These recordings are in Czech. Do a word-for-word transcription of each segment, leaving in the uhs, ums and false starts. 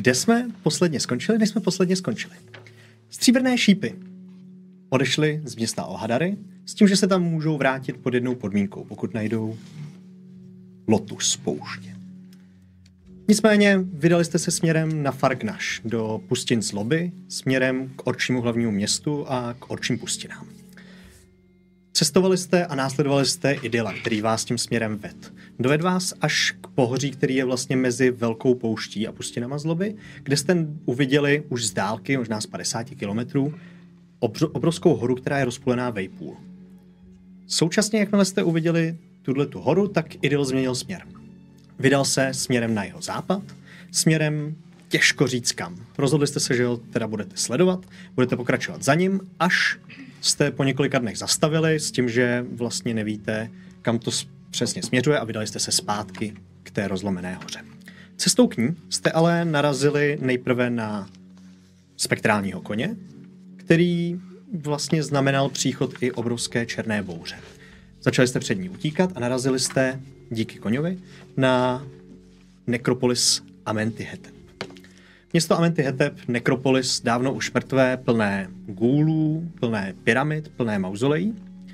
kde jsme posledně skončili? Než jsme posledně skončili. Stříbrné šípy odešly z města Alhadary s tím, že se tam můžou vrátit pod jednou podmínkou, pokud najdou lotus pouště. Nicméně vydali jste se směrem na Fargnash, do pustin Zloby, směrem k orčímu hlavnímu městu a k orčím pustinám. Cestovali jste a následovali jste Idyla, který vás tím směrem ved. Doved vás až k pohoří, který je vlastně mezi Velkou pouští a pustinama Zloby, kde jste uviděli už z dálky, možná z padesáti kilometrů, obrovskou horu, která je rozpůlená vejpůl. Současně, jakmile jste uviděli tuto horu, tak Idyl změnil směr. Vydal se směrem na jeho západ, směrem těžko říct kam. Rozhodli jste se, že ho teda budete sledovat, budete pokračovat za ním, až jste po několika dnech zastavili s tím, že vlastně nevíte, kam to přesně směřuje a vydali jste se zpátky k té rozlomené hoře. Cestou k ní jste ale narazili nejprve na spektrálního koně, který vlastně znamenal příchod i obrovské černé bouře. Začali jste před ní utíkat a narazili jste, díky koňovi, na nekropolis Amenty-hetep. Město Amenty-hetep, nekropolis, dávno už mrtvé, plné gůlů, plné pyramid, plné mauzolejí.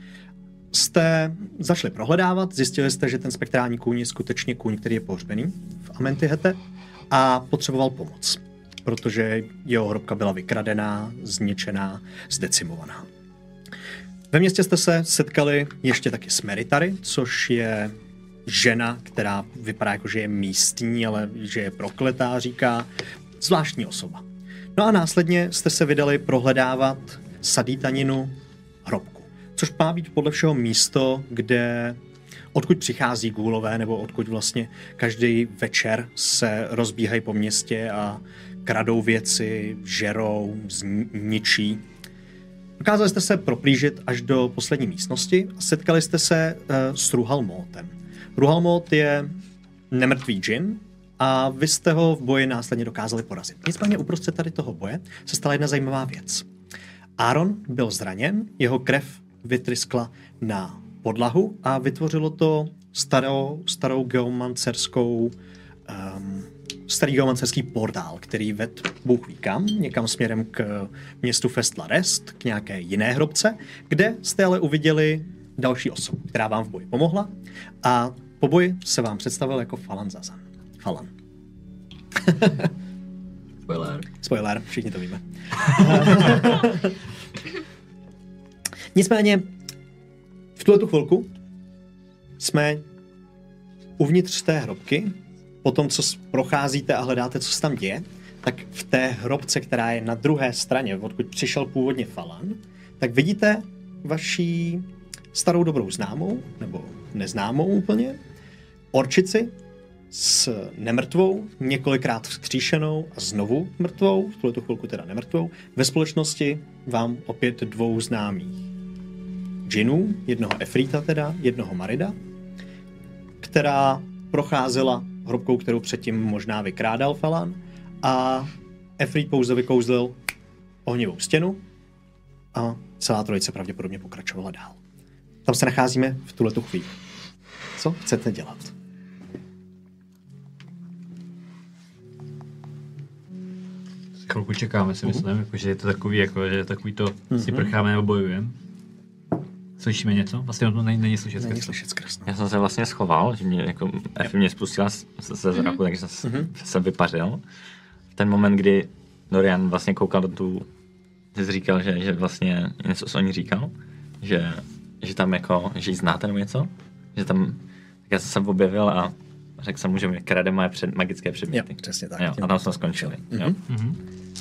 Jste začali prohledávat, zjistili jste, že ten spektrální kůň je skutečně kůň, který je pohřbený v Amenty-hetep a potřeboval pomoc, protože jeho hrobka byla vykradená, zničená, zdecimovaná. Ve městě jste se setkali ještě taky s Meritary, což je žena, která vypadá jako, že je místní, ale že je prokletá, říká, zvláštní osoba. No a následně jste se vydali prohledávat Sadítaninu hrobku, což má být podle všeho místo, kde odkud přichází gůlové, nebo odkud vlastně každý večer se rozbíhají po městě a kradou věci, žerou, zničí. Dokázali jste se proplížit až do poslední místnosti a setkali jste se uh, s Ruhalmótem. Ruhalmót je nemrtvý džin a vy jste ho v boji následně dokázali porazit. Nicméně uprostřed tady toho boje se stala jedna zajímavá věc. Aaron byl zraněn, jeho krev vytryskla na podlahu a vytvořilo to starou, starou geomancerskou um, starý geomancerský portál, který ved Bůh ví kam, někam směrem k městu Festlarest, k nějaké jiné hrobce, kde jste ale uviděli další osobu, která vám v boji pomohla a po boji se vám představil jako Falan Zazan. Falan. Spoiler. Spoiler, všichni to víme. Nicméně, v tuhletu chvilku jsme uvnitř té hrobky, po tom, co procházíte a hledáte, co se tam děje, tak v té hrobce, která je na druhé straně, odkud přišel původně Falan, tak vidíte vaší starou dobrou známou, nebo neznámou úplně, orčici s nemrtvou, několikrát vzkříšenou a znovu mrtvou, v tuhletu chvilku teda nemrtvou, ve společnosti vám opět dvou známých džinů, jednoho Efrita teda, jednoho Marida, která procházela hrobkou, kterou předtím možná vykrádal Falan a Efrit pouze vykouzlil ohnivou stěnu a celá trojice pravděpodobně pokračovala dál. Tam se nacházíme v tuhletu chvíli. Co chcete dělat? Chvilku čekáme, si myslím, uh-huh. jako, že je to takový, jako, že je takový to, uh-huh. si prcháme nebo bojujeme. Slyšíme něco? Vlastně to není, není slyšet není slyšet skrz. Já jsem se vlastně schoval, že mě, jako, Efi mě spustila ze zraku, mm-hmm. takže jsem uh-huh. se vypařil. V ten moment, kdy Dorian vlastně koukal do tu, že jsi říkal, že, že vlastně něco o ní říkal, že, že tam jako, že jí znáte nebo něco, že tam, tak já jsem se objevil a řekl jsem mu, že mi krade moje před, magické předměty. Jo, přesně tak. Jo, a tam jsme skončili. Mm-hmm. Jo. Mm-hmm.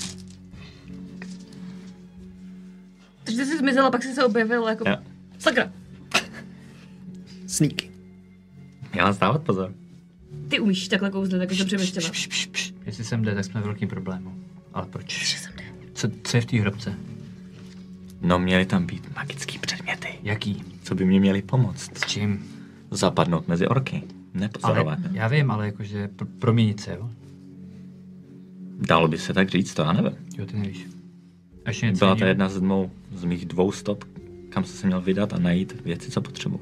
Takže ty jsi zmizel a pak jsi se objevil jako... Jo. Sakra. Sníky. Já mám stávat pozor. Ty umíš takhle kouzlit, takže jsem přemýšlela. Jestli sem jde, tak jsme v velkým problému. Ale proč? Že sem jde. Co, co je v té hrobce? No, měly tam být magický předměty. Jaký? Co by mě měli pomoct? S čím? Zapadnout mezi orky. Nepozorovat. Ale já vím, ale jakože pr- proměnit se, jo? Dalo by se tak říct, to já nevím. Jo, ty nevíš. Ještě něco Byla to jiného? jedna z, mou, z mých dvou stop, kam jsem se měl vydat a najít věci, co potřebuji.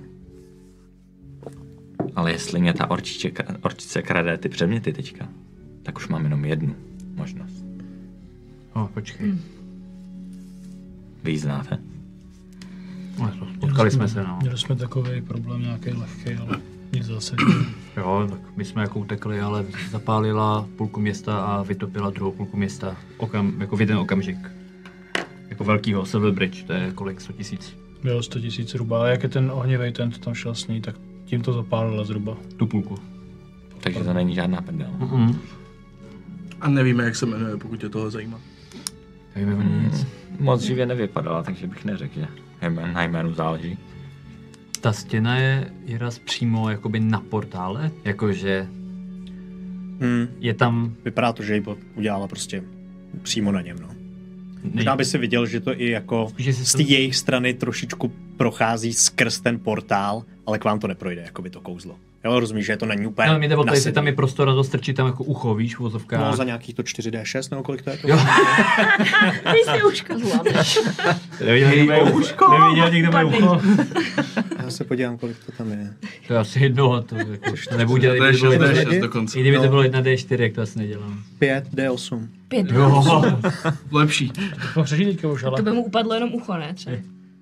Ale jestli mě ta orčiče, orčice krade ty předměty teďka, tak už mám jenom jednu možnost. O, počkej. Hmm. Vy ji znáte? No, to, potkali jsme se, no. Měli jsme takový problém nějaký lehký, ale nic zase. Jo, tak my jsme jako utekli, ale zapálila půlku města a vytopila druhou půlku města. Okam, jako v jeden okamžik. Jako velkýho, Silver Bridge, to je kolik, sto tisíc. Bylo sto tisíc zhruba, a jak je ten ohnivej ten, co tam šel s ní, tak tím to zapálilo zhruba. Tu půlku. Takže to není žádná prdel. Mm-mm. A nevíme, jak se jmenuje, pokud tě toho zajímá. Nevíme o ní nic. Moc živě nevypadala, takže bych neřekl, že jmén, na jménu záleží. Ta stěna je, je raz přímo jakoby na portále, jakože Hmm. je tam... Vypadá to, že ji udělala prostě přímo na něm, no. Nej... Možná by si viděl, že to i jako Že si z té jsem- jejich strany trošičku prochází skrz ten portál, ale k vám to neprojde, jako by to kouzlo. Jo, rozumíš, že to není úplně Ale mi jde o to, jestli nasedlý. tam je prostor na to strčit tam jako ucho, víš, v vozovkách. No, za nějakých to čtyři dé šest, nebo kolik to je to? Jo. Ty si uška zvládneš. Neviděl někdo moje ucho? Neviděl někdo moje ucho? Já se podívám, kolik to tam je. To je asi jedno, to, jako, to nebudu dělat, To je kdyby to bylo šest dé jedna- šest dokonce. i kdyby to No. bylo jedna dé čtyři, jak to asi nedělám. pět dé osm. Pět. Jo. Lepší. To řeší teďka už, ale... To by mu upadlo jenom ucho, ne? Třeba.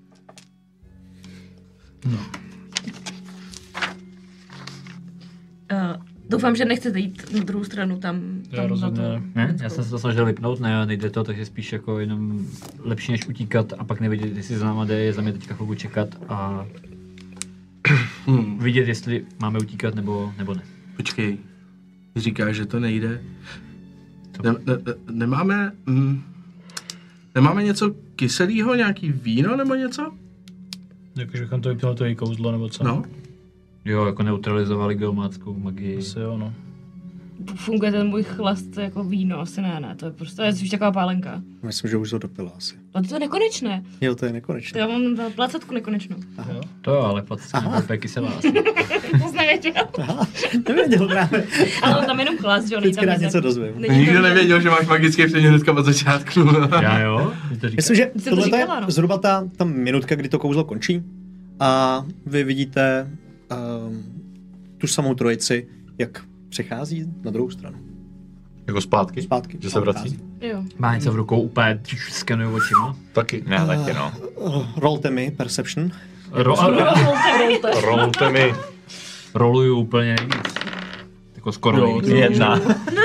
Uh, doufám, že nechcete jít na druhou stranu tam. Já tam rozhodně na to. ne. Ne, já jsem se to snažil vypnout, ne, nejde to, takže spíš jako jenom lepší než utíkat a pak nevědět, jestli za náma jde, je za mě teďka chvilku čekat a Hmm. vidět, jestli máme utíkat nebo, nebo ne. Počkej. Říkáš, že to nejde. Ne, ne, ne, nemáme... Mm, nemáme něco kyselého, nějaký víno nebo něco? Jakože bychom to vypnuli to její kouzlo, nebo co? No. Jo, jako neutralizovali geomáckou magii. Asi jo, no. Funguje ten můj chlast jako víno, asi ne, ne, to je prostě, to je spíš taková pálenka. Myslím, že už to dopila asi. Ale to je nekonečné, Jo, to je to nekonečné. já mám placatku nekonečnou. Jo. To jo, ale placka nebyla úplně kyselá asi. To jsi nevěděl. Aha, nevěděl právě. Ale on tam jenom chlast, že jo, není Vždycky tam rád nic- něco dozvím. není Nikdo tam- nevěděl, že máš magický předmět hnedka od začátku. Já jo? Ty to říkáš? Myslím, že Jsem to tohle je říkala, no. zhruba ta, ta minutka, kdy to kouzlo končí a vy vidíte um, tu samou trojici, jak přechází na druhou stranu. Jako zpátky? Zpátky. Že se vrací? Odchází. Jo. Má něco v rukou, úplně tš, skenuju očima. Taky. Ne, taky no. Uh, rolte mi Perception. Ro, ro, Rolte. Rolte mi. roluju úplně nejvíc. Jako skoro Jo, nejvíc. to je- Jedna.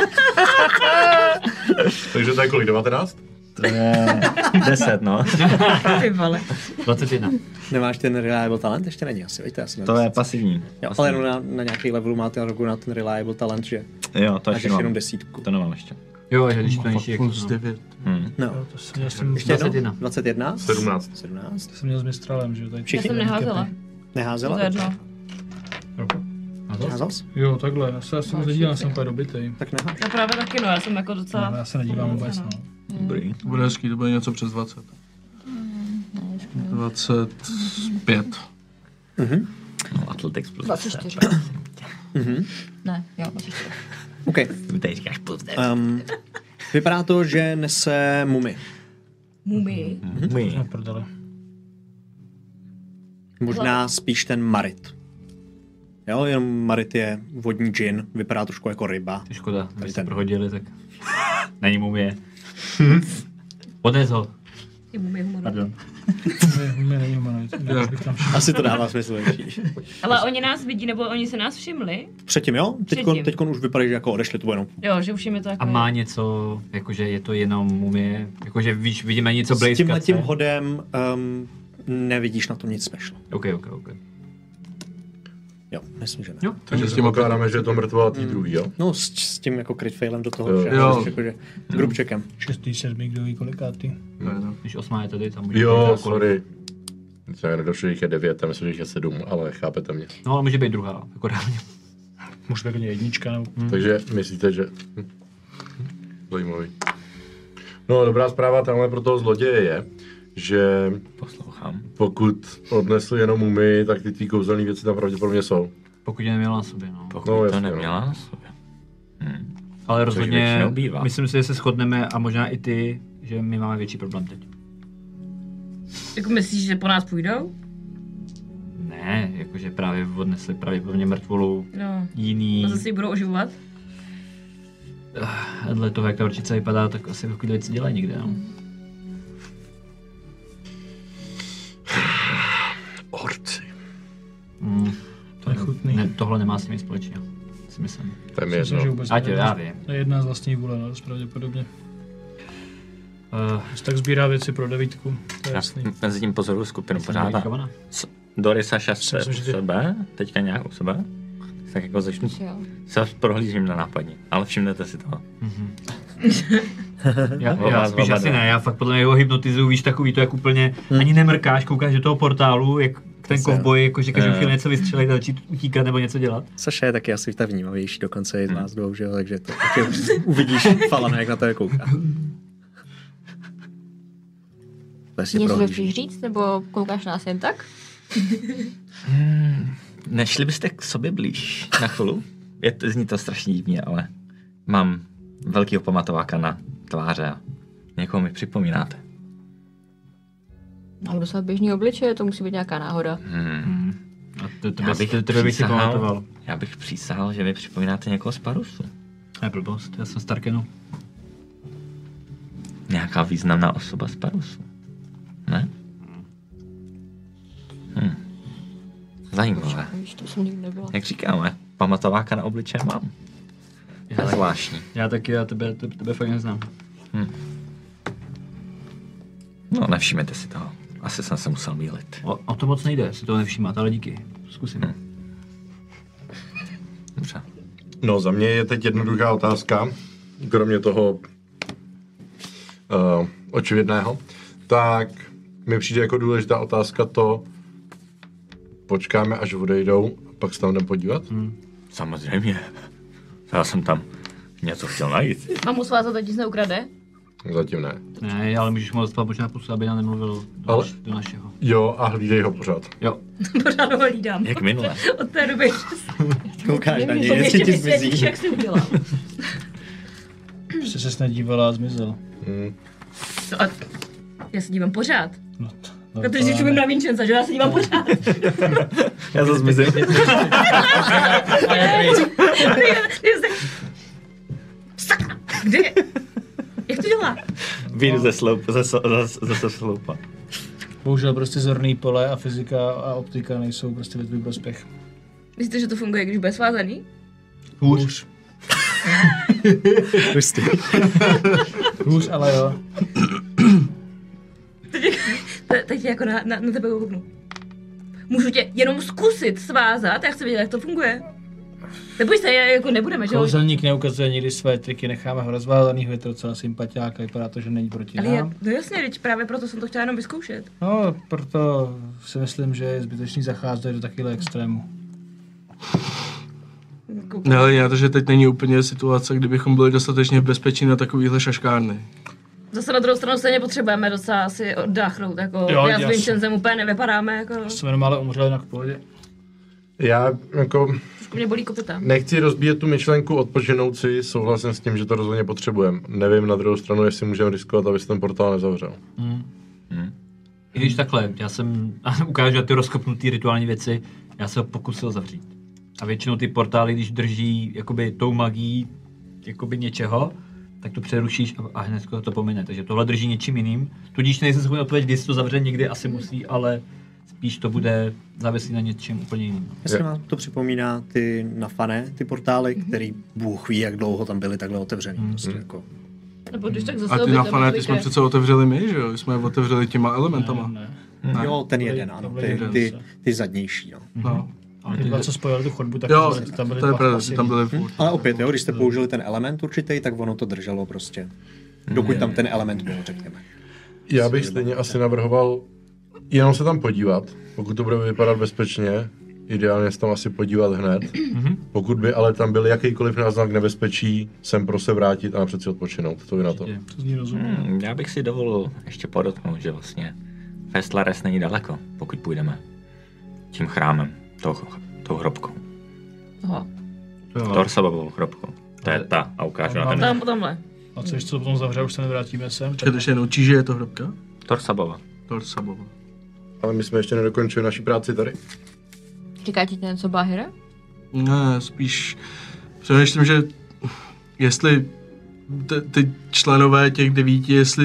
Takže to je kolik? devatenáct? To je deset, no. Ty vole. dvacet jedna. Nemáš ten reliable talent? Ještě není asi, veďte, asi To je pasivní. Jo, ale jenom na, na nějaký levelu máte na roku na ten reliable talent, že Jo, to máš ještě ještě jenom mám. desítku. To nemám ještě. Jo, že když to nejší, jak Plus no. devět. Hm. No. Jo, to jsem měl, jsem, Ještě jednou? dvacet jedna. dvacet jedna? sedmnáct. sedmnáct. to jsem měl s mistralem, že jo? Tady Všichni? Já jsem neházela. Neházela? To je jedno. A to? Neházal jsi? Jo, takhle, já se asi nedívám, jsem úplně dobitej. Tak neháž. Já právě taky, no, já jsem jako docela... No, já se nedívám vůbec, no. Dobrý. To bude hezký, to bude něco přes dvacet. dvacet pět. Mhm. No, Athletics plus dvacet čtyři. Mhm. Ne, jo, dvacet čtyři. OK. Ty tady říkáš plus deset. Um, vypadá to, že nese mumy. Mumii. My. No, prdele. Možná spíš ten marit. Jo, jenom marit je vodní džin, vypadá trošku jako ryba. Ty škoda, kdyby ten. se prohodili, tak není mumie. Odnes ho. Je mumie humor. Pardon. My, my není humanoid. Já bych tam šel. Asi to dává smysl. větší. Ale oni nás vidí, nebo oni se nás všimli? Předtím jo, teďkon, Předtím. teďkon už vypadají, že jako odešli, to bylo jenom. Jo, že už jim je to jako... A má něco, jakože je to jenom mumie, jakože víš, vidíme něco S blízka. tímhle tím hodem um, nevidíš na tom nic special. Ok, ok, ok. Jo, myslím, že ne. Jo. Takže s tím pokládáme, že je to mrtvá tý druhý, jo? No s, s tím jako crit failem do toho, Jo. že Jo. jsi jakože group checkem. Šestý, sedmý, kdo ví kolikátý. Ne, no. Když osmá je tady, tam může Jo, být kolik. sorry. Já nedošlo, že jich je devět, a myslím, že jich je sedm, ale chápete mě. No, ale může být druhá, jako reálně. Může být jednička, nebo... Hmm. Takže myslíte, že... Hm. Zajímavý. No, dobrá zpráva tamhle pro toho zloděje je, že Poslouchám. pokud odnesli jenom mumy, tak ty tvý kouzelný věci tam pravděpodobně jsou. Pokud je neměla na sobě, no. Pokud No, to jasně, neměla na sobě. Hm. Ale rozhodně, většinou bývá. myslím si, že se shodneme a možná i ty, že my máme větší problém teď. Jako myslíš, že po nás půjdou? Ne, jakože právě odnesli pravděpodobně mrtvolu No. jiný. A zase ji budou oživovat? Dle toho, jak ta orčice vypadá, tak asi takovýhle věci dělají někde, no. Orci. Mm. To je chutný. Ne, tohle nemá s nimi společně, si myslím. To je mi Myslím, že jedno. vůbec Ať jo, nejedná- já vím. To je jedna z vlastní vůle, no, dost pravděpodobně. Uh, Just tak sbírá věci pro devítku, to je Já jasný. mezi tím pozoruju skupinu pořád. a s- Doris a Šast Myslím, že u ty- sebe, teďka nějak u sebe. Tak jako začnu Jo. se prohlížím na nápadní, ale všimnete si toho. já, Oba já z spíš oba asi dva. ne, já fakt podle mě ho hypnotizuju, víš, takový to, jak úplně ani nemrkáš, koukáš do toho portálu, jak ten Zase, kovboj, jako že každou eh. chvíli něco vystřelit a začít utíkat nebo něco dělat. Saša je taky asi tak vnímavější dokonce i z nás dvou, že jo, takže to taky uvidíš Falana, jak na to je kouká. Vlastně Něco prohlíží. chceš říct, nebo koukáš nás jen tak? Nešli byste k sobě blíž na chvíli? Je to, zní to strašně divně, ale mám velkýho pamatováka na tváře a někoho mi připomínáte. Ale dostat běžný obličeje, to musí být nějaká náhoda. Hmm. A to, to, Já bez, bych to, tebe bych si přísahal- pamatoval. Já bych přísahal, že vy připomínáte někoho z Parusu. Ne, blbost, já jsem z Tarkenu. Nějaká významná osoba z Parusu. Ne? Hm. Zajímavé. Víš, to jsem nikdy nebyla. Jak říkáme, pamatováka na obličeje mám. To je zvláštní. Já taky, já tebe, tebe, tebe fakt neznám. No, nevšimněte si toho. Asi jsem se musel mýlit. O, o to moc nejde, si to nevšímat, ale díky. Zkusím. Hm. Dobře. No, za mě je teď jednoduchá otázka, kromě toho uh, očividného. Tak mi přijde jako důležitá otázka to, počkáme, až odejdou, a pak se tam jdem podívat. Hmm. Samozřejmě. Já jsem tam něco chtěl najít. Mám mu svázat, ať nic neukrade? Zatím ne. Ne, ale můžeš mu dostat možná pusu, aby nám nemluvil do, Ale- naš, do našeho. Jo, a hlídej ho pořád. Jo. Pořád ho hlídám. Jak minule. Od té doby. Koukáš na něj, To mě jestli ještě ti vysvětlíš, zmizí. jak jsi udělal. Prostě se nedívala a zmizel. Hmm. No a já se dívám pořád. No, to, no, Protože si čumím na Vincenza, že já se dívám pořád. Já to zmizím. Sakra, kde je? Jak to dělá? Vyjdu ze sloupa, ze, ze, ze, ze sloupa. Bohužel prostě zorný pole a fyzika a optika nejsou prostě ve tvůj prospěch. Myslíte, že to funguje, když bude svázaný? Hůř. Hustý. Hůř, ale jo. Teď, te- teď jako na, na, na tebe kouknu. Můžu tě jenom zkusit svázat, já chci vědět, jak to funguje. Neboj se, jako nebudeme, že jo? Kouzelník neukazuje nikdy své triky, necháme ho rozvázaný, je to docela sympatiák a vypadá to, že není proti Ale já, nám. no jasně, teď právě proto jsem to chtěla jenom vyzkoušet. No, proto si myslím, že je zbytečný zacházet do takového extrému. Ne, ale já to, že teď není úplně situace, kdybychom byli dostatečně v bezpečí na takovýchhle šaškárny. Zase na druhou stranu stejně potřebujeme docela asi oddáchnout, jako Jo, já s jasně. Vincenzem úplně nevypadáme, jako Jsme jenom ale umřeli na pohodě. Já jako trošku mě bolí kopita. nechci rozbíjet tu myšlenku odpočinout si, souhlasím s tím, že to rozhodně potřebujeme. Nevím na druhou stranu, jestli můžeme riskovat, aby se ten portál nezavřel. Hmm. Hmm. I když takhle, já jsem, ukážu ty rozkopnutý rituální věci, já se ho pokusil zavřít. A většinou ty portály, když drží jakoby tou magií jakoby něčeho, tak to přerušíš a, a hned to pomine. Takže tohle drží něčím jiným. Tudíž nejsem schopný odpovědět, když se to zavře, někdy asi musí, ale spíš to bude závislý na něčem úplně jiným. Jestli vám to připomíná ty nafané, ty portály, který Bůh ví, jak dlouho tam byly takhle otevřený. Prostě jako. Nebo když tak zase A ty obětujeme nafané, ty svůj jsme krev. přece otevřeli my, že jo? Jsme je otevřeli těma elementama. Ne, Ne. Jo, ten To byly- jeden, to ano, byly ty, jeden ty, zase. ty zadnější, no. No. ale ty dva, co spojili tu chodbu, tak Jo, byly- tam byly to je dva pravda, pasy. že tam byly furt. Ale opět, jo, když jste použili ten element určitý, tak ono to drželo prostě. Dokud tam ten element byl, řekněme. Já bych stejně asi navrhoval jenom se tam podívat, pokud to bude vypadat bezpečně, ideálně se tam asi podívat hned. Pokud by ale tam byl jakýkoliv náznak nebezpečí, sem pro se vrátit a napřed si odpočinout. To vy na to. To zní rozumně. Hmm, já bych si dovolil ještě podotknout, že vlastně Festlares není daleko, pokud půjdeme tím chrámem, tou, tou hrobkou. Aha, Torsabovou hrobkou. To je ta a ukážu na ten. tam, tamhle. A co, když to potom zavře, už se nevrátíme sem? Čekaj, když je naučí, že je to hrobka? Torsabova. Torsabova. Ale my jsme ještě nedokončili naši práci tady. Říká ti něco Bahira? Ne, spíš přemýšlím, že jestli ty, ty členové těch devíti, jestli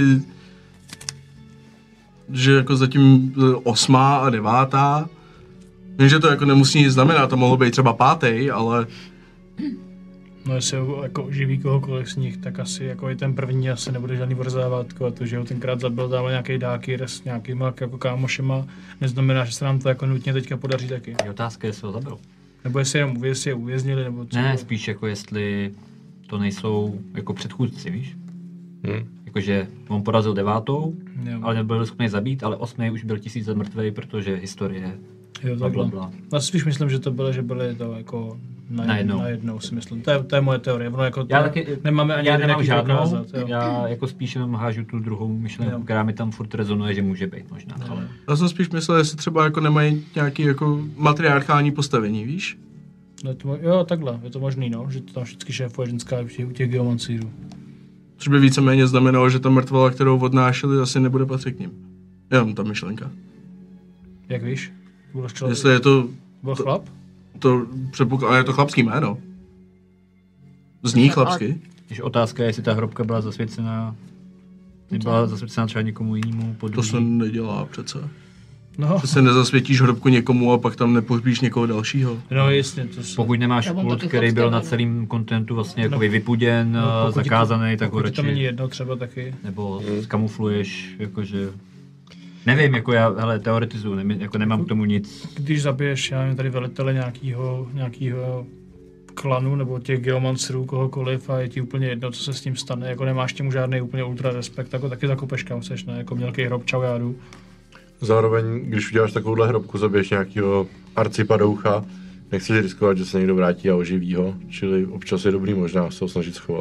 že jako zatím osmá a devátá, vím, že to jako nemusí nic znamenat, to mohlo být třeba pátý, ale No jestli jako živí kohokoliv z nich, tak asi jako i ten první asi nebude žádný vrzávátko a to, že ho tenkrát zabil dával nějaký dáky s nějakýma jako kámošema, neznamená, že se nám to jako nutně teďka podaří taky. Je otázka, jestli ho zabil. Nebo jestli, jenom, jestli je uvěznili, nebo co. Ne, spíš jako jestli to nejsou jako předchůdci, víš? Hmm. Jakože on porazil devátou, Jo. ale nebyl schopný zabít, ale osmý už byl tisíc let mrtvej, protože historie. Jo, Bla, bla, takhle. bla. Já si spíš myslím, že to bylo, že byly to jako na Najednou. najednou si myslím. To je, to je moje teorie. Ono jako Já to, taky, nemáme ani já jeden, nemám jaký to žádnou, ukázat, jo. já jako spíš jenom hážu tu druhou myšlenku, Jo. která mi tam furt rezonuje, že může být možná, ale... já jsem spíš myslel, jestli třeba jako nemají nějaký jako matriarchální postavení, víš? No, to, jo, takhle, je to možný, no, že to tam vždycky šéfuje ženská u těch geomancírů. Což by víceméně znamenalo, že ta mrtvola, kterou odnášeli, asi nebude patřit k ním. Jenom ta myšlenka. Jak víš? Byl člověk, Jestli je to, byl chlap? to předpoklad, ale je to chlapský jméno. Zní chlapsky. Když otázka je, jestli ta hrobka byla zasvěcená, nebyla zasvěcená třeba někomu jinému, po To druhý. se nedělá přece. No, Ty se nezasvětíš hrobku někomu a pak tam nepohřbíš někoho dalšího. no jasně, to se... Pokud nemáš Já mám kult, taky který byl chlapské na jméno. celém kontinentu vlastně No. jakoby vypuděn, No, no, pokud ti to- zakázaný, tak ho Pokud to není radši, jedno třeba taky. nebo skamufluješ, jakože... Nevím, jako já, hele, teoretizuju, ne, jako nemám k tomu nic. Když zabiješ, já nevím, tady velitele nějakýho, nějakýho klanu nebo těch geomancerů, kohokoliv a je ti úplně jedno, co se s tím stane, jako nemáš těmu žádný úplně ultra respekt, jako taky zakopeš kam seš, ne, jako mělký hrob, čau, já jdu. Zároveň, když uděláš takovouhle hrobku, zabiješ nějakého arcipadoucha, nechceš riskovat, že se někdo vrátí a oživí ho, čili občas je dobrý možná se ho snažit schovat.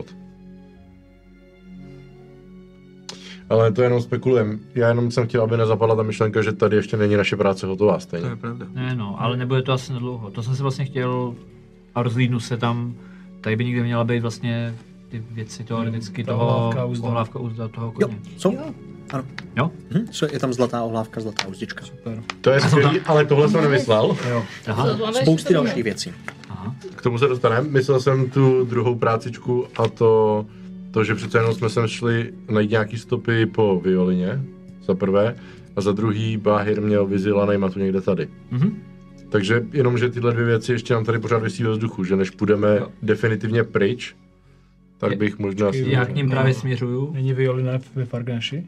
Ale to jenom spekulujem. Já jenom jsem chtěl, aby nezapadla ta myšlenka, že tady ještě není naše práce hotová stejně. To je pravda. Ne, no, ale nebude to asi nedlouho. To jsem si vlastně chtěl a rozlídnu se tam. Tady by někde měla být vlastně ty věci teoreticky Ta toho... ohlávka, uzda. Ohlávka, uzda toho Jo, koně. jsou? Ano. Jo? Hm? Co, je tam zlatá ohlávka, zlatá uzdička. Super. To je skvělý, ale tohle jsem nemyslel. Jo. Aha, Spousty dalších věcí. aha. K tomu se dostaneme. Myslel jsem tu druhou prácičku a to, to že přece jenom jsme sem šli najít nějaký stopy po violině, za prvé, a za druhý Báhir měl vizi Lanejmatu někde tady. Mhm. Takže jenom, že tyhle dvě věci ještě nám tady pořád visí ve vzduchu, že než půjdeme Jo. definitivně pryč, tak Je- bych možná... Počkej, si- Já k ním právě směřuju. Není violina ve Fargnaši?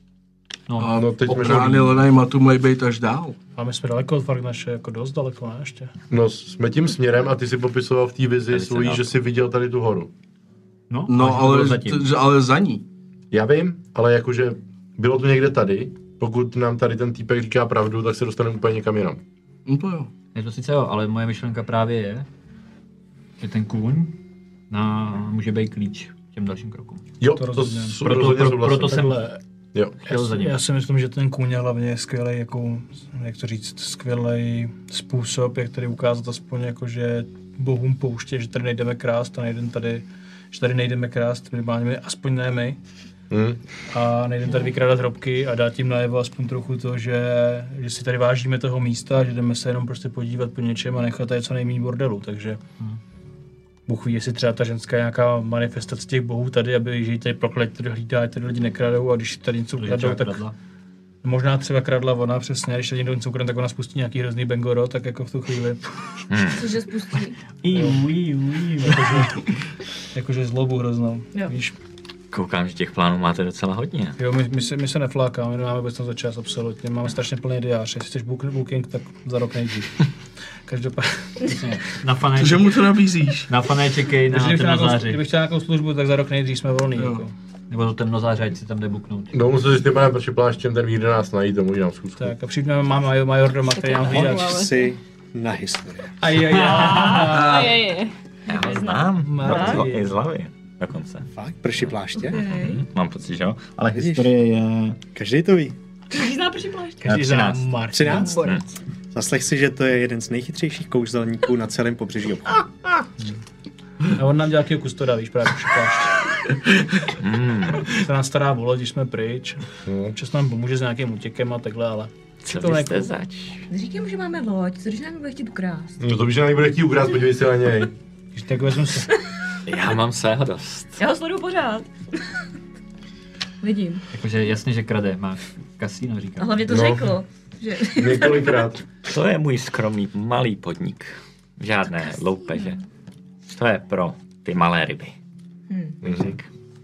No, A no, teď okolí. možná- Rány Lenajmatu mají být až dál. A my jsme daleko od Fargnaše, jako dost daleko, ne ještě? No, jsme tím směrem a ty si popisoval v té vizi Velice svojí, dálko. že jsi viděl tady tu horu. no, No, až to ale, bylo zatím. t- ale za ní. Já vím, ale jakože bylo to někde tady, pokud nám tady ten týpek říká pravdu, tak se dostaneme úplně někam jinam. No to jo. Je to sice jo, ale moje myšlenka právě je, že ten kůň na, může být klíč k těm dalším krokům. Jo, To to, rozhodně. s- Proto- rozhodně pro- souhlasím. proto jsem- Takhle, Jo. Chtěl za ním. já si myslím, že ten kůň hlavně je skvělý, jako, jak to říct, skvělý způsob, jak tady ukázat aspoň jako, že bohům pouště, že tady nejdeme krást a nejdeme tady, že tady nejdeme krást, minimálně my, aspoň ne my, Hm. a nejdeme tady vykrádat hrobky a dát tím najevo aspoň trochu to, že, že si tady vážíme toho místa, že jdeme se jenom prostě podívat po něčem a nechat tady co nejméně bordelu, takže Hmm. Bůh ví, jestli třeba ta ženská nějaká manifestace těch bohů tady, aby že ji tady proklet, tady hlídá, ať tady lidi nekradou a když tady něco To je ukradou, třeba tak kradla. možná třeba kradla ona přesně, když tady někdo něco ukradne, tak ona spustí nějaký hrozný bengoro, tak jako v tu chvíli, Cože spustí. Iu, iu, iu. jakože, jakože zlobu hroznou, Jo. víš. Koukám, že těch plánů máte docela hodně. Jo, my, my, se, my se neflákáme, nemáme vůbec na to čas, absolutně, máme strašně plný diář, jestli chceš book, booking, tak za rok nejdřív. Každopádně, Na fané, Cože mu to nabízíš? na fané čekej na kdybych chtěl nějakou, temnozáři. kdybych chtěl nějakou službu, tak za rok nejdřív jsme volný. Jo. Jako. Nebo to temnozáře, ať si tam jde buknout. No, musím si s tím panem Pláštěm, ten vyjde nás najít a může nám schůzku. Tak a přijďme, máme major, major doma, který nám Taky hlídá. ne. Si na historii. Aj, aj, aj. Je, je. Já ho znám. Má- No, I z hlavy. Dokonce. Fakt? Prší pláště? Hm, mám pocit, že jo. Ale Vidíš? historie je... Každý to ví. Každý zná prší plášť. Každý zná třináct. Martina. třináct? Hm. Zaslech si, že to je jeden z nejchytřejších kouzelníků na celém pobřeží obchodu. A on nám dělá takového kustoda, víš, právě šipášť. Mm, To nás stará vole, když jsme pryč. No. Čas nám pomůže s nějakým útěkem a takhle, ale... co to vy jako- jste zač? Říkám, že máme loď, co když nám bude chtít ukrást? No to by, že nám nebude chtít ukrást, podívej se na něj. Když tak vezmu se. Já mám svého dost. Já ho sleduju pořád. Vidím. Jakože jasně, že krade, má kasíno, říká. A hlavně to No. řeklo. Že... Několikrát. To je můj skromný malý podnik. Žádné loupeže. To je pro ty malé ryby. Hmm.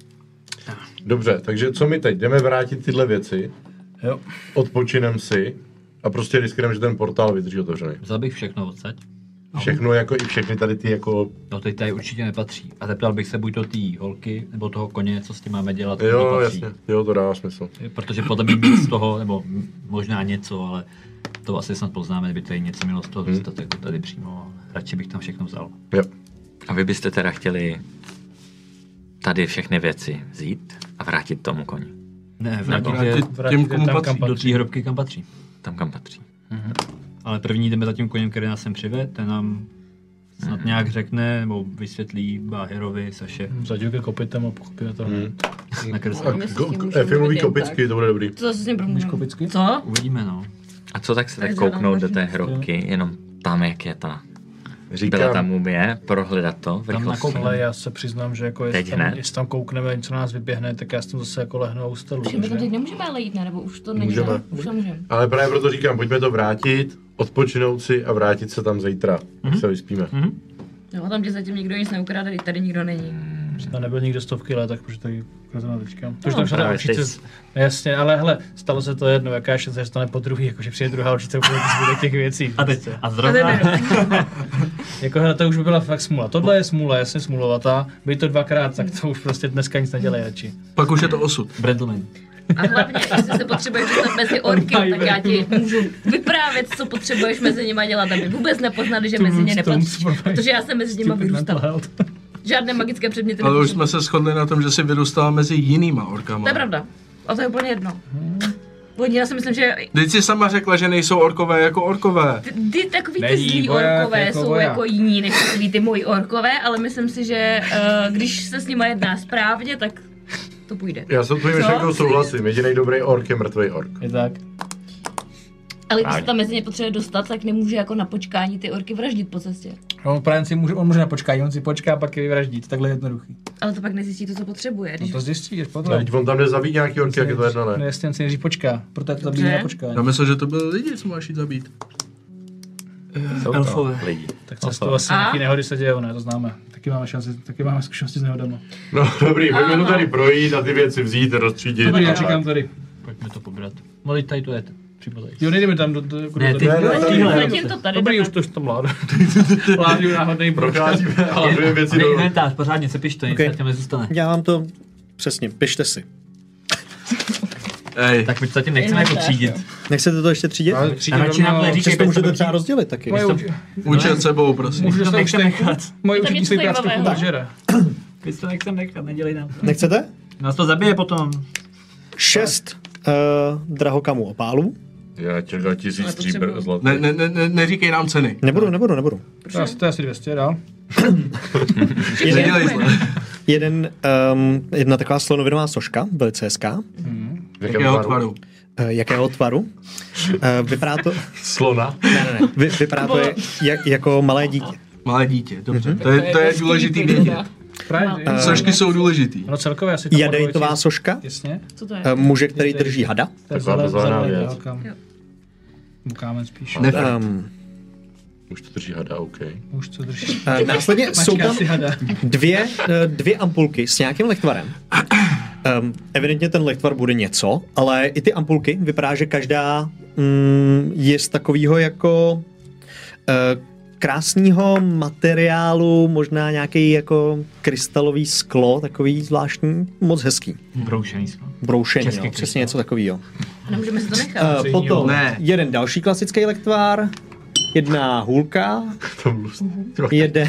Dobře, takže co my teď? Jdeme vrátit tyhle věci, Jo. odpočinem si a prostě riskujeme, že ten portál vydrží otevřený. Vzal bych všechno odsaď. Všechno jako i všechny tady ty jako... No teď tady určitě nepatří. A zeptal bych se buď to té holky, nebo toho koně, co s tím máme dělat, to Jo, patří. jasně, jo, to dává smysl. Protože podle mě nic z toho, nebo m- možná něco, ale to asi snad poznáme, kdyby tady něco mělo z toho Hmm. zůstat jako tady přímo. Radši bych tam všechno vzal. Jo. A vy byste teda chtěli tady všechny věci vzít a vrátit tomu koni. Ne, Nebo- vrátit je Vrátit těm, komu tam, patří. kam do té hrobky, kam patří. Tam, kam patří. Ale první jdeme za tím koněm, který nás sem přived, ten nám snad nějak řekne, nebo vysvětlí Báherovi, Saše. Zaďuke kopitem a pochopíme to. Hmm. Nakresl. A Nevím, jestli s ko- tím ko- můžeme Efimový mluvit jen kopicky, tak. to bude dobrý. To zase s ním Víš promluvím. kopicky? Co? Uvidíme, no. A co tak se tak Tak kouknout do žádám té možnost. hrobky, jenom tam, jak je ta. Byla Říkám, tam mumie, prohledat to v Tam rychlosti. nakoukneme. Ale já se přiznám, že jako Teď jestli tam, hned? jestli tam koukneme a něco nás vyběhne, tak já s tím zase jako lehnu a ustalu. Protože my tam takže- teď nemůžeme ale jít, ne? Nebo už to není. Můžeme. ne? Už to můžeme. ale právě proto říkám, pojďme to vrátit, odpočinout si a vrátit se tam zítra, jak se vyspíme. No a tam, že zatím nikdo nic neukrádá, tady, tady nikdo není. Že tam nebyl nikdo stovky let, tak proč tady ukazujeme teďka. To, že No, tam šla ta právě určice, teď- jasně, ale hele, stalo se to jedno, jaká šance, že se to ne po druhý, jakože přijde druhá určice úplně zbytek těch věcí. A teď, a A zrovna, Jako hele, to už by byla fakt smůla. Tohle je smůla, jasně smůlovatá. Být to dvakrát, tak to už prostě dneska nic nedělej radši. Pak už je to osud. Brandleman. A hlavně, jestli se potřebuješ dostat mezi orky, tak já ti můžu vyprávět, co potřebuješ mezi nima dělat, aby vůbec nepoznali, že mezi ně nepatříš. Protože já jsem mezi nima vyrůstala. Žádné magické předměty Ale už nepotřebuji. jsme se shodli na tom, že si vyrůstala mezi jinýma orkama. To je pravda. A to je úplně jedno. Oni, já si myslím, že Teď si sama řekla, že nejsou orkové jako orkové. ty, ty takový ty Není, zlí voják orkové jako jsou voják. jako jiní než takový ty moji orkové, ale myslím si, že uh, když se s nima jedná správně, tak to půjde. Já se tvým Co? myšlenkou souhlasím, jediný dobrý ork je mrtvý ork. Je tak. Ale když se Právě. tam mezi ně potřebuje dostat, tak nemůže jako na počkání ty orky vraždit po cestě. On právě si může, on může nepočkat, on si počká, pak je vyvraždí, to je takhle jednoduchý. Ale to pak nezjistí to, co potřebuje. No Když... to zjistíš potom. Teď on tam jde zabít nějaký orky, jak je to jedno, No ne? jasně, on si nejdřív počká, proto je to zabíjí Dobře. na počkání. Já myslel, že to byly lidi, co máš jít zabít. Jsou Elfové. to lidi. Tak cestou asi A? nějaký nehody se dějou, ne, to známe. Taky máme šanci, taky máme zkušenosti s nehodama. No dobrý, pojďme to Aha. tady projít a ty věci vzít, rozstřídit. Dobrý, a já tak. čekám tady. Pojďme to pobrat. No teď tady to je, přímo tady. Jo, nejdeme tam do, do, do, Ne, do, ty- do, Ne, ne, tady, Tímhle. ne, Zatím to tady Dobrý, jdeme. už to už tam ládu. Ládu náhodný procházíme a hledujeme věci Ne, do... inventář, pořádně se piš to, nic Okay. okay. těm nezůstane. Já vám to přesně, pište si. Ej, Tak my to zatím nechceme jako Inventář, třídit. Nechcete to ještě třídit? Ale třídím radši nám rovnou- neříkej, Přesto bez můžete toho třeba třídit. rozdělit taky. Moje Jste- uči- učit sebou, prosím. Můžu to dostat nechceme účtenku? nechat. Moje Je tam učení něco svoji práci trochu zajímavého? zažere. Vy to nechcem nechat, nedělej nám to. Nechcete? Nás to zabije potom. Šest uh, drahokamů opálů. Já ti dal tisíc Ale stříbr potřebuju. zlatý. Ne, ne, ne, ne, neříkej nám ceny. Nebudu, nebudu, nebudu. To je asi- to je asi dvě stě, dál. Nedělej zle. Jeden, um, jedna taková slonovinová soška, velice hezká. Jakého tvaru? Uh, jakého tvaru? Uh, vypadá to, Slona. ne, ne, ne, vy, vypadá to jak, jako malé dítě. Malé dítě, dobře. To je, to je důležitý vědět. Právě. Eh, Sošky jsou důležitý. No celkově asi tam Jadejtová odvojící- soška, Jasně. Co to je? uh, muže, který drží hada. To je Taková zele- bezvadná zelený věc. dálkam. Jo. Kámen spíš. Ne, Um, Už to drží hada, OK. Už co drží. uh, následně jsou Mačka tam si hada. dvě, eh, dvě ampulky s nějakým lektvarem. Um, evidentně ten lektvar bude něco, ale i ty ampulky vypadá, že každá mm, je z takového jako uh, krásného materiálu, možná nějaký jako krystalový sklo, takový zvláštní, moc hezký. Broušený jsme. Broušení, Český no, přesně krystal. něco takového. A nemůžeme si to nechat. Uh, potom Ne. jeden další klasický lektvar, jedna hůlka, Tam lust. jeden,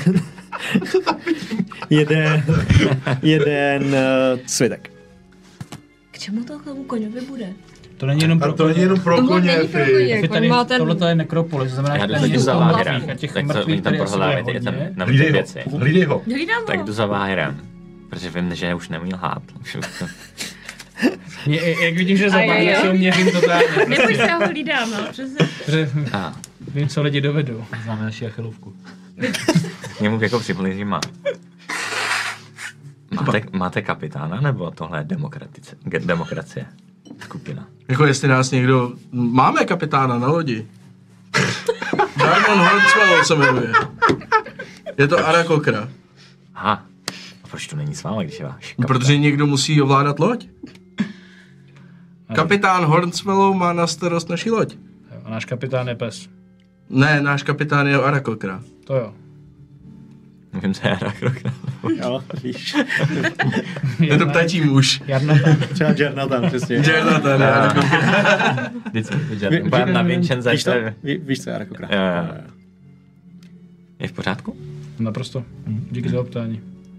jeden, jeden uh, svitek. K čemu to tomu koňovi bude? To není jenom A pro to není jenom pro Tohle koně, není pro ty. koně. Ty tady, má ten- tohle je nekropolis, to znamená, Já že jdu tady za jsou tím za mrtvých Váhyrem. a těch Tak to mrtvých oni tam tady asi bude prohledávají ty tam hodně. na Hlídej ho, věci. hlídej ho. Hlídám ho. Tak jdu za Váhyrem. Protože vím, že už neumí lhát. Mě- Jak vidím, že A zabavím, je, se je. ho měřím totálně. Neboj se, já ho hlídám, no, přesně. Protože A vím, co lidi dovedou. Známe naši achilovku. mě mu jako přibližím má. Má Máte, máte kapitána, nebo tohle je demokratice, demokracie? Skupina. Jako jestli nás někdo... Máme kapitána na lodi. Diamond Hornswell se jmenuje. Je to Arakokra. Aha. A proč tu není s vámi, když je váš kapitán? Protože někdo musí ovládat loď. Kapitán Hornswell má na starost naši loď. A náš kapitán je pes. Ne, náš kapitán je Arakokra. To jo. Vím, co je Arakokra. Jo, víš. Je to ptačí muž. Jarnatan. Třeba Jarnatan, přesně. Jarnatan, Vždycky na Vincenza. Víš to? Ví, víš, co je Arakokra? Jo, jo. Je v pořádku? Naprosto. Díky za optání.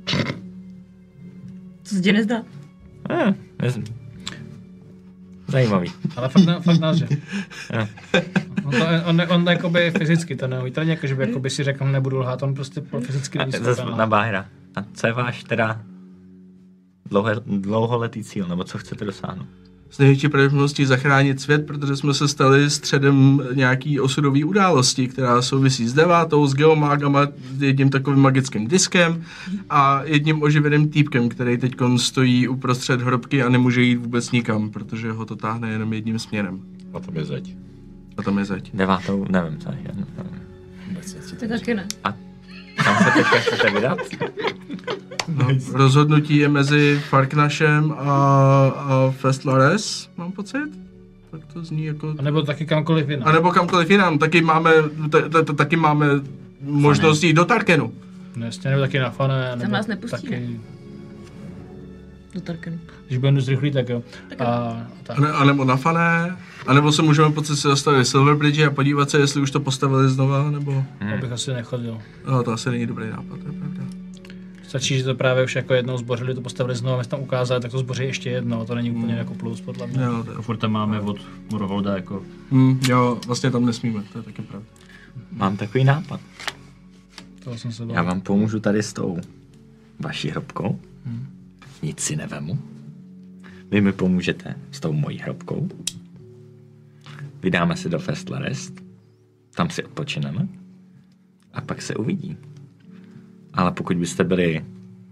Co se tě nezdá? Eh, nezm. Zajímavý. Ale fakt, ne, fakt nás, že? On, to, on, on, on jakoby fyzicky to neumí. To není jako, že by jakoby si řekl, nebudu lhát, on prostě fyzicky není Zase schopen. na Báhra. A co je váš teda dlouhé, dlouholetý cíl, nebo co chcete dosáhnout? S největší pravděpodobností zachránit svět, protože jsme se stali středem nějaký osudové události, která souvisí s devátou, s geomágama, jedním takovým magickým diskem a jedním oživeným týpkem, který teď stojí uprostřed hrobky a nemůže jít vůbec nikam, protože ho to táhne jenom jedním směrem. A tam je zeď. A tam je zeď. Devátou, nevím, co je. Nevím. Ty taky ne. A tam se teďka chcete vydat? No, rozhodnutí je mezi Farknashem a, a Festlares, mám pocit. Tak to zní jako... A nebo taky kamkoliv jinam. A nebo kamkoliv jinam. Taky máme, t- t- t- taky máme možnost jít do Tarkenu. No jasně, nebo taky na Fane, nebo nás nepustí, taky... Do Tarkenu. Když budeme dost rychlý, tak jo. A, tak. A, ne, a nebo na Fané, a nebo se můžeme po cestě zastavit Silverbridge a podívat se, jestli už to postavili znova, nebo... Hmm. Abych asi nechodil. No, to asi není dobrý nápad, to je pravda. Stačí, že to právě už jako jednou zbořili, to postavili znovu, my tam ukázali, tak to zboří ještě jednou, to není úplně hmm. jako plus, podle mě. Jo, to je... A furt tam máme od Murholda jako... Hmm, jo, vlastně tam nesmíme, to je taky pravda. Mám takový nápad. To jsem se bál. Já vám pomůžu tady s tou vaší hrobkou. Hmm. Nic si nevemu. Vy mi pomůžete s tou mojí hrobkou. Vydáme se do Festlarest. Tam si odpočineme. A pak se uvidí. Ale pokud byste byli...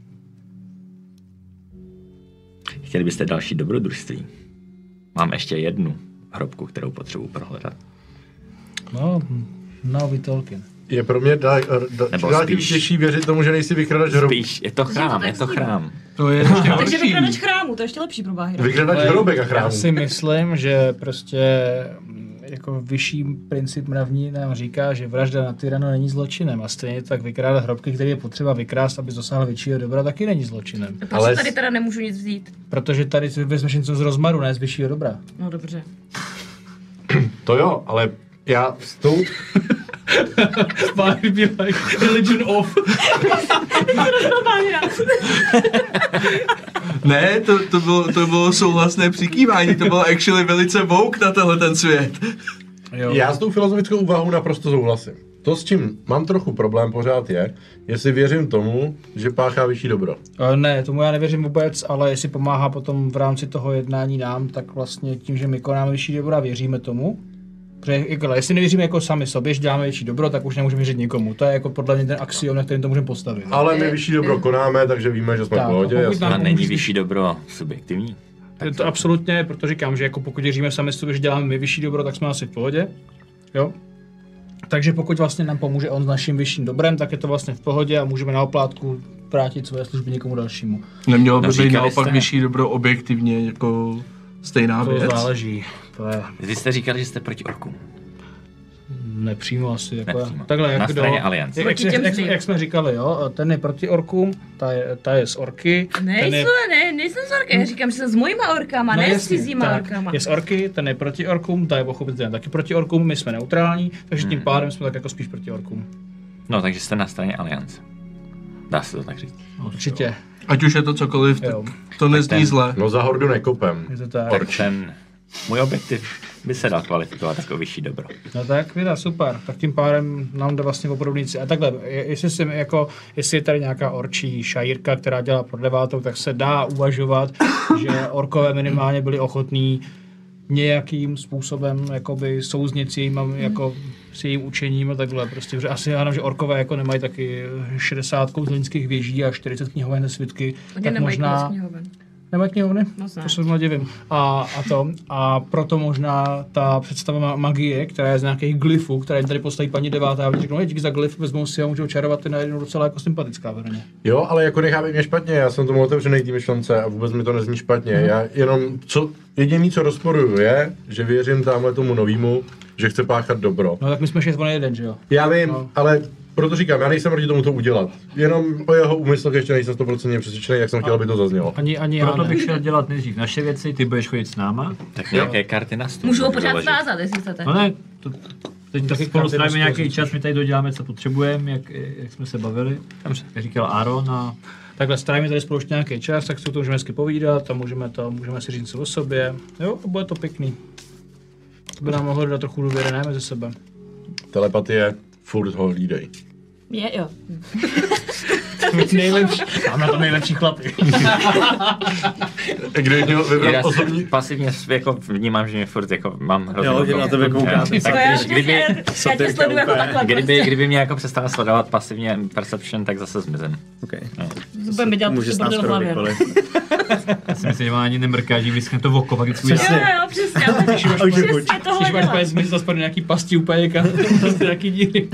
Chtěli byste další dobrodružství. Mám ještě jednu hrobku, kterou potřebuji prohledat. No, no, we talking. Je pro mě dál, dál tím těžší věřit tomu, že nejsi vykradač hrobek. Spíš, je to chrám, je to chrám. To je ještě Takže horší. vykradač chrámu, to je ještě lepší pro Báhira. Vykradač hrobek a Já chrámů. si myslím, že prostě jako vyšší princip mravní nám říká, že vražda na tyrana není zločinem a stejně tak vykrádat hrobky, které je potřeba vykrást, aby dosáhl většího dobra, taky není zločinem. Proč Ale- tady teda nemůžu nic vzít? Protože tady si vezmeš něco z rozmaru, ne z vyššího dobra. No dobře. To jo, ale já s tou... Báhir be like religion of. Ne, to, to, bylo, to bylo souhlasné přikývání, to bylo actually velice woke na tenhle ten svět. Jo. Já s tou filozofickou úvahou naprosto souhlasím. To, s čím mám trochu problém pořád je, jestli věřím tomu, že páchá vyšší dobro. Uh, ne, tomu já nevěřím vůbec, ale jestli pomáhá potom v rámci toho jednání nám, tak vlastně tím, že my konáme vyšší dobro a věříme tomu. Protože jako, jestli nevěříme jako sami sobě, že děláme větší dobro, tak už nemůžeme věřit nikomu. To je jako podle mě ten axiom, na kterým to můžeme postavit. Ale my vyšší dobro konáme, takže víme, že jsme Tak, v pohodě. a pokud jasně. nám- A není vyšší dobro subjektivní? Je to absolutně, proto říkám, že jako pokud věříme sami sobě, že děláme my vyšší dobro, tak jsme asi v pohodě. Jo? Takže pokud vlastně nám pomůže on s naším vyšším dobrem, tak je to vlastně v pohodě a můžeme na oplátku vrátit svoje služby někomu dalšímu. Nemělo by No, být říkali naopak jste- vyšší dobro objektivně jako stejná To věc. záleží. To je Vy jste říkali, že jste proti orkům. nepřímo asi. Jako Nepřímo. takhle, Na jak straně kdo- Aliance. Jak, jak, Proti těm jak, třím. jak, jsme říkali, jo, ten je proti orkům, ta je, ta je z orky. ten Nejsou, je, ne, nejsem z orky, já říkám, že jsem s mojima orkama, ne s jasně, cizíma tak, orkama. je z orky, ten je proti orkům, ta je pochopitelně taky proti orkům, my jsme neutrální, takže tím Hmm. pádem jsme tak jako spíš proti orkům. No, takže jste na straně Aliance. Dá se to tak říct. Určitě, Ať už je to cokoliv, tak jo, to nezní ten- zle. No za hordu nekopem. je to tak. Tak ten můj objektiv by se dal kvalifikovat jako vyšší dobro. No tak, vida, super. Tak tím pádem nám jde vlastně o podobníci. A takhle, je- jestli, si, jako, jestli je tady nějaká orčí šajírka, která dělá pro devátou, tak se dá uvažovat, že orkové minimálně byli ochotní nějakým způsobem jakoby souznit s jejím jako s jejím učením a takhle. Prostě, že asi já že orkové jako nemají taky šedesát kouzelnických věží a čtyřicet knihoven svitky. Oni tak nemají možná... knihoven. Nemají knihovny? Moc ne. To se divím. A, a to. A proto možná ta představa magie, která je z nějakých glyfů, která jim tady postaví paní devátá, a oni řeknou, díky za glyf, vezmou si a můžou čarovat, ty najednou docela jako sympatická vrně. Jo, ale jako nechápej mě špatně, já jsem tomu otevřený té myšlence a vůbec mi to nezní špatně. Mm. Já jenom, co, jediný, co rozporuju je, že věřím tamhle tomu novýmu, že chce páchat dobro. No tak my jsme šest na jeden, že jo? Já vím, no. ale proto říkám, já nejsem proti tomu to udělat. Jenom o jeho úmyslech ještě nejsem sto procent přesvědčený, jak jsem chtěl, aby to zaznělo. Ani, ani Proto já bych šel dělat nejdřív naše věci, ty budeš chodit s náma. Tak nějaké karty na stůl. Můžu ho pořád svázat, jestli chcete. No ne, to, teď taky spolu karty strávíme nějaký dispozici. čas, my tady doděláme, co potřebujeme, jak, jak jsme se bavili. Jak říkal Aaron a... Takhle strávíme tady spolu ještě nějaký čas, tak si to můžeme hezky povídat a můžeme, to, můžeme si říct o sobě. Jo, a bude to pěkný. To by nám mohlo dát trochu důvěry, ne, mezi sebe. Telepatie, furt ho hlídej. Je, jo. Nejlepší. Mám na to nejlepší chlapy. Kdybych měl vybrat Já osobní... pasivně jako vnímám, že mě furt jako mám hrozně... Jo, že na tebe koukáte. Tak já, když, kdyby, já, já tě sleduju jako takhle kdyby, prostě. kdyby mě jako přestal sledovat pasivně Perception, tak zase zmizím. Okay. Budeme dělat Může prostě stát bordel v skoro hlavě. kdykoliv. Já si myslím, že má ani nemrká, že vyskne to oko, pak vždycky Jo, jo, přesně. ale Přesně tohle Když máš dělat. úplně zmizet, aspoň nějaký pasti úplně, kam prostě nějaký díry.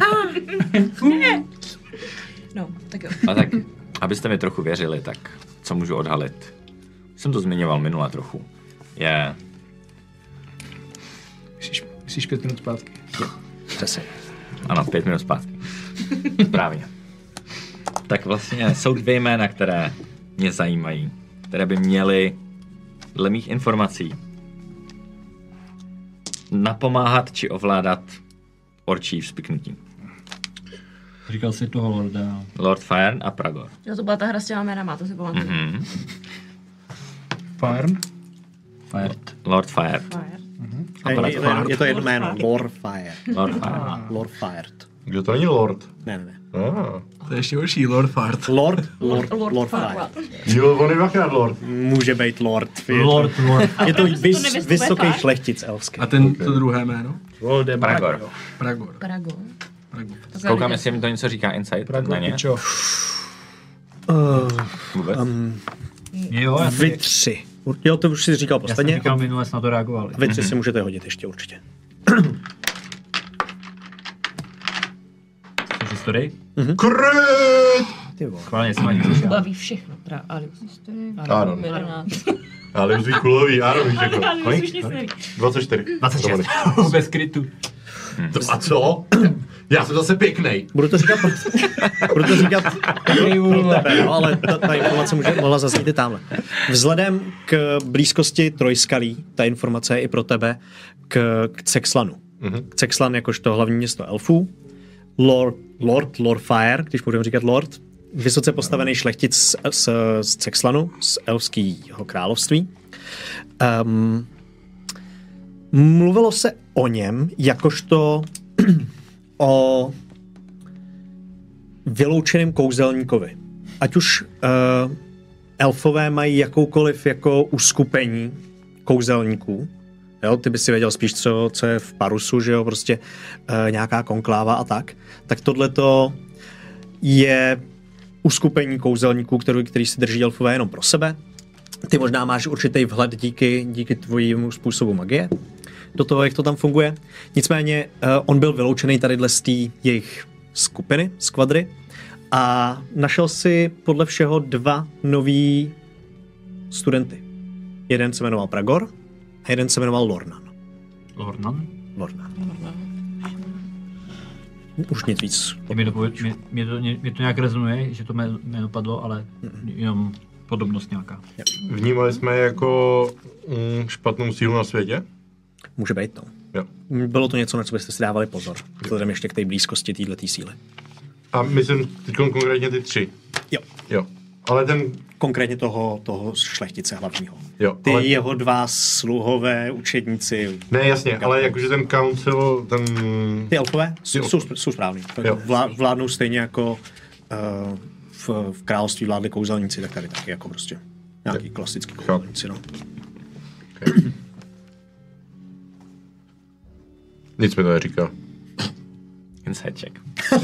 No, tak jo. A tak, abyste mi trochu věřili, tak co můžu odhalit? Jsem to zmiňoval minule trochu. Je... Myslíš, myslíš pět minut zpátky? Přesně. Ano, pět minut zpátky. Správně. Tak vlastně jsou dvě jména, které mě zajímají, které by měly, dle mých informací, napomáhat či ovládat orčí vzpiknutí. Říkal jsi toho Lorda. Lord Fire a Pragor. Jo, to byla ta hra s těma jménama, to si pamatuju. Mhm. Farn? Fire. Lord Fire. Fire. Je, je, je to jedno jméno, Lord Fire. Lord Fire. Lord Fired. Kdo to není Lord? Ne, ne, ne. Ah. To je ještě horší, Lord Fart. Lord, Lord, Lord, Lord Fire. Fire. Jo, on je dvakrát Lord. Může být Lord. Lord, Lord. Je to prostě to vys, nevystupuje vysoký fakt. šlechtic elský. A ten, to druhé jméno? Pragor. Pragor. Prago. Pragor. Koukám, jestli mi to něco říká Insight Prago, na ně. pičo. Uh, Vůbec. um, Jo, já vy si, tři. Jo, to už jsi říkal já jsem posledně. říkal minule, jsme na to reagovali. Vy tři si můžete hodit ještě určitě. Což historii? Kryt! Ty vole. Chválně jsem ani slyšel. Baví všechno. Teda Alius historie. Aaron. Milena. Ale už víš kulový, Aaron víš jako. Alius už nic neví. dvacet čtyři. dvacet šest. Bez krytu. To, a co? Já jsem zase pěknej. Budu to říkat, budu to říkat pro tebe, no, ale ta, ta informace může, mohla zaznít i tamhle. Vzhledem k blízkosti Trojskalí, ta informace je i pro tebe, k, k Cexlanu. Mm-hmm. Cexlan jakožto hlavní město elfů, Lord, Lord, Lord Fire, když můžeme říkat Lord, vysoce postavený šlechtic z, z, z Cexlanu, z elfského království. Um, mluvilo se o něm jakožto o vyloučeném kouzelníkovi. Ať už uh, elfové mají jakoukoliv jako uskupení kouzelníků, jo, ty by si věděl spíš, co, co je v Parusu, že jo, prostě uh, nějaká konkláva a tak, tak tohleto je uskupení kouzelníků, který, který si drží elfové jenom pro sebe. Ty možná máš určitý vhled díky, díky tvojímu způsobu magie do toho, jak to tam funguje. Nicméně uh, on byl vyloučený tadyhle z té jejich skupiny, skvadry a našel si podle všeho dva nový studenty. Jeden se jmenoval Pragor a jeden se jmenoval Lornan. Lornan? Lornan. Už nic víc. Mě to, mě, mě, to, mě to nějak rezonuje, že to jméno padlo, ale jenom podobnost nějaká. Vnímali jsme jako mm, špatnou sílu na světě? Může být to. Jo. Bylo to něco, na co byste si dávali pozor. Vzhledem ještě k té blízkosti této síly. A myslím teď konkrétně ty tři. Jo. Jo. Ale ten... Konkrétně toho, toho šlechtice hlavního. Jo, Ty ale... jeho dva sluhové učedníci. Ne, jasně, ale jakože ten council, ten... Ty elfové jsou, jsou, jsou správný. Vlá, vládnou stejně jako uh, v, v království vládli kouzelníci, tak tady taky jako prostě nějaký klasický kouzelníci, no. Okay. Nic mi to neříká. Inside check.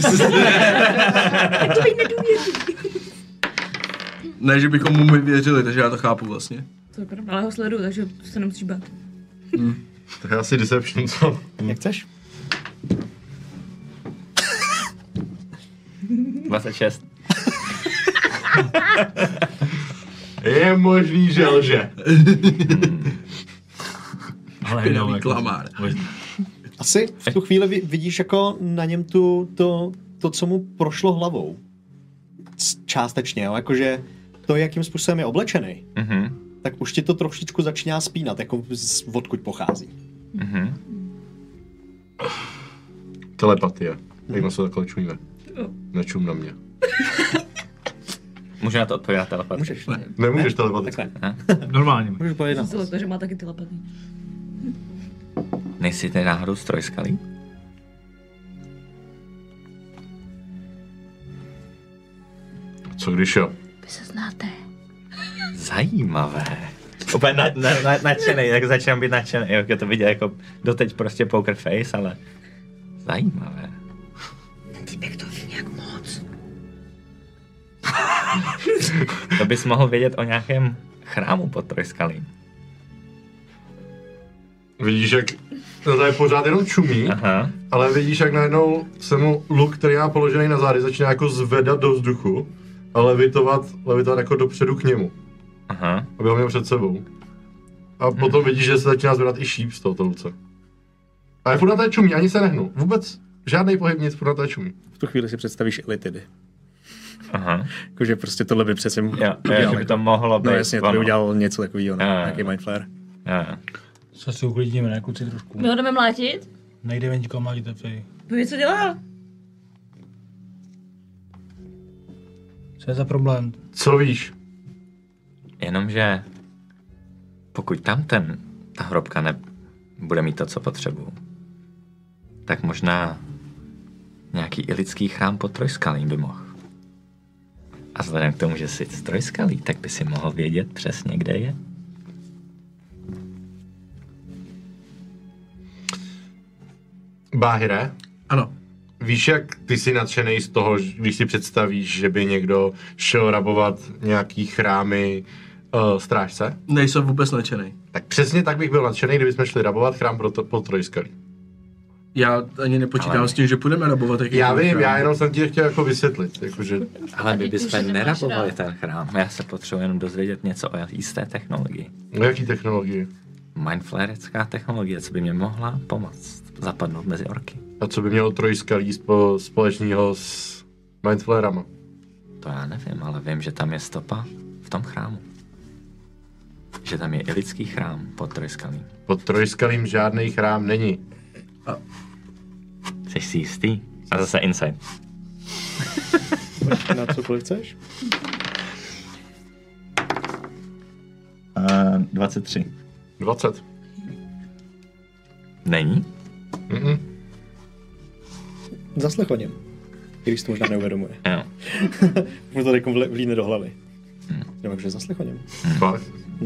Ne, že bychom mu my věřili, takže já to chápu vlastně. To je pravda, ale ho sleduju, takže se nemusíš bát. Hmm. To je asi deception, co? Jak chceš? dvacet šest. Je možný, že lže. Ale jenom jako... Klamár. Asi v tu chvíli vi- vidíš jako na něm tu, to, to, co mu prošlo hlavou. C- Částečně, jo? Jakože to, jakým způsobem je oblečený, Mhm. tak už ti to trošičku začíná spínat, jako z, odkud pochází. Mhm. Telepatie. Jak na se takhle čumíme. Nečum na mě. Můžu na to odpovědět telepat? Můžeš. Ne. Nemůžeš telepaticky. Takhle. Normálně. Můžeš povědět Jsem na si to, že má taky telepatii. Nejsi ty náhodou z Trojskalí? Co když jo? Vy se znáte. Zajímavé. Úplně na, na, na, nadšenej, tak začínám být nadšenej, jak to viděl jako doteď prostě poker face, ale zajímavé. Týpek to ví nějak moc. To bys mohl vědět o nějakém chrámu pod Trojskalím. Vidíš, jak to tady pořád jenom čumí, Aha. ale vidíš, jak najednou se mu luk, který má položený na zády, začíná jako zvedat do vzduchu a levitovat, levitovat jako dopředu k němu, Aha. aby ho měl před sebou. A potom hmm. vidíš, že se začíná zvedat i šíp z tohoto luce. A je furt na té čumí, ani se nehnu. Vůbec žádný pohyb, nic, furt na té čumí. V tu chvíli si představíš Elitidy. Aha. Jakože prostě tohle by přece Jo, jo, že by to mohlo být. No jasně, to by udělal něco takového, ne? Jo, jo. Nějaký mindflare. Jo, jo. Co si uklidíme, ne, kluci trošku. My ho jdeme mlátit? Nejdeme nikoho mladit, tepej. Víš, co dělá? Co je za problém? Co víš? Jenomže pokud tam ten, ta hrobka ne, bude mít to, co potřebuju, tak možná nějaký ilický chrám pod Trojskalím by mohl. A vzhledem k tomu, že jsi z Trojskalí, tak by si mohl vědět přesně, kde je. Báhire? Ano. Víš, jak ty jsi nadšenej z toho, když si představíš, že by někdo šel rabovat nějaký chrámy uh, strážce? Nejsem vůbec nadšenej. Tak přesně tak bych byl nadšený, kdybychom šli rabovat chrám pro to, pod Trojskalí. Já ani nepočítám Ale... s tím, že půjdeme rabovat jaký Já vím, chrám. já jenom jsem ti chtěl jako vysvětlit. Jakože... Ale my ty už bychom se nemáš nerabovali rád. ten chrám. Já se potřebuji jenom dozvědět něco o jisté technologii. No jaký technologie? Mindflarecká technologie, co by mě mohla pomoct zapadnout mezi orky. A co by mělo Trojskalí spo, společného s Mindflarama? To já nevím, ale vím, že tam je stopa v tom chrámu. Že tam je ilický chrám pod Trojskalím. Pod Trojskalím žádný chrám není. Jsi si jistý? A zase insight. Na cokoliv chceš? Uh, dvacet tři. dvacet. Není? Mm-mm. Zaslech o něm. I když si to možná neuvědomuje. Jo. Mu to teď vlíne do hlavy. Nebo že zaslech o něm. Fakt?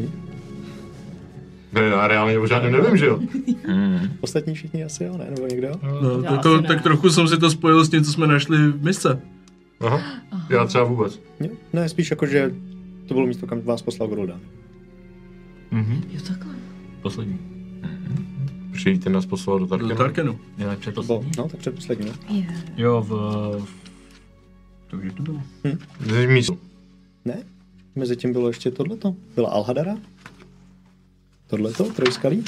Ne, já reálně o žádném nevím, že jo? Mm. Ostatní všichni asi jo, ne? Nebo někdo? No, Já to, to, asi ne. tak trochu jsem si to spojil s tím, co jsme našli v misce. Aha. Já třeba vůbec. Ne, ne, spíš jako, že to bylo místo, kam vás poslal Goroldán. Mhm. Jo, takhle. Poslední. Přijďte nás poslal do Do Tarkenu. Tarkenu. Jo, tak Bo, předposlední. no, tak předposlední, ne? Yeah. Jo, v... To už to bylo. V místu. Ne? Mezi tím bylo ještě tohleto. Byla Alhadara. Tohleto, Trojskalí.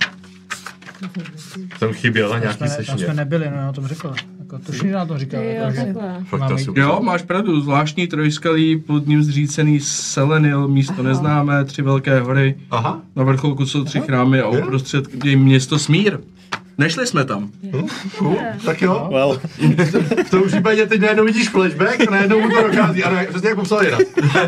Tam chyběla Tam nějaký jsme, ne, tam jsme sešně. nebyli, no já o tom řekl. Jako, tuším, že na to říkal. Jo, Jako, že takhle. Fakt Máme asi jít- Jo, máš pravdu, zvláštní trojskalí, pod ním zřícený Selenil, místo neznámé, tři velké hory, Aha. na vrcholku jsou tři chrámy a Jo. uprostřed je město Smír. Nešli jsme tam. Hm, cool. Tak jo. Well, V tom případě teď najednou vidíš flashback a najednou mu to dochází. Ano, přesně jak popsal Jira.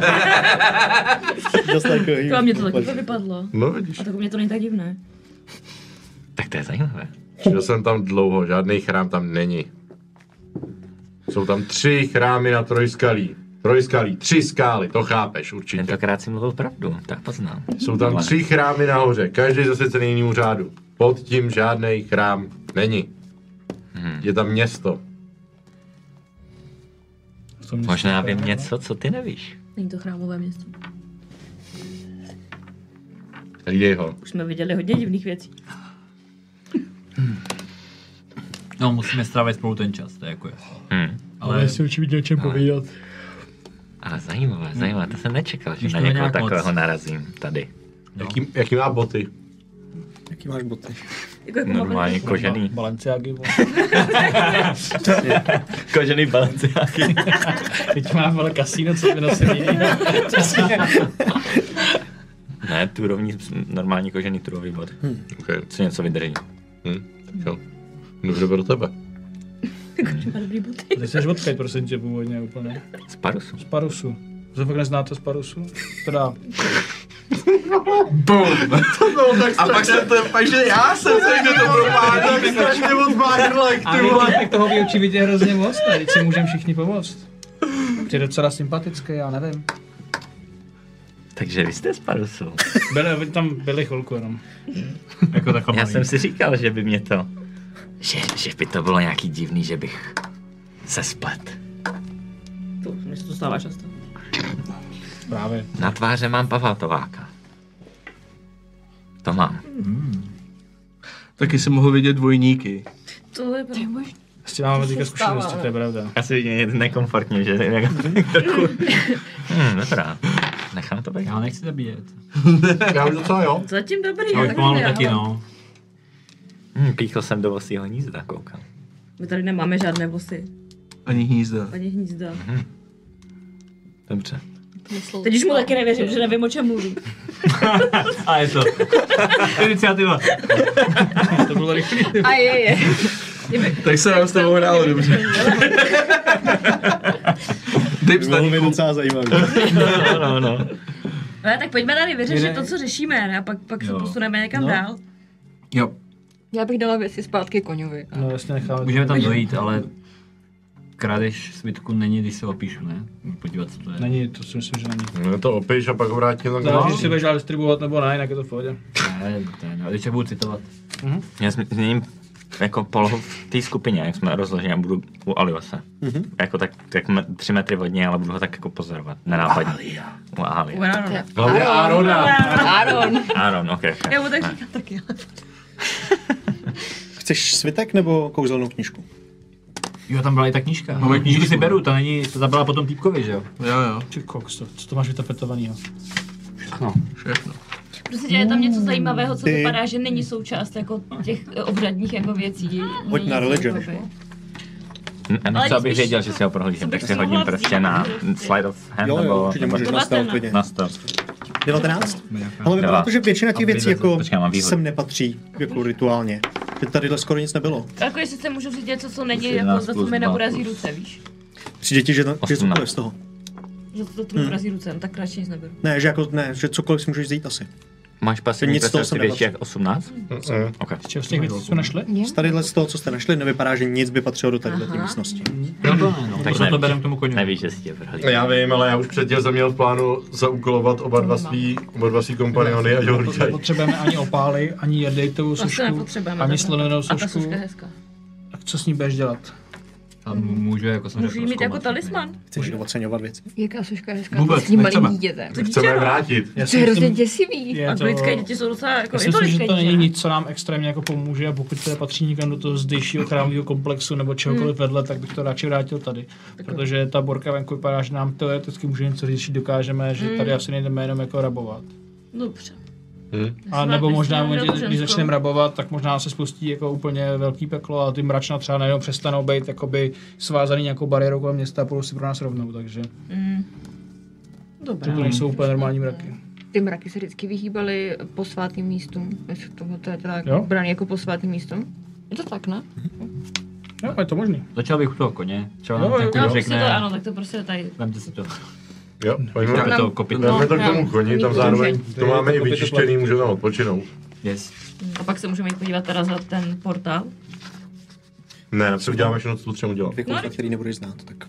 just like a To a mě to taky vypadlo. No vidíš. A tak u mě to není tak divné. Tak to je zajímavé. Šel jsem tam dlouho, žádný chrám tam není. Jsou tam tři chrámy na Trojskalí. Trojskalí, tři skály, to chápeš určitě. Tentokrát si mluvil pravdu, tak poznám. Jsou tam Ale- tři chrámy nahoře, každý zasvěcený jinému řádu. Pod tím žádný chrám není. Hmm. Je tam město. tom městě. Možná vím něco, co ty nevíš. Není to chrámové město. Hlídej ho. Už jsme viděli hodně divných věcí. No, musíme strávit spolu ten čas, to je jako jasný. Hmm. Ale jestli určitě o čem povídat. Ale zajímavé, zajímavé, to jsem nečekal, že Když na to někoho nějak takového moc. narazím tady. No. Jaký, jaký má boty? Jaký máš boty? Jako, jako Normálně kožený. Balenciágy. Kožený balenciáky. Teď má vole kasíno, co by nosili. Ne, turovní, normální kožený turový bod. Hmm. Okay. Co něco vydrží. Hm, tak jo. Dobře pro tebe. dobrý boty. Ty jsi odkud, prosím tě, původně úplně. Z Parusu. Z Parusu. To fakt neznáte z Parusu? Teda, Boom. A pak se to, pak že já jsem se kdo to propádl. Tak strašně moc bárlek, ty vole. tak toho ví očividně hrozně moc, ne? Teď si můžeme všichni pomoct. Je docela sympatický, já nevím. Takže vy jste z Parusu. Byli, tam byli chvilku jenom. Jako takhle Já malý. jsem si říkal, že by mě to... Že, že by to bylo nějaký divný, že bych se splet. To, mně se to stává často. Právě. Na tváře mám pavatováka. To mám. Taky jsem mohl vidět dvojníky. To je pravda. S tím máme teďka se stává, zkušenosti, to je pravda. Asi je nekomfortně, že? Trochu. Hmm, dobrá. Nechám to být. Já nechci zabíjet. Já už docela jo. Zatím dobrý, Já už tak pomalu já taky, ho- no. Hmm, píchl jsem do vosího hnízda, koukám. My tady nemáme žádné vosy, Ani hnízda. ani hnízda. Dobře. Teď už mu taky nevěřím, že nevím, o čem mluví. A je to. Iniciativa. To bylo rychlý. A je, je. Tak se nám s tebou hrálo dobře. Dips na Bylo mi díku. docela zajímavý. No, no, no. No, tak pojďme tady vyřešit Jde. to, co řešíme, ne? A pak, pak se Jo. posuneme někam No. dál. Jo. Já bych dala věci zpátky koňovi. No jasně necháme. Můžeme tam dojít, ale krádež svitku není, když se opíšu, ne? Podívat, co to je. Není, to si myslím, že není. No to opiš a pak ho vrátím na Záleží, kanál. jestli budeš dál distribuovat nebo ne, jinak je to v pohodě. Ne, to je, no, když se budu citovat. Já zmi- změním jako polohu v té skupině, jak jsme rozloženi a budu u Aliose. Mhm. Jako tak, tak me, tři metry od něj, ale budu ho tak jako pozorovat. Nenápadně. U Ahalia. Uvarano. Hlavně Arona. Aaron. Aaron, ok. okay. Já mu tak říkám taky. Chceš svitek nebo kouzelnou knížku? Jo, tam byla i ta knížka. Máme Knížku si knížku. beru, to není, to zabila potom týpkovi, že jo? Jo, jo. Ty koks, to, co to máš vytapetovanýho? No. Všechno. Prostě je tam něco zajímavého, co Ty- vypadá, že není součást jako těch eh, obřadních jako věcí. Hoď Není na něco religion. jakoby- A Ale něco, abych spíš- věděl, že si ho prohlížím, tak si hodím prostě na slide of hand, Jo, jo, nebo, určitě nebo můžeš nebo nastavit na- klidně. na sto. devatenáct? Ale vypadá Dva. to, že většina těch A věcí vy- jako počkej, mám výhodu. sem nepatří jako rituálně. Že tadyhle skoro nic nebylo. Jako jestli se můžu říct něco, co není, jedenáct jako za co plus mi dva neurazí plus. ruce, víš? Přijde ti, že, to, že osmnáct. cokoliv z toho. Že to, to mi neurazí ruce, no, tak radši nic neberu. Ne, že jako ne, že cokoliv si můžeš vzít asi. Máš pasivní Nic z toho percepci se větší nepatří. jak osmnáct? Mm-mm. Ok. Z čeho z těch věcí jsme našli? Je? Z tadyhle z toho, co jste našli, nevypadá, že nic by patřilo do tadyhle té Aha. místnosti. No to ne, no. Tak Tak to nevíš. berem k tomu koně. Nevíš, že si tě vrhlí. Já vím, ale já už předtím jsem měl v plánu zaúkolovat oba dva svý, oba dva svý kompaniony, ať ho hlídají. Nepotřebujeme ani opály, ani jadejtovou To se sošku, nepotřebujeme. ani takhle. slonovinou A ta sošku. soška je hezká. Tak co s ní budeš dělat? Tam můžu jako jsem Můžu jí řekl, mít jako zkoumat talisman. Chceš oceňovat věci? Jaká soška je hezká Vůbec, s tím nechceme. malým dítětem. To Chceme je dítě, no. vrátit. Já To je hrozně myslím, děsivý. je A to- lidské děti jsou docela jako, Já si je to myslím, že lidské to není dítě. nic, co nám extrémně jako pomůže, a pokud to patří někam do toho zdejšího chrámového komplexu nebo čehokoliv vedle, tak bych to radši vrátil tady. Protože ta borka venku vypadá, že nám teoreticky může něco říct, že dokážeme, že tady asi nejdeme jenom jako rabovat. Dobře. Hm? A nebo možná, Myslím, že když ženskou. začneme rabovat, tak možná se spustí jako úplně velký peklo a ty mračna třeba najednou přestanou být jakoby svázaný nějakou bariérou kolem města a budou si pro nás rovnou, takže Mm. to Dobrá. nejsou úplně normální mraky. Ty mraky se vždycky vyhýbaly posvátným místům. Jestli tohle to je teda Jo? braný jako posvátný místo. Je to tak, ne? Jo, je to možný. Začal bych u toho koně. Třeba Jo, nám jo, ten jo. koně No, prostě to, řekne, ano, tak to prostě tady. vemte si to. Jo, pojďme. Dáme nám- to kopyto. Jdeme to k No, tomu koni, tam mít zároveň kůže. to máme i Kopyto vyčištěný, platí. můžeme tam odpočinout. Yes. A pak se můžeme jít podívat teda za ten portál. Ne, na co uděláme všechno, co potřebujeme dělat. Dvě kouzla, který nebudeš znát, tak.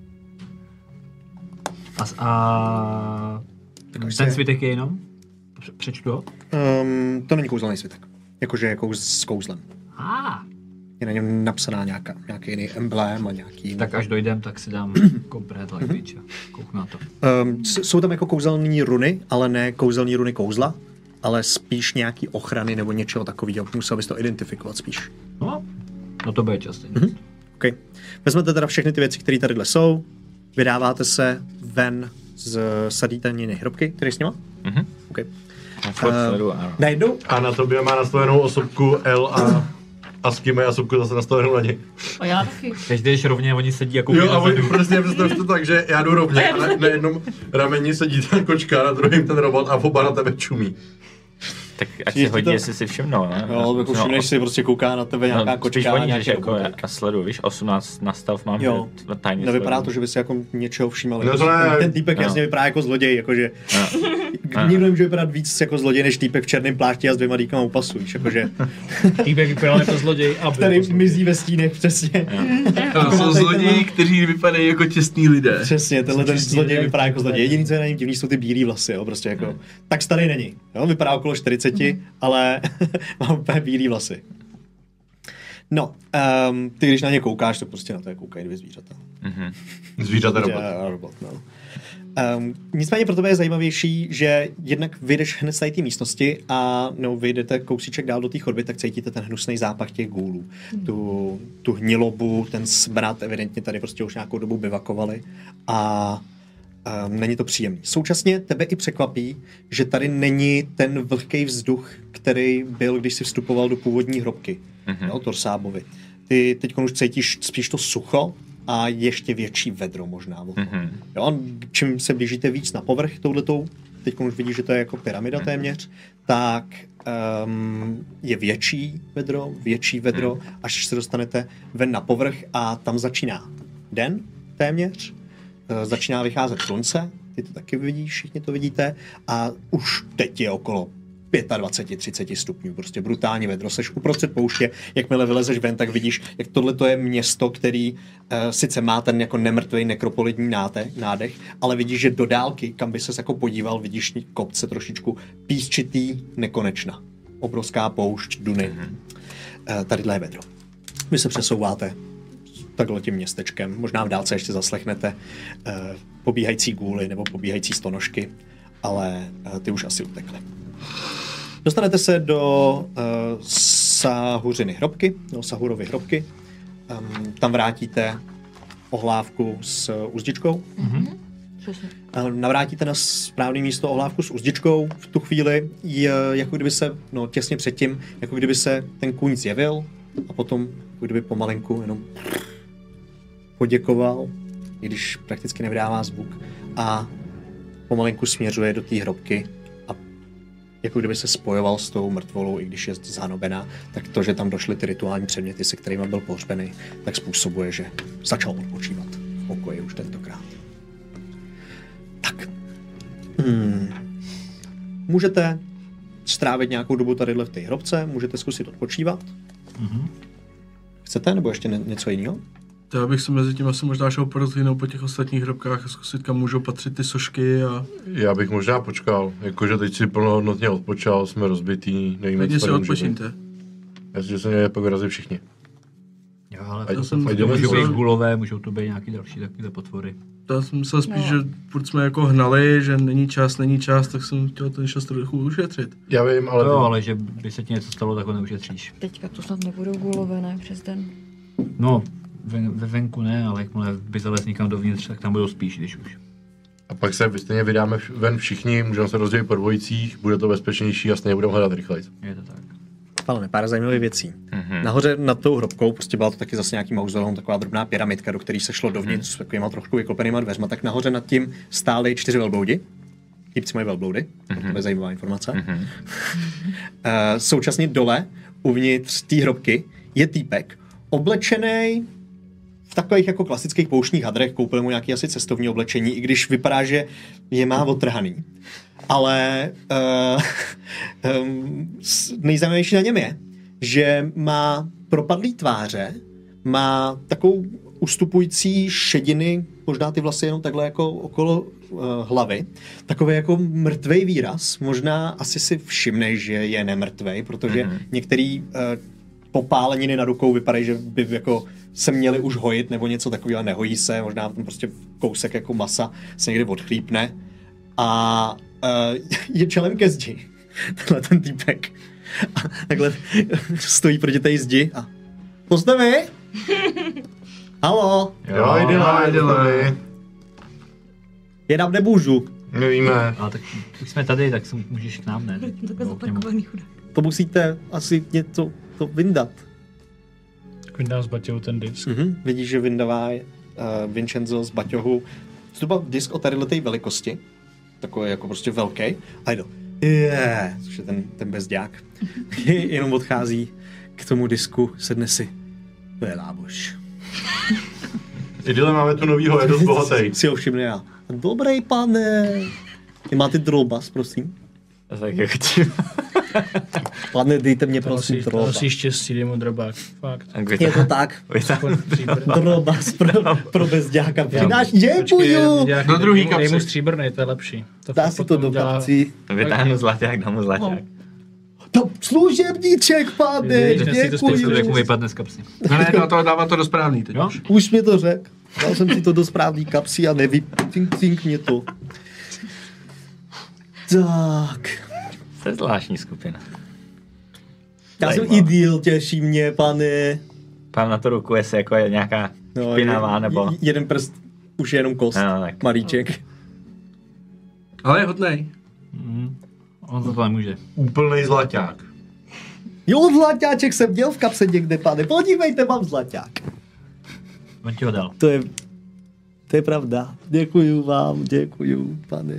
A, a Tak ten svitek je jenom? Pře- Přečtu ho? Um, to není kouzelný svitek. Jakože je kouz s kouzlem. Ah, je na něm napsaná nějaká, nějaký jiný emblém a nějaký... Tak až dojdem, tak si dám Comprehend Language a kouknu na to. Um, jsou tam jako kouzelný runy, ale ne kouzelný runy kouzla, ale spíš nějaký ochrany nebo něčeho takového. Musel bys to identifikovat spíš. No, no to bude častěji. Mm-hmm. Okay. Vezmete teda všechny ty věci, které tadyhle jsou, vydáváte se ven z sadítaniny hrobky, které s nima? Mhm. Okay. Uh, najednou? A na tobě má nastavenou osobku L a a s kým je osobku zase nastavenou na něj. A já taky. Když jdeš rovně, oni sedí jako jo, a oni prostě představte to tak, že já jdu rovně a na, na jednom rameni sedí ten kočka, na druhém ten robot a oba na tebe čumí. Tak ať si hodí, to... jestli si všimnou, ne? Jo, jako všimneš no, si, prostě kouká na tebe nějaká no, kočka. Oni, že jako já sleduju, víš, osmnáct nastav mám, jo, tajně nevypadá to, že by si jako něčeho všímal. No, to ne. Ten týpek no. jasně vypadá jako zloděj, jakože no. nikdo nemůže vypadat víc jako zloděj, než týpek v černém plášti a s dvěma dýkama u pasu, víš, jakože. Týpek vypadá jako zloděj a který mizí ve stínech, přesně. To jsou zloději, kteří vypadají jako čestní lidé. Přesně, tenhle ten zloděj vypadá jako zloděj. Jediný, co je na něm divný, jsou ty bílý vlasy, jo, prostě jako. Tak starý není. Jo, vypadá okolo čtyřicet, ale mám úplně bílý vlasy. No, um, ty když na ně koukáš, to prostě na to koukají dvě zvířata. Mm-hmm. Zvířata robot. robot no. um, nicméně pro tebe je zajímavější, že jednak vyjdeš hned z té místnosti a no, vyjdete kousíček dál do té chodby, tak cítíte ten hnusný zápach těch gůlů. Mm. Tu, tu hnilobu, ten smrad, evidentně tady prostě už nějakou dobu bivakovali a Um, není to příjemný. Současně tebe i překvapí, že tady není ten vlhký vzduch, který byl, když jsi vstupoval do původní hrobky. Mm-hmm. Jo, Torsábovi. Ty teď už cítíš spíš to sucho a ještě větší vedro možná. Mm-hmm. Jo, čím se blížíte víc na povrch touhletou, teď už vidíš, že to je jako pyramida mm-hmm. téměř, tak um, je větší vedro, větší vedro, mm-hmm. až se dostanete ven na povrch a tam začíná den téměř. Začíná vycházet slunce, ty to taky vidíš, všichni to vidíte a už teď je okolo dvacet pět třicet stupňů, prostě brutálně vedro, seš uprostřed pouště, jakmile vylezeš ven, tak vidíš, jak tohle to je město, který uh, sice má ten jako nemrtvý nekropolidní nádech, ale vidíš, že do dálky, kam by ses jako podíval, vidíš kopce trošičku písčitý nekonečna. Obrovská poušť, duny. Uh, tadyhle je vedro. Vy se přesouváte takhle tím městečkem. Možná v dálce ještě zaslechnete uh, pobíhající gůly nebo pobíhající stonožky, ale uh, ty už asi utekly. Dostanete se do uh, Sahuřiny hrobky, do Sahurovy hrobky. Um, tam vrátíte ohlávku s uzdičkou. Mm-hmm. Uh, navrátíte na správné místo ohlávku s uzdičkou. V tu chvíli je, jako kdyby se, no těsně předtím, jako kdyby se ten kůň zjevil a potom jako kdyby pomalinku jenom poděkoval, i když prakticky nevydává zvuk a pomalinku směřuje do té hrobky a jako kdyby se spojoval s tou mrtvolou, i když je zhanobená, tak to, že tam došly ty rituální předměty, se kterými byl pohřbený, tak způsobuje, že začal odpočívat v pokoji už tentokrát. Tak. Hmm. Můžete strávit nějakou dobu tadyhle v té hrobce, můžete zkusit odpočívat. Mm-hmm. Chcete, nebo ještě něco jiného? To já bych se mezi tím asi možná šel porozhlídnout po těch ostatních hrobkách a zkusit, kam můžou patřit ty sošky a... Já bych možná počkal, jakože teď si plnohodnotně odpočal, jsme rozbitý, nevíme, Hodně si odpočíňte. Já si, že se mě pak vyrazí všichni. Jo, ale Ať, to jsem, to můžou být gulové, můžou to být nějaký další takové potvory. To jsem myslel spíš, no. že furt jsme jako hnali, že není čas, není čas, tak jsem chtěl ten čas trochu ušetřit. Já vím, ale... Jo, ale že by se ti něco stalo, tak ho neušetříš. Teďka to snad nebudou gulové, ne, přes den. No, ve, ve venku ne, ale jakmile by zalez někam dovnitř, tak tam budou spíš, když už. A pak se stejně vydáme ven všichni, můžeme se rozdělit po dvojicích, bude to bezpečnější a stejně budeme hledat rychleji. Je to tak. Ale pár zajímavých věcí. Mm-hmm. Nahoře nad tou hrobkou, prostě byla to taky zase nějaký mauzoleum, taková drobná pyramidka, do které se šlo dovnitř mm-hmm. s takovýma trošku vyklopenýma dveřma, tak nahoře nad tím stály čtyři velbloudi. Chýpci mají velbloudy, mm-hmm. to je zajímavá informace. Mm-hmm. uh, současně dole, uvnitř té hrobky, je týpek, oblečený v takových jako klasických pouštních hadrech, koupil mu nějaký asi cestovní oblečení, i když vypadá, že je má otrhaný. Ale uh, um, nejzajímavější na něm je, že má propadlý tváře, má takovou ustupující šediny, možná ty vlasy jenom takhle jako okolo uh, hlavy, takový jako mrtvej výraz, možná asi si všimnej, že je nemrtvej, protože mm-hmm. některý uh, popáleniny na rukou vypadají, že by jako se měly už hojit nebo něco takového, nehojí se, možná tam prostě kousek jako masa se někdy odchlípne a uh, je čelem ke zdi. Tenhle ten týpek. A takhle stojí proti té zdi a postaví? Halo? Jo, jde na, jde na. Jedám nemůžu. Nevíme. A tak už jsme tady, tak se můžeš k nám, ne? Takhle zapakovaný chudák. To musíte asi něco to vyndat. Tak vyndám s Baťou ten disk. Mhm. Vidíš, že vyndává uh, Vincenzo z Baťohu zhruba disk o tadyhle té velikosti. Takový jako prostě velký. A jde. Yeah, což je ten, ten bezďák. Jenom odchází k tomu disku, sedne si. To je láboš. Idyle, máme tu novýho, je dost bohatý. Si ho všimne já. Dobrý pane. Vy máte drobas, prosím? Tak jako tím. Pane, dejte mě prosím To drobas. asi štěstí, dej mu drobák. Fakt. Je to tak. Vytáhnu Drobas pro, pro bezďáka. Přidáš, děkuju. Do druhý kapsy. Dej mu stříbrnej, to je lepší. To Dá fakt si to potom do dělá- kapci. Vytáhnu zlaťák, dám mu zlaťák. To služebníček, pane, Dej, dej si to To děkuju. jako vypadne z kapsy. Ne, ne, no to dává to do správný teď. Jo? Už mi to řekl. Dal jsem si to do správný kapsy a nevy... Cink, cink mě to. Tak. To je zvláštní skupina. Já jsem Zajímavé. idyl, těší mě, pane. Pám na to ruku, jestli jako je nějaká No, špinavá, je- nebo... je- Jeden prst, už je jenom kost. No, tak. Malíček. Ale je hodnej. Mm. On to nemůže. Úplnej zlaťák. Jo, zlaťáček jsem měl v kapse někde, pane. Podívejte, mám zlaťák. On ti ho dal. To je... To je pravda. Děkuju vám, děkuju, pane.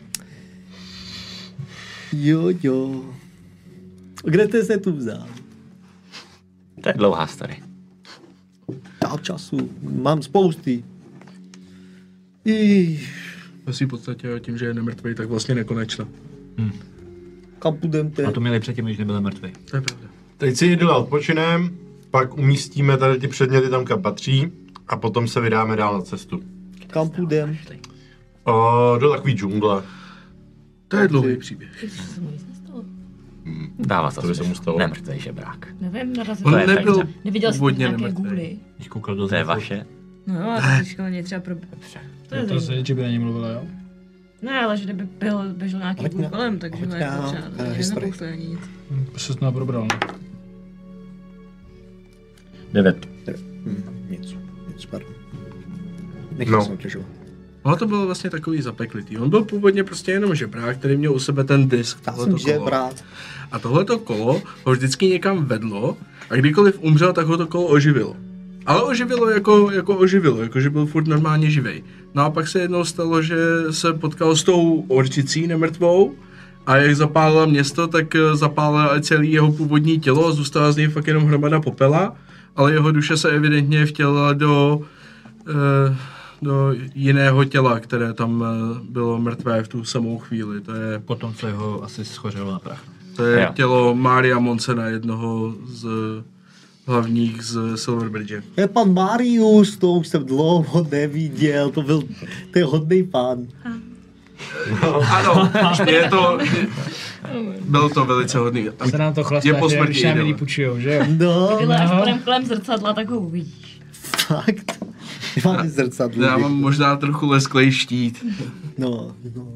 Jo, jo. Kde jste se tu vzal? To je dlouhá story. Dál času. Mám spousty. I... Asi v podstatě tím, že je nemrtvý, tak vlastně nekonečno. Kam půjdem teď? A to měli předtím, když nebyl mrtvý. To je pravda. Teď si Idyle odpočinem, pak umístíme tady ty předměty tam, kam patří a potom se vydáme dál na cestu. Kam půjdem? O, do takový džungle. To je dlouhý příběh. Dává to, To by se mu stalo. Nemrtvej žebrák. Nevím, narazil. On To je nebyl fakt, Neviděl jsi původně nějaké nemrtvý. gůly? Když koukal do To je zrcadla. vaše. No, a teď školně třeba pro... To je To zajímavé. se, že by na ní mluvila, jo? Ne, ale že kdyby byl, běžel nějaký Hoď gůl na- kolem, takže hoď ho na, jako třeba eh, že historii. nepouštěl ani nic. Hm, se to probral, no. Devět. Hm, nic, nic, pardon. Nechci No. se otěžovat. Ono to bylo vlastně takový zapeklitý. On byl původně prostě jenom žebrák, který měl u sebe ten disk. Já tohleto jsem kolo. žebrák. A tohleto kolo ho vždycky někam vedlo a kdykoliv umřel, tak ho to kolo oživilo. Ale oživilo jako, jako oživilo, jako že byl furt normálně živej. No a pak se jednou stalo, že se potkal s tou orčicí nemrtvou a jak zapálila město, tak zapálila celé jeho původní tělo a zůstala z něj fakt jenom hromada popela, ale jeho duše se evidentně vtělila do, eh, do jiného těla, které tam eh, bylo mrtvé v tu samou chvíli. To je, Potom, co jeho asi schořelo na prach. to je Jo. tělo Mária Monsena, jednoho z hlavních z Silverbridge. Je pan Marius, to už jsem dlouho neviděl, to byl, to je hodný pán. Ano, je to, byl to velice hodný. A se nám to Je chlastá, po že smrti když nám Idyle. lidi půjčujou, že jo? No, Kdyhle až no. půjdem kolem zrcadla, tak ho uvidíš. fakt. Máte zrcadlo. Já mám možná trochu lesklej štít. No, no.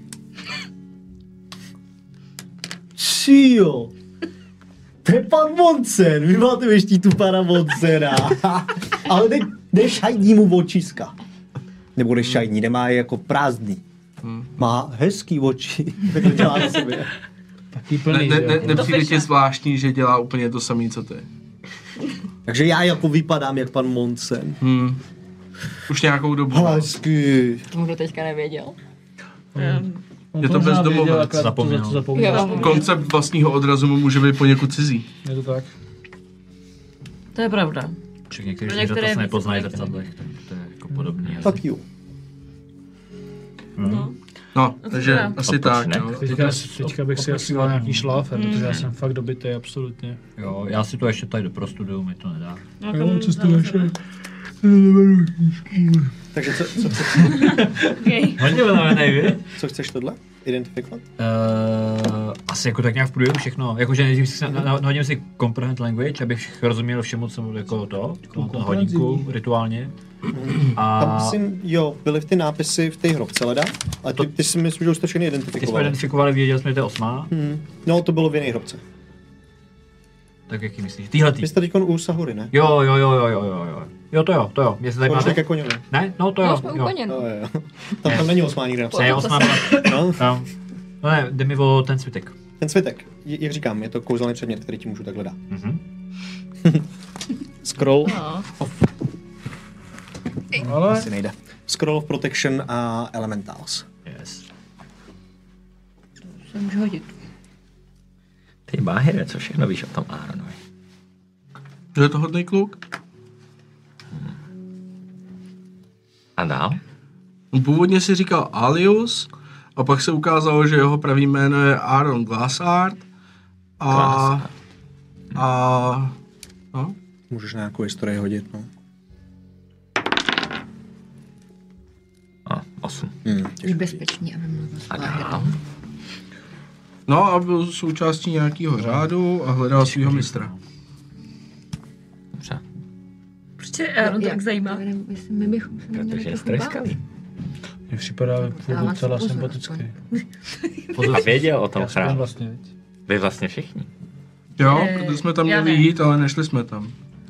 Cio. To je pan Moncen, vy máte ve štítu pana Moncena. Ale ne, nešajní mu očiska. Nebo nešajní, nemá je jako prázdný. Má hezký oči. Takhle dělá na sobě. Taký Ne, plný, ne, že ne, jo? nepřijde ti zvláštní, že dělá úplně to samé, co ty. Takže já jako vypadám jak pan Moncen. Hmm. Už nějakou dobu. Hezky. Tomu do teďka nevěděl. On Je to možná bezdomovec. věděl, akorát Zapomněl. To, to zapomněl. Jo. Koncept vlastního odrazu mu může být poněkud cizí. Je to tak. To je pravda. Však některé No, zvířata některé se nepoznají v více zrcadlech, tak to je jako podobný. Tak jo. No. No, takže teda. asi tak, Odpočinek. jo. Teďka, teďka bych si asi dal nějaký šláfer, protože já jsem fakt dobitý, absolutně. Jo, já si to ještě tady doprostuduju, mi to nedá. No, Jo, co jste našel? Takže co, co, co, Okay. Hodně unavený, vy? co chceš tohle identifikovat? Uh, asi jako tak nějak v průběhu všechno. Jakože nejdřív si na, na, nahodím si comprehend language, abych rozuměl všemu, co jako to, to, to hodinku rituálně. A... Tam si, jo, byly ty nápisy v té hrobce leda, ale ty, ty si myslím, že už to všechny identifikovali. Ty jsme identifikovali, věděli jsme, že to je osmá. Hmm. No, to bylo v jiné hrobce. Tak jaký myslíš? Týhletý. Vy jste teďkon u Sahury, ne? Jo, jo, jo, jo, jo, jo, jo. Jo, to jo, to jo. Jestli tady máte... ke koněvi. Ne? No, to jo. No, jsme u jo. koně, no. Jo, jo. Tam, tam není osmá nikde napsané. Ne, osmá byla. No. No. No ne, jde mi o ten svitek. Ten svitek, jak říkám, je to kouzelný předmět, který ti můžu takhle dát. Mhm. Scroll. No. Ale Asi nejde. Scroll of Protection a Elementals. Yes. Se můžu hodit. Ty Báhyre, co všechno víš o tom Aaronovi? Že je to hodný kluk? A dál? Původně si říkal Alius, a pak se ukázalo, že jeho pravý jméno je Aaron Glassard. A... Glassard. A... No? Můžeš nějakou historii hodit, no. A, osm. Hmm, Je bezpečný, aby mluvil s A Báhyrem. dál? No a byl součástí nějakého řádu a hledal svého mistra. Dobře. Proč je Aaron tak zajímá? Já nevím, jestli my bychom se neměli Protože je trochu bát. streskavý. mně připadá Dává půl si celá pozor sympatický. A věděl o tom Já jsem chrámu. vlastně, viď? Vy vlastně všichni. Jo, Eh, protože jsme tam já měli ne. jít, ale nešli jsme tam.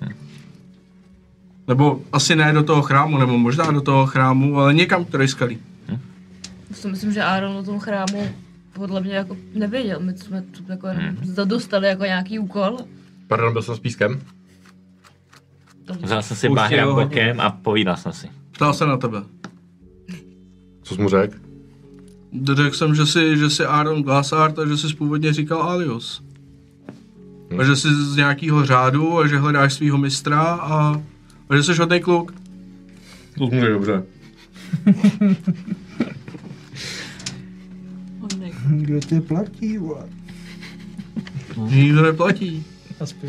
Nebo asi ne do toho chrámu, nebo možná do toho chrámu, ale někam, který skalí. Já si myslím, že Aaron o tom chrámu podle mě jako nevěděl. My jsme to jako jenom dostali jako nějaký úkol. Pardon, byl jsem s pískem. Vzal jsem si Už Báhyra je ho hodně. bokem a povídal jsem si. Ptal se na tebe. Co jsi mu řekl? Řekl jsem, že jsi, že jsi Aaron Glassard a že jsi původně říkal Alius. A že jsi z nějakého řádu a že hledáš svého mistra a, a že jsi hodnej kluk. To zní dobře. Kdo tě platí, vole? Nikdo neplatí. Aspoň.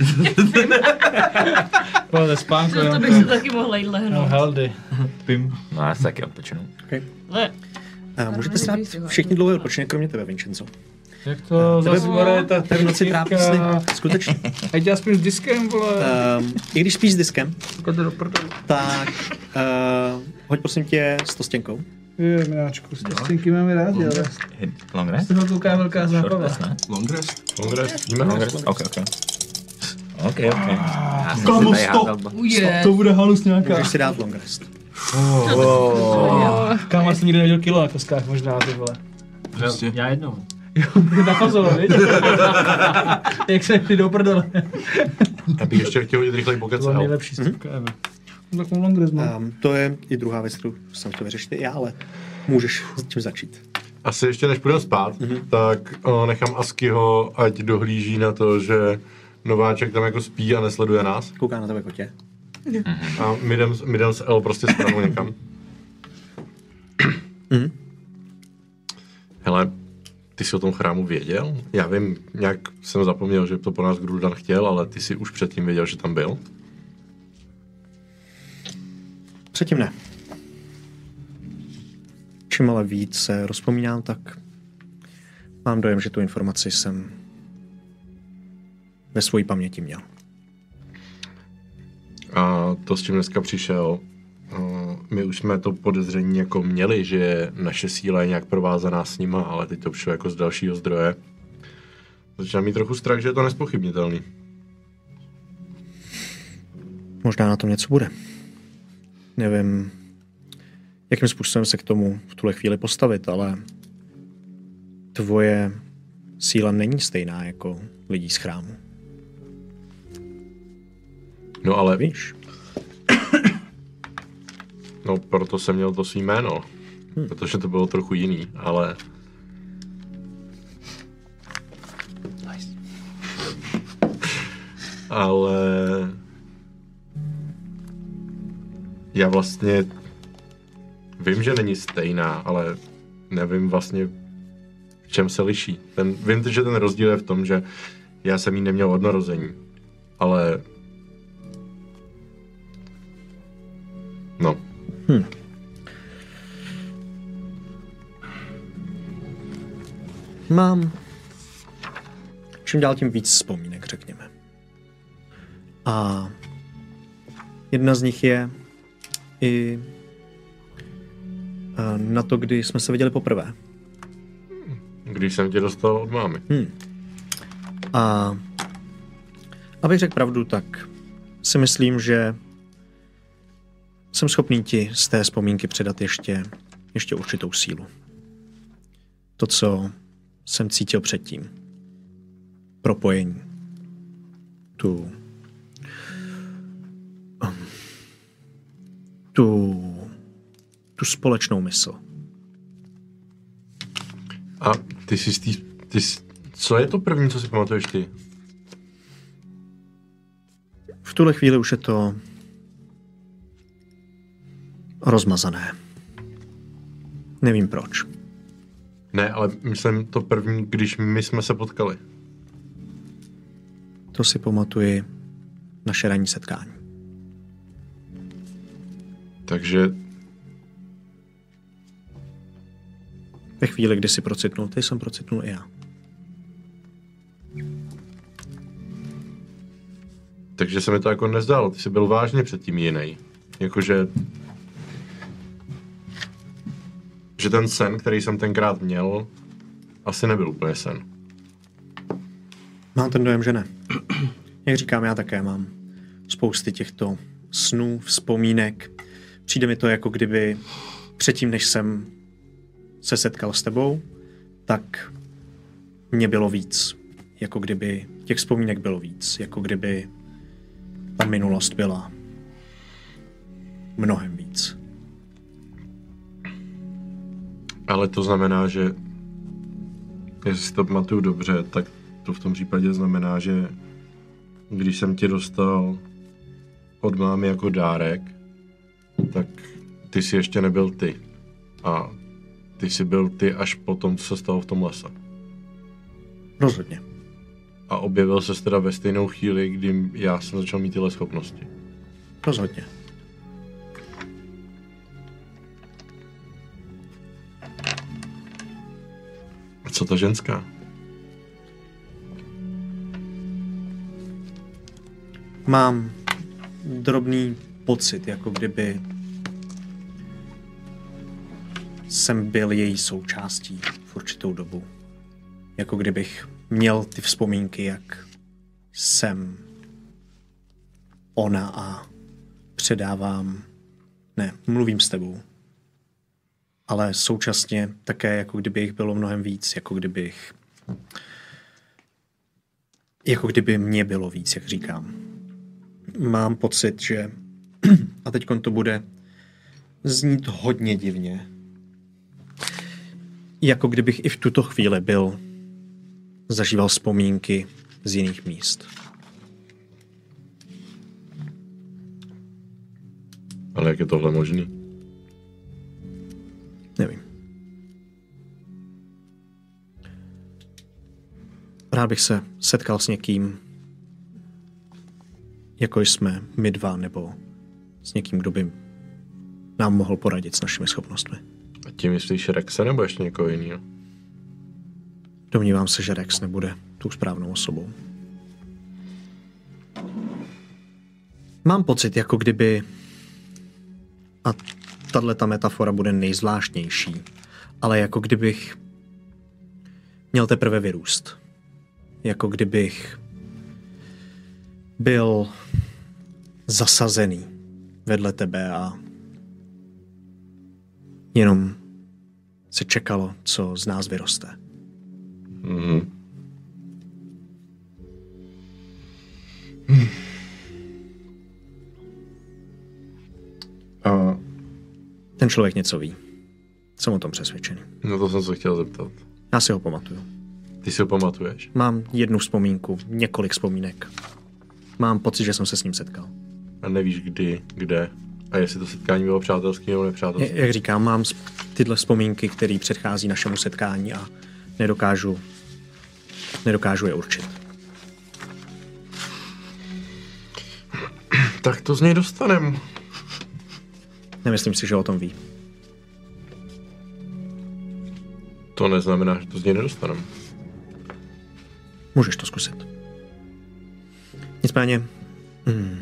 Bylo ze spánku, No to jo. bych se taky mohla jít No, lehnout. heldy. Pim. No já se taky odpočinu. Okay. Ne. A můžete si dát všichni dlouhé odpočinek, kromě tebe, Vincenzo. Jak to Tebe zase bude ta Tebe v noci trápí sny. Skutečně. Ať já spíš s diskem, vole. Um, I když spíš s diskem, Jako to do prdele. tak uh, hoď prosím tě s tostěnkou. Je, miláčku, s testinky máme rádi, ale Long z rest? toho kouká velká Short zábava. rest, ne? Long rest. Kongres, víme Long ho. rest? Ok, ok. Ok, ok. Já jsem Kámo, si tady stop. hádal, bo- Uje. To bude halus nějaká. Můžeš si dát long rest. Kámo, jsem nikdy neviděl kilo na koskách možná, ty vole. Prostě. Já jednou. Na fazole, viď? Jak se ty do prdele. Já bych ještě chtěl jít rychleji To pokec. byla nejlepší stupka ever. Tak mám long rest, no. Um, to je i druhá věc, kterou jsem chtěl vyřešit i já, ale můžeš s tím začít. Asi ještě než půjdeme spát, Mhm. tak o, nechám Askyho, ať dohlíží na to, že nováček tam jako spí a nesleduje nás. Kouká na tebe kotě. A my jdem, my jdem s El prostě stranou někam. Mhm. Hele, ty jsi o tom chrámu věděl? Já vím, nějak jsem zapomněl, že to po nás Gruldan chtěl, ale ty jsi už předtím věděl, že tam byl? Předtím ne. Čím ale víc se rozpomínám, tak mám dojem, že tu informaci jsem ve své paměti měl. A to, s čím dneska přišel, uh, my už jsme to podezření jako měli, že naše síla je nějak provázaná s nima, ale teď to přišlo jako z dalšího zdroje. Začínám mít trochu strach, že je to nespochybnitelný. Možná na tom něco bude. Nevím, jakým způsobem se k tomu v tuhle chvíli postavit, ale tvoje síla není stejná jako lidí z chrámu. No ale Víš? No, proto jsem měl to svý jméno. Hmm. Protože to bylo trochu jiný, ale... Nice. Ale... Já vlastně... Vím, že není stejná, ale nevím vlastně, v čem se liší. Ten, vím, že ten rozdíl je v tom, že já jsem jí neměl od narození, ale... No. Hmm. Mám čím dál tím víc vzpomínek, řekněme. A jedna z nich je i na to, kdy jsme se viděli poprvé. Když jsem tě dostal od mámy. Hmm. A abych řekl pravdu, tak si myslím, že jsem schopný ti z té vzpomínky předat ještě, ještě určitou sílu. To, co jsem cítil předtím. Propojení. Tu... Tu... Tu společnou mysl. A ty jsi z tý, ty jsi, co je to první, co si pamatuješ ty? V tuhle chvíli už je to rozmazané. Nevím proč. Ne, ale myslím to první, když my jsme se potkali. To si pamatuji naše ranní setkání. Takže... Ve chvíli, kdy si procitnul ty, jsem procitnul i já. Takže se mi to jako nezdálo. Ty jsi byl vážně předtím jiný. Jakože... Že ten sen, který jsem tenkrát měl, asi nebyl úplně sen. Mám ten dojem, že ne. Jak říkám, já také mám spousty těchto snů, vzpomínek. Přijde mi to, jako kdyby předtím, než jsem se setkal s tebou, tak mě bylo víc. Jako kdyby těch vzpomínek bylo víc. Jako kdyby ta minulost byla mnohem víc. Ale to znamená, že jestli si to pamatuju dobře, tak to v tom případě znamená, že když jsem tě dostal od mámy jako dárek, tak ty jsi ještě nebyl ty. A ty jsi byl ty až potom, co se stalo v tom lese. Rozhodně. A objevil ses teda ve stejnou chvíli, kdy já jsem začal mít tyhle schopnosti. Rozhodně. A co ta ženská? Mám drobný pocit, jako kdyby jsem byl její součástí v určitou dobu. Jako kdybych měl ty vzpomínky, jak jsem ona a předávám, ne, mluvím s tebou. Ale současně také, jako kdyby jich bylo mnohem víc, jako kdybych, jako kdyby mě bylo víc, jak říkám. Mám pocit, že, a teď to bude znít hodně divně, jako kdybych i v tuto chvíli byl, zažíval vzpomínky z jiných míst. Ale jak je tohle možný? Nevím. Rád bych se setkal s někým, jako jsme my dva, nebo s někým, kdo by nám mohl poradit s našimi schopnostmi. A tím myslíš Rexe nebo ještě někoho jiného? Domnívám se, že Rex nebude tou správnou osobou. Mám pocit, jako kdyby, a tato metafora bude nejzvláštnější, ale jako kdybych měl teprve vyrůst. Jako kdybych byl zasazený vedle tebe a jenom se čekalo, co z nás vyroste. Mhm. A ten člověk něco ví. Jsem o tom přesvědčený. no to jsem se chtěl zeptat. Já si ho pamatuju. Ty si ho pamatuješ? Mám jednu vzpomínku, několik vzpomínek. Mám pocit, že jsem se s ním setkal. A nevíš kdy, kde? A jestli to setkání bylo přátelské nebo nepřátelské? Jak říkám, mám tyhle vzpomínky, které předchází našemu setkání a nedokážu, nedokážu je určit. Tak to z něj dostanem. Nemyslím si, že o tom ví. To to neznamená, že to z něj nedostaneme. Můžeš to zkusit. Nicméně, hmm,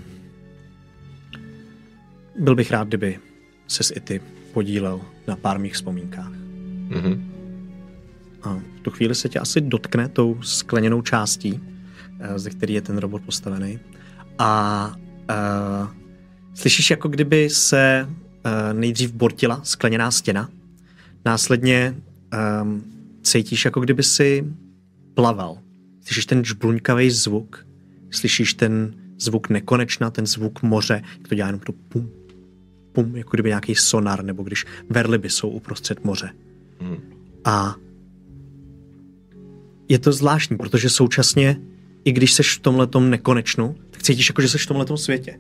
byl bych rád, kdyby ses i ty podílel na pár mých vzpomínkách. Mm-hmm. A v tu chvíli se tě asi dotkne tou skleněnou částí, ze které je ten robot postavený. A uh, slyšíš, jako kdyby se uh, nejdřív bortila skleněná stěna. Následně um, cítíš, jako kdyby si plaval. Slyšíš ten žbluňkavý zvuk, slyšíš ten zvuk nekonečna, ten zvuk moře, jak to dělá jenom to pum, pum, jako kdyby nějaký sonar, nebo když velryby jsou uprostřed moře. Hmm. A je to zvláštní, protože současně, i když seš v tomhletom nekonečnu, tak cítíš, jako že seš v tomhletom světě.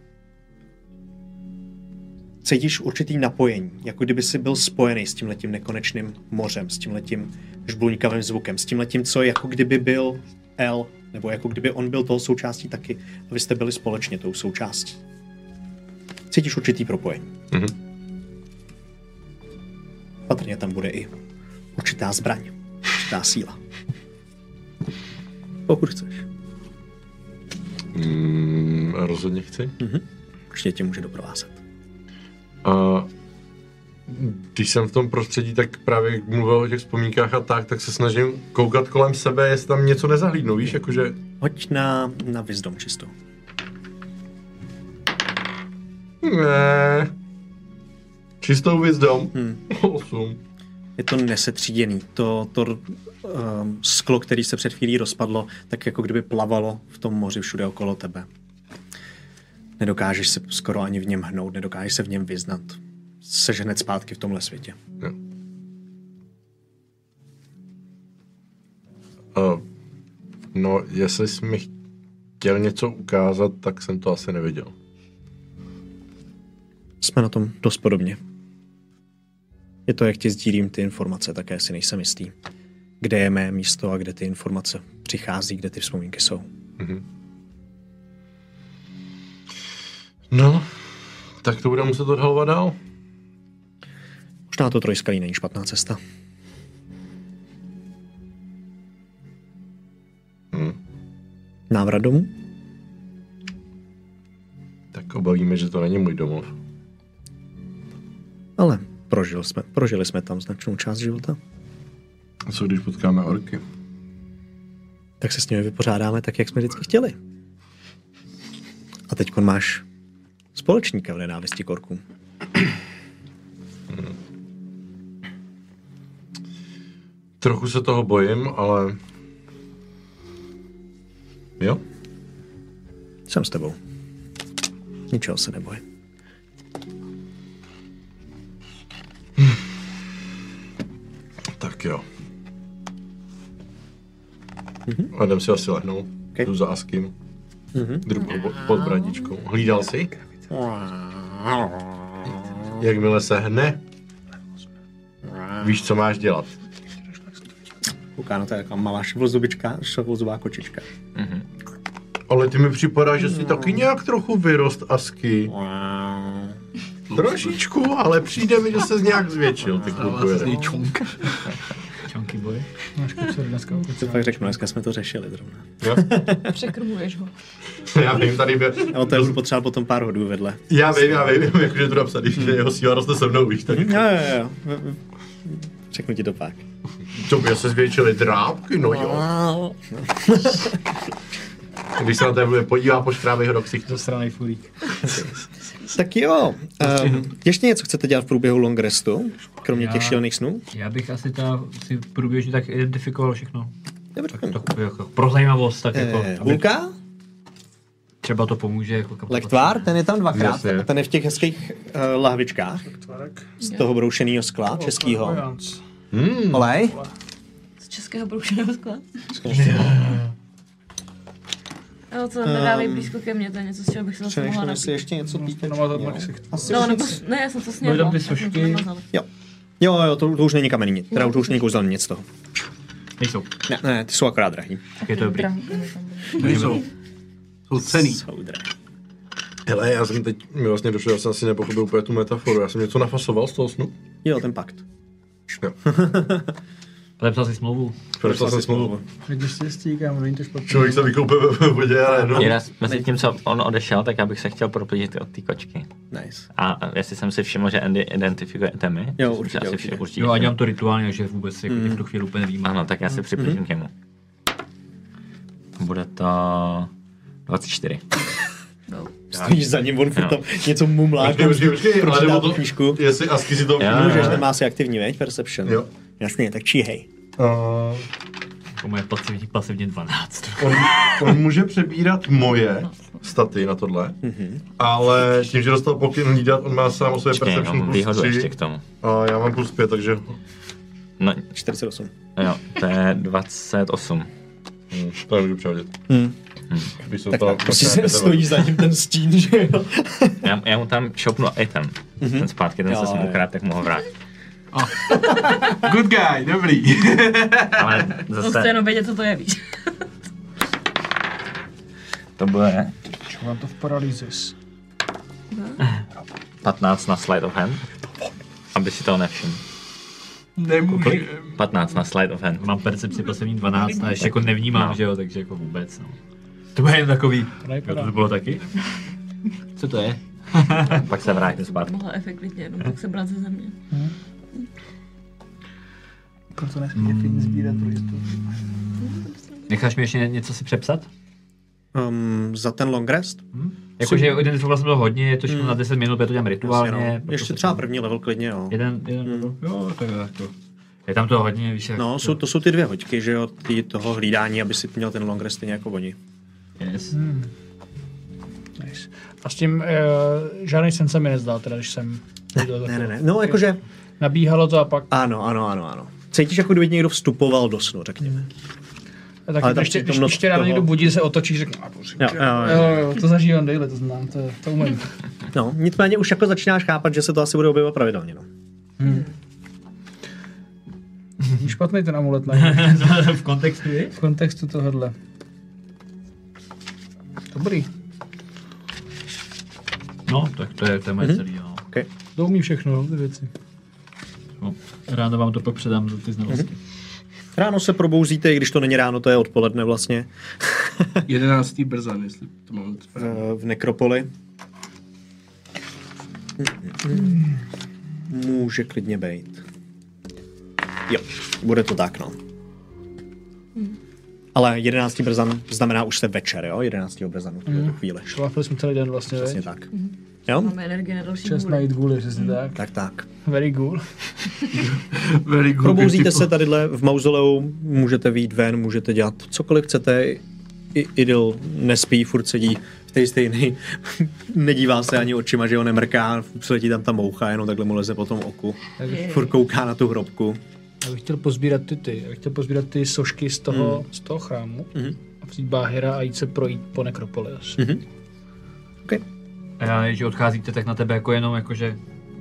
Cítíš určitý napojení, jako kdyby si byl spojený s tímhletím nekonečným mořem, s tímhletím žbluňkavým zvukem, s tímhletím, co jako kdyby byl El, nebo jako kdyby on byl toho součástí taky a vy jste byli společně tou součástí. Cítíš určitý propojení. Mm-hmm. Patrně tam bude i určitá zbraň, určitá síla. Pokud chceš. Mm, rozhodně chci. Mm-hmm. Určitě tě může doprovázet. A když jsem v tom prostředí, tak právě mluvil o těch vzpomínkách a tak, tak se snažím koukat kolem sebe, jestli tam něco nezahlídnu, víš, jakože... Hoď na, na wisdom čistou. Ne. Čistou wisdom. Hmm. Osm. Je to nesetříděný. To, to um, sklo, který se před chvílí rozpadlo, tak jako kdyby plavalo v tom moři všude okolo tebe. Nedokážeš se skoro ani v něm hnout, nedokážeš se v něm vyznat. Seš hned zpátky v tomhle světě. Jo. Uh, no, jestli jsi mi chtěl něco ukázat, tak jsem to asi neviděl. Jsme na tom dost podobně. Je to, jak ti sdílím ty informace, také si nejsem jistý. Kde je mé místo a kde ty informace přichází, kde ty vzpomínky jsou. Mhm. No, tak to bude muset odhalovat dál. Možná to trojskalí není špatná cesta. Hmm. Návrat domů? Tak obavíme, že to není můj domov. Ale prožili jsme, prožili jsme tam značnou část života. A co když potkáme orky? Tak se s nimi vypořádáme tak, jak jsme vždycky chtěli. A teď máš společníka v nenávisti k orkům. Hmm. Trochu se toho bojím, ale... Jo? Jsem s tebou. Ničeho se neboj. Hmm. Tak jo. Mm-hmm. A jdem si asi lehnout. Okay. Jdu za Askim. Mm-hmm. Jdu pod bradičkou. Hlídal jsi? Jakmile se hne, víš, co máš dělat. Kouká na to jako malá švlzubička, švlzubá kočička. Mm-hmm. Ale ty mi připadá, že jsi taky nějak trochu vyrost, Asky. Trošičku, ale přijde mi, že se nějak zvětšil, ty kluku jeden. Čonky boy. Co fakt řeknu, dneska jsme to řešili zrovna. Překrmuješ ho. Já vím, tady by... Ale to je budu potřeboval potom pár hodů vedle. Já vím, já vím, jakože to napsat, když jeho síla roste se mnou, víš, tak. Jo, jo, jo. Řeknu ti to pak. To by se zvětšily drápky, no jo. Když se na tebe podívá, poškrábej ho do ksichtu. Zasranej furík. Tak jo, um, ještě něco chcete dělat v průběhu long restu, kromě já, těch šílených snů? Já bych asi ta, si průběžně tak identifikoval všechno. Dobře. Tak, tak jako pro zajímavost, tak jako... Eh, Hulka? Třeba to pomůže. Jako Lektvár, ten je tam dvakrát, Jasně. a ten je v těch hezkých uh, lahvičkách. Z toho broušenýho skla, českýho. Hmm. Olej? Z českého broušeného skla? No to nedávej blízko ke mně, to je něco, z čeho bych se zase mohla napít. ještě něco týkat. No, nebo, ne, já jsem to snědla. Ty sošky. Jo. Jo, jo, to, to už není kamenný nic. Teda to už není kouzelný nic z toho. Nejsou. Ne, ne, ty jsou akorát drahý. Tak je to dobrý. Nejsou. Jsou cený. Jsou drahý. Hele, já jsem teď, mi vlastně došlo, já jsem asi nepochopil úplně tu metaforu. Já jsem něco nafasoval z toho snu? Jo, ten pakt. Jo. Podepsal jsi smlouvu. Podepsal jsem smlouvu. Když si jistí, kámo, není to špatný. Člověk se vykoupe ve vodě, ale no. Jiras, mezi tím, co on odešel, tak já bych se chtěl proplížit od té kočky. Nice. A jestli jsem si všiml, že Andy identifikuje itemy. Jo, což určitě, asi určitě. vši- určitě. Jo, a dělám to rituálně, že vůbec jako mm. v tu chvíli úplně nevím. Ano, tak já se přiblížím k němu. Bude to dvacet čtyři. Stojíš za ním, on furt Jo. tam něco mumlá. Počkej, počkej, počkej, ale Pročítá nebo tu to, knížku. jestli Asky si to Jo. Můžeš, nemá si aktivní, veď? Perception. Jo. Jasně, tak číhej. Uh, To moje pasivní, pasivně dvanáct. on, on může přebírat moje staty na tohle, mm-hmm. ale tím, že dostal pokyn hlídat, on má sám o sobě Počkej, perception mám plus výhodu ještě tři k tomu. a já mám plus pět, takže No, čtyřicet osm. jo, to je dvacet osm. hm, to nemůžu přehodit. Hmm. Když jsou Tak, to- tak prostě se stojí za ním ten stín, že jo? Já, já mu tam šopnu item. Mhm. Ten zpátky, ten Jo, se jsem jo. ukrát, tak mu ho vrátit. Good guy, dobrý. Ale To chce zase jenom vědět, co to je, víš. to bude Mám to v paralýzis. patnáct na slide of hand. Aby si toho nevšiml. Nemůže. patnáct na slide of hand. Mám percepci pasivní dvanáct a ještě jako nevnímám, No. že jo, takže jako vůbec, no. To bude jen takový, Nejpadá. jo, to bylo taky? Co to je? Pak se vrátím zpátky. Mohla efektivně jenom tak se brát ze země. Proto nesmí mm. sbírat pro jistotu. Necháš mi ještě ně- něco si přepsat? Um, za ten long rest? Hm? Jakože identifikoval jsem to hodně, je to všechno Hmm. na deset minut, já to dělám rituálně. Jasně, no. Ještě proto- třeba první level klidně, jo. Jeden, jeden, Hmm. jo, tak jako. Je tam to hodně, víš jak. No, jsou, to jsou ty dvě hoďky, že jo, ty toho hlídání, aby si měl ten long rest stejně jako oni. Yes. Hmm. Nice. A s tím uh, žádný sen se mi nezdál, teda, když jsem viděl Ne, takové. ne, ne, no jakože, Nabíhalo to a pak... ano, ano, ano, ano. Cítíš, jako kdyby někdo vstupoval do snu, řekněme. A taky ale tam ještě, když, přítomnost ještě ráno toho- někdo budí, se otočí, řekne, a prosím, Jo, tě. jo, jo. jo, jo, to zažívám daily, to znám, to, to umím. No, nicméně už jako začínáš chápat, že se to asi bude objevovat pravidelně, no. Hmm. Špatný ten amulet na V kontextu je? v kontextu tohohle. Dobrý. No, tak to je, to je moje Mhm. celý, no. Okay. To umí všechno, no, ty věci. no. Ráno vám to pak předám za ty znalosti. Ráno se probouzíte, i když to není ráno, to je odpoledne vlastně, Jedenáctý brzan, jestli to mám správně. v, v nekropoli. Může klidně být. Jo, bude to tak, no. Ale jedenáctý brzan znamená už se večer, jo? jedenáctého brzanu v tuto chvíli. Šlápili jsme celý den vlastně, Přesně veď? tak. Jo? Máme energie na další Čas vůli. najít gůli, přesně tak. Tak, tak. Very cool. Very good. Probouzíte beautiful. se tadyhle v mauzoleu, můžete vyjít ven, můžete dělat cokoliv chcete. I, Idil nespí, furt sedí v té stejné, nedívá se ani očima, že ho nemrká, přiletí tam ta moucha, jenom takhle mu leze po tom oku. Furt kouká na tu hrobku. Já bych chtěl pozbírat ty ty, já bych chtěl pozbírat ty sošky z toho, mm. z toho chrámu Mhm. a vzít báhyra a jít se projít po nekropoli asi. Mhm. Okay. A já, když odcházíte, tak na tebe jako jenom jakože...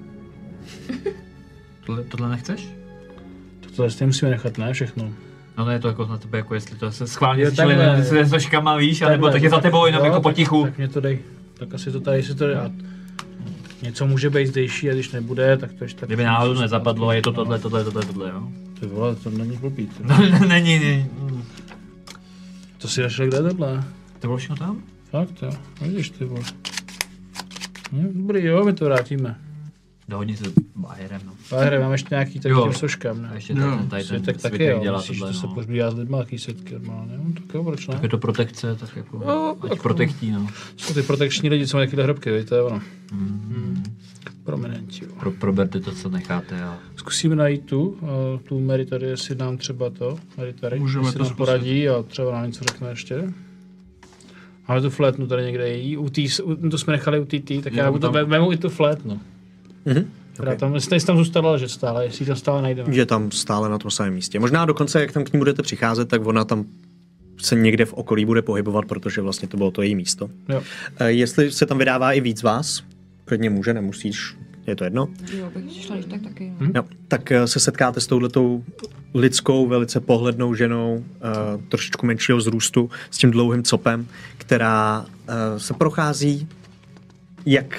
Tohle, tohle nechceš? To tohle si musíme nechat, ne, všechno. No ne, to jako na tebe, jako jestli to se schválně Jo, slyšeli, takhle. ne, se soškama, víš, anebo Takhle. tak je za tebou jenom Jo, jako tak- potichu. Tak mě to dej. Tak asi to tady si to dá. Něco může být zdejší a když nebude, tak to ještě tak... Kdyby náhodou nezapadlo a je to tohle, tohle, tohle, tohle, jo. Ty vole, to není blbý. ty. No, není, není. To si našel kde tohle? To bylo všechno tam? Fakt jo, vidíš ty vole. Hm, dobrý, jo, my to vrátíme. Dohodni se s Bajerem, no. Báhyre, mám ještě nějaký tak Jo. těm soškám, ne? A ještě No, ten, tady ten Světek taky světek jo, dělá myslíš, tohle, že to se no. pozbírá s lidma, jaký světky normálně, no, tak jo, proč ne? Tak je to protekce, tak jako, No, ať tak- protektí, no. Jsou ty protekční lidi, co mají takovéhle hrobky, víte, to je ono. Mm. Prominenti, jo. Pro, proberte to, co necháte a... Zkusíme najít tu, uh, tu Mary tady, jestli nám třeba to, Mary tady, Můžeme jestli to nám zkusit. poradí a třeba nám něco řekne ještě. Máme tu flétnu tady někde její, u tý, u, to jsme nechali u té tý, tak Jo, já tam... tam- vemu i tu flétnu. Mhm. Která tam, jestli tam zůstala ležet stále, jestli ji tam stále najdeme. Je tam stále na tom samém místě. Možná dokonce, jak tam k ní budete přicházet, tak ona tam se někde v okolí bude pohybovat, protože vlastně to bylo to její místo. Jo. E, jestli se tam vydává i víc vás, klidně může, nemusíš, je to jedno. Jo, bych šla, když tak taky. Hm? No. Jo, tak eh, se setkáte s touhletou lidskou, velice pohlednou ženou, uh, trošičku menšího vzrůstu, s tím dlouhým copem, která uh, se prochází jak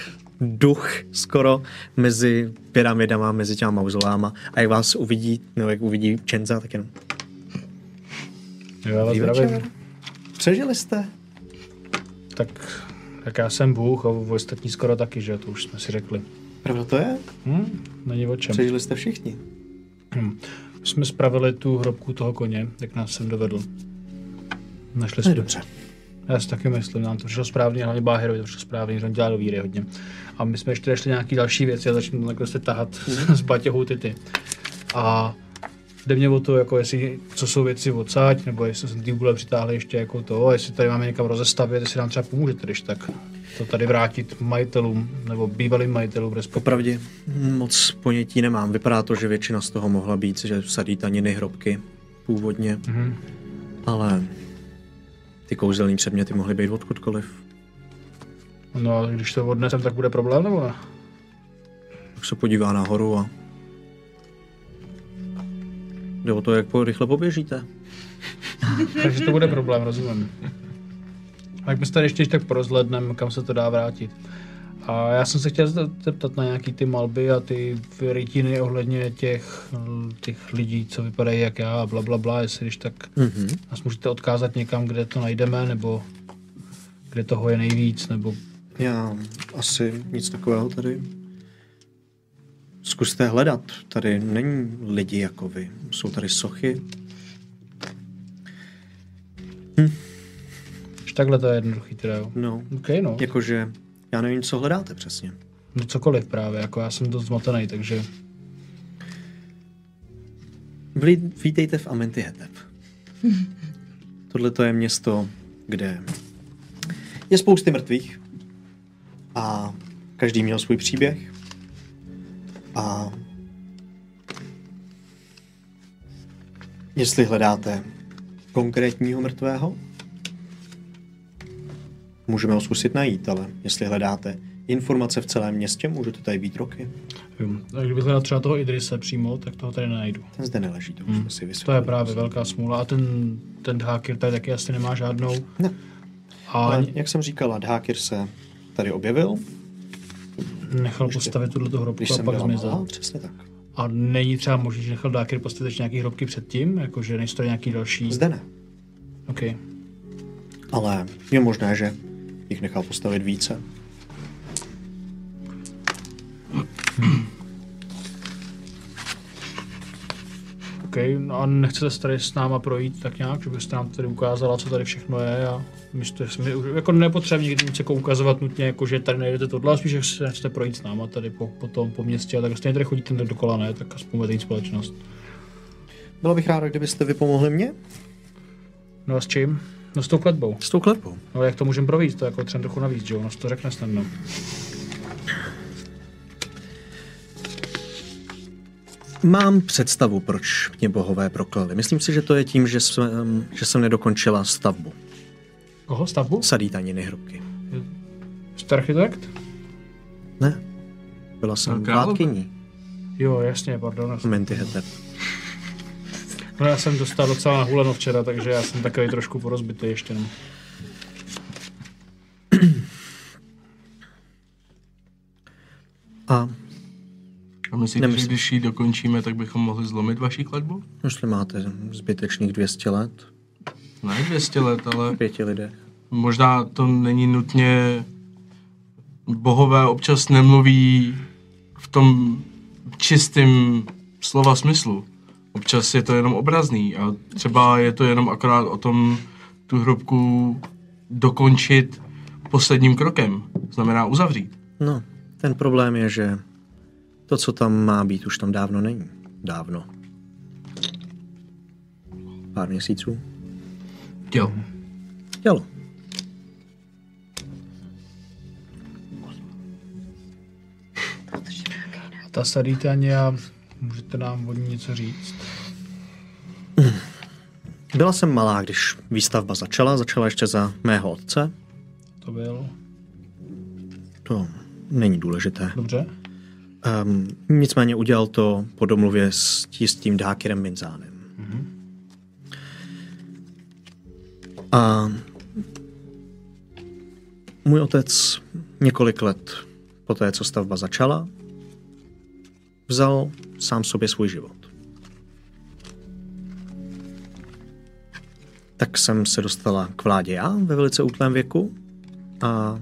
duch skoro mezi pyramidama, mezi těma mauzoláma a jak vás uvidí, nebo jak uvidí Čenza, tak jenom... Jo, já vás zdravím. Přežili jste? Tak, tak já jsem Bůh a ostatní skoro taky, že? To už jsme si řekli. Pravda to je? Hm, není o čem. Přežili jste všichni? Hm. My jsme spravili tu hrobku toho koně, jak nás sem dovedl. Našli To je jsme. dobře. Já si taky myslím, nám to přišlo správně, hlavně Báherovi to přišlo správně, že on dělá do víry hodně. A my jsme ještě našli nějaký další věci a začneme takhle se tahat s batěhou tyty. A jde mě o to, jako jestli, co jsou věci odsáď, nebo jestli jsem ty vůle přitáhli ještě jako to, a jestli tady máme někam rozestavit, jestli nám třeba pomůžete, když tak to tady vrátit majitelům, nebo bývalým majitelům respektive. Popravdě moc ponětí nemám. Vypadá to, že většina z toho mohla být, že sadí taniny hrobky původně, Mhm. ale ty kouzelní předměty mohly být odkudkoliv. No a když to odnesem, tak bude problém, nebo ne? Tak se podívá nahoru a jde o to, jak po rychle poběžíte. Takže to bude problém, rozumím. A jak my se tady ještě tak porozhledneme, kam se to dá vrátit. A já jsem se chtěl zeptat na nějaký ty malby a ty rytiny ohledně těch, těch lidí, co vypadají jak já a bla, bla, bla, jestli když tak Mm-hmm. nás můžete odkázat někam, kde to najdeme, nebo kde toho je nejvíc, nebo... Já asi nic takového tady. Zkuste hledat. Tady není lidi jako vy. Jsou tady sochy. Už takhle to je jednoduchý teda, jo. No, OK, no. jakože já nevím, co hledáte přesně. No cokoliv právě, jako já jsem dost zmatený, takže... Vlí- Vítejte v Amenty-hetep. Tohle to je město, kde je spousty mrtvých a každý měl svůj příběh a jestli hledáte konkrétního mrtvého, můžeme ho zkusit najít, ale jestli hledáte informace v celém městě, může to tady být roky. Jo. A kdybych hledal třeba toho Idrise přímo, tak toho tady nenajdu. Ten zde neleží, to už jsme si To vysvětlili. je právě velká smůla. A ten, ten Dhákir tady taky asi nemá žádnou. Ne. A Ale jak jsem říkal, Dhákir se tady objevil, nechal ještě- postavit tuhle hrobku když a jsem pak byla zmizel. malá, přesně tak. A není třeba možný, že nechal Dhákir postavit ještě nějaký hrobky předtím? Jakože nejsou to nějaký další? Zde ne, OK. ale je možné, že jich nechal postavit více. OK, no a nechcete se tady s náma projít tak nějak, že byste nám tady ukázala, co tady všechno je a místo, jsme, jako nepotřebuje nikdy nic jako ukazovat nutně, jako že tady najdete tohle, ale spíš, že se nechcete projít s náma tady po, po tom, po městě a tak stejně tady chodíte dokola, ne, tak aspoň budete jít společnost. Byla bych ráda, kdybyste vy pomohli mně No a s čím? No s tou kletbou. s tou kletbou. No jak to můžeme provést, to je jako třeba trochu navíc, že jo, no to řekne snadno. Mám představu, proč mě bohové proklali. Myslím si, že to je tím, že jsem, že jsem nedokončila stavbu. Koho, stavbu? Sadí taniny hrobky. Jste architekt? Ne. Byla jsem No, královna. vládkyní Jo, jasně, pardon. Amenty-hetep. No já jsem dostal docela nahuleno včera, takže já jsem takový trošku porozbitý ještě. No. A A myslíte, že Nemyslím. když ji dokončíme, tak bychom mohli zlomit vaši kletbu? jestli máte zbytečných dvě stě let, Ne dvě stě let, ale pěti lidé. možná to není nutně... Bohové občas nemluví v tom čistém slova smyslu. Občas je to jenom obrazný a třeba je to jenom akorát o tom tu hrobku dokončit posledním krokem. Znamená uzavřít. No, ten problém je, že to, co tam má být, už tam dávno není. Dávno. Pár měsíců. Jo. Dělo. A ta Saditania, můžete nám o ní něco říct? Byla jsem malá, když výstavba začala. Začala ještě za mého otce. To byl. To není důležité. Dobře. Um, nicméně udělal to po domluvě s, tí, s tím Dhákirem Minzánem. Mm-hmm. A můj otec několik let poté co stavba začala, vzal sám sobě svůj život. Tak jsem se dostala k vládě já ve velice útlém věku a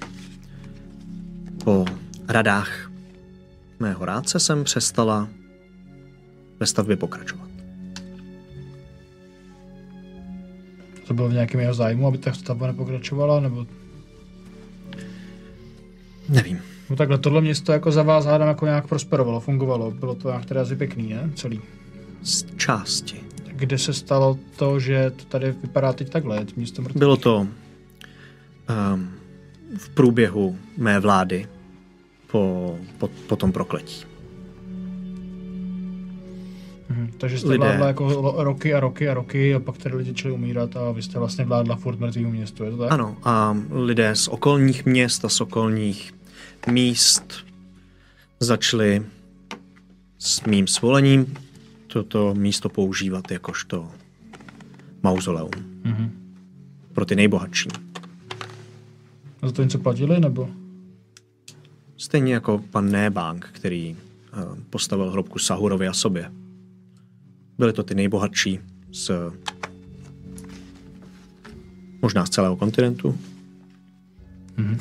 po radách mého rádce jsem přestala ve stavbě pokračovat. To bylo v nějakém jeho zájmu, aby ta stavba nepokračovala, nebo... Nevím. No takhle, tohle město jako za vás hádám jako nějak prosperovalo, fungovalo, bylo to nějak teda asi pěkný, ne? Celý. Z části. Kde se stalo to, že to tady vypadá teď takhle, je to město mrtvé? Bylo to um, v průběhu mé vlády po, po, po tom prokletí. Mhm, takže jste Lidé. vládla jako roky a roky a roky a pak tady lidi začali umírat a vy jste vlastně vládla furt mrtvýmu městu, je to tak? Ano, a lidé z okolních měst a z okolních míst začali s mým svolením toto místo používat jakožto mauzoleum. Mhm. Pro ty nejbohatší. A za to něco platili, nebo? Stejně jako pan Nébang, který uh, postavil hrobku Sahurovi a sobě. Byli to ty nejbohatší z možná z celého kontinentu. Mhm.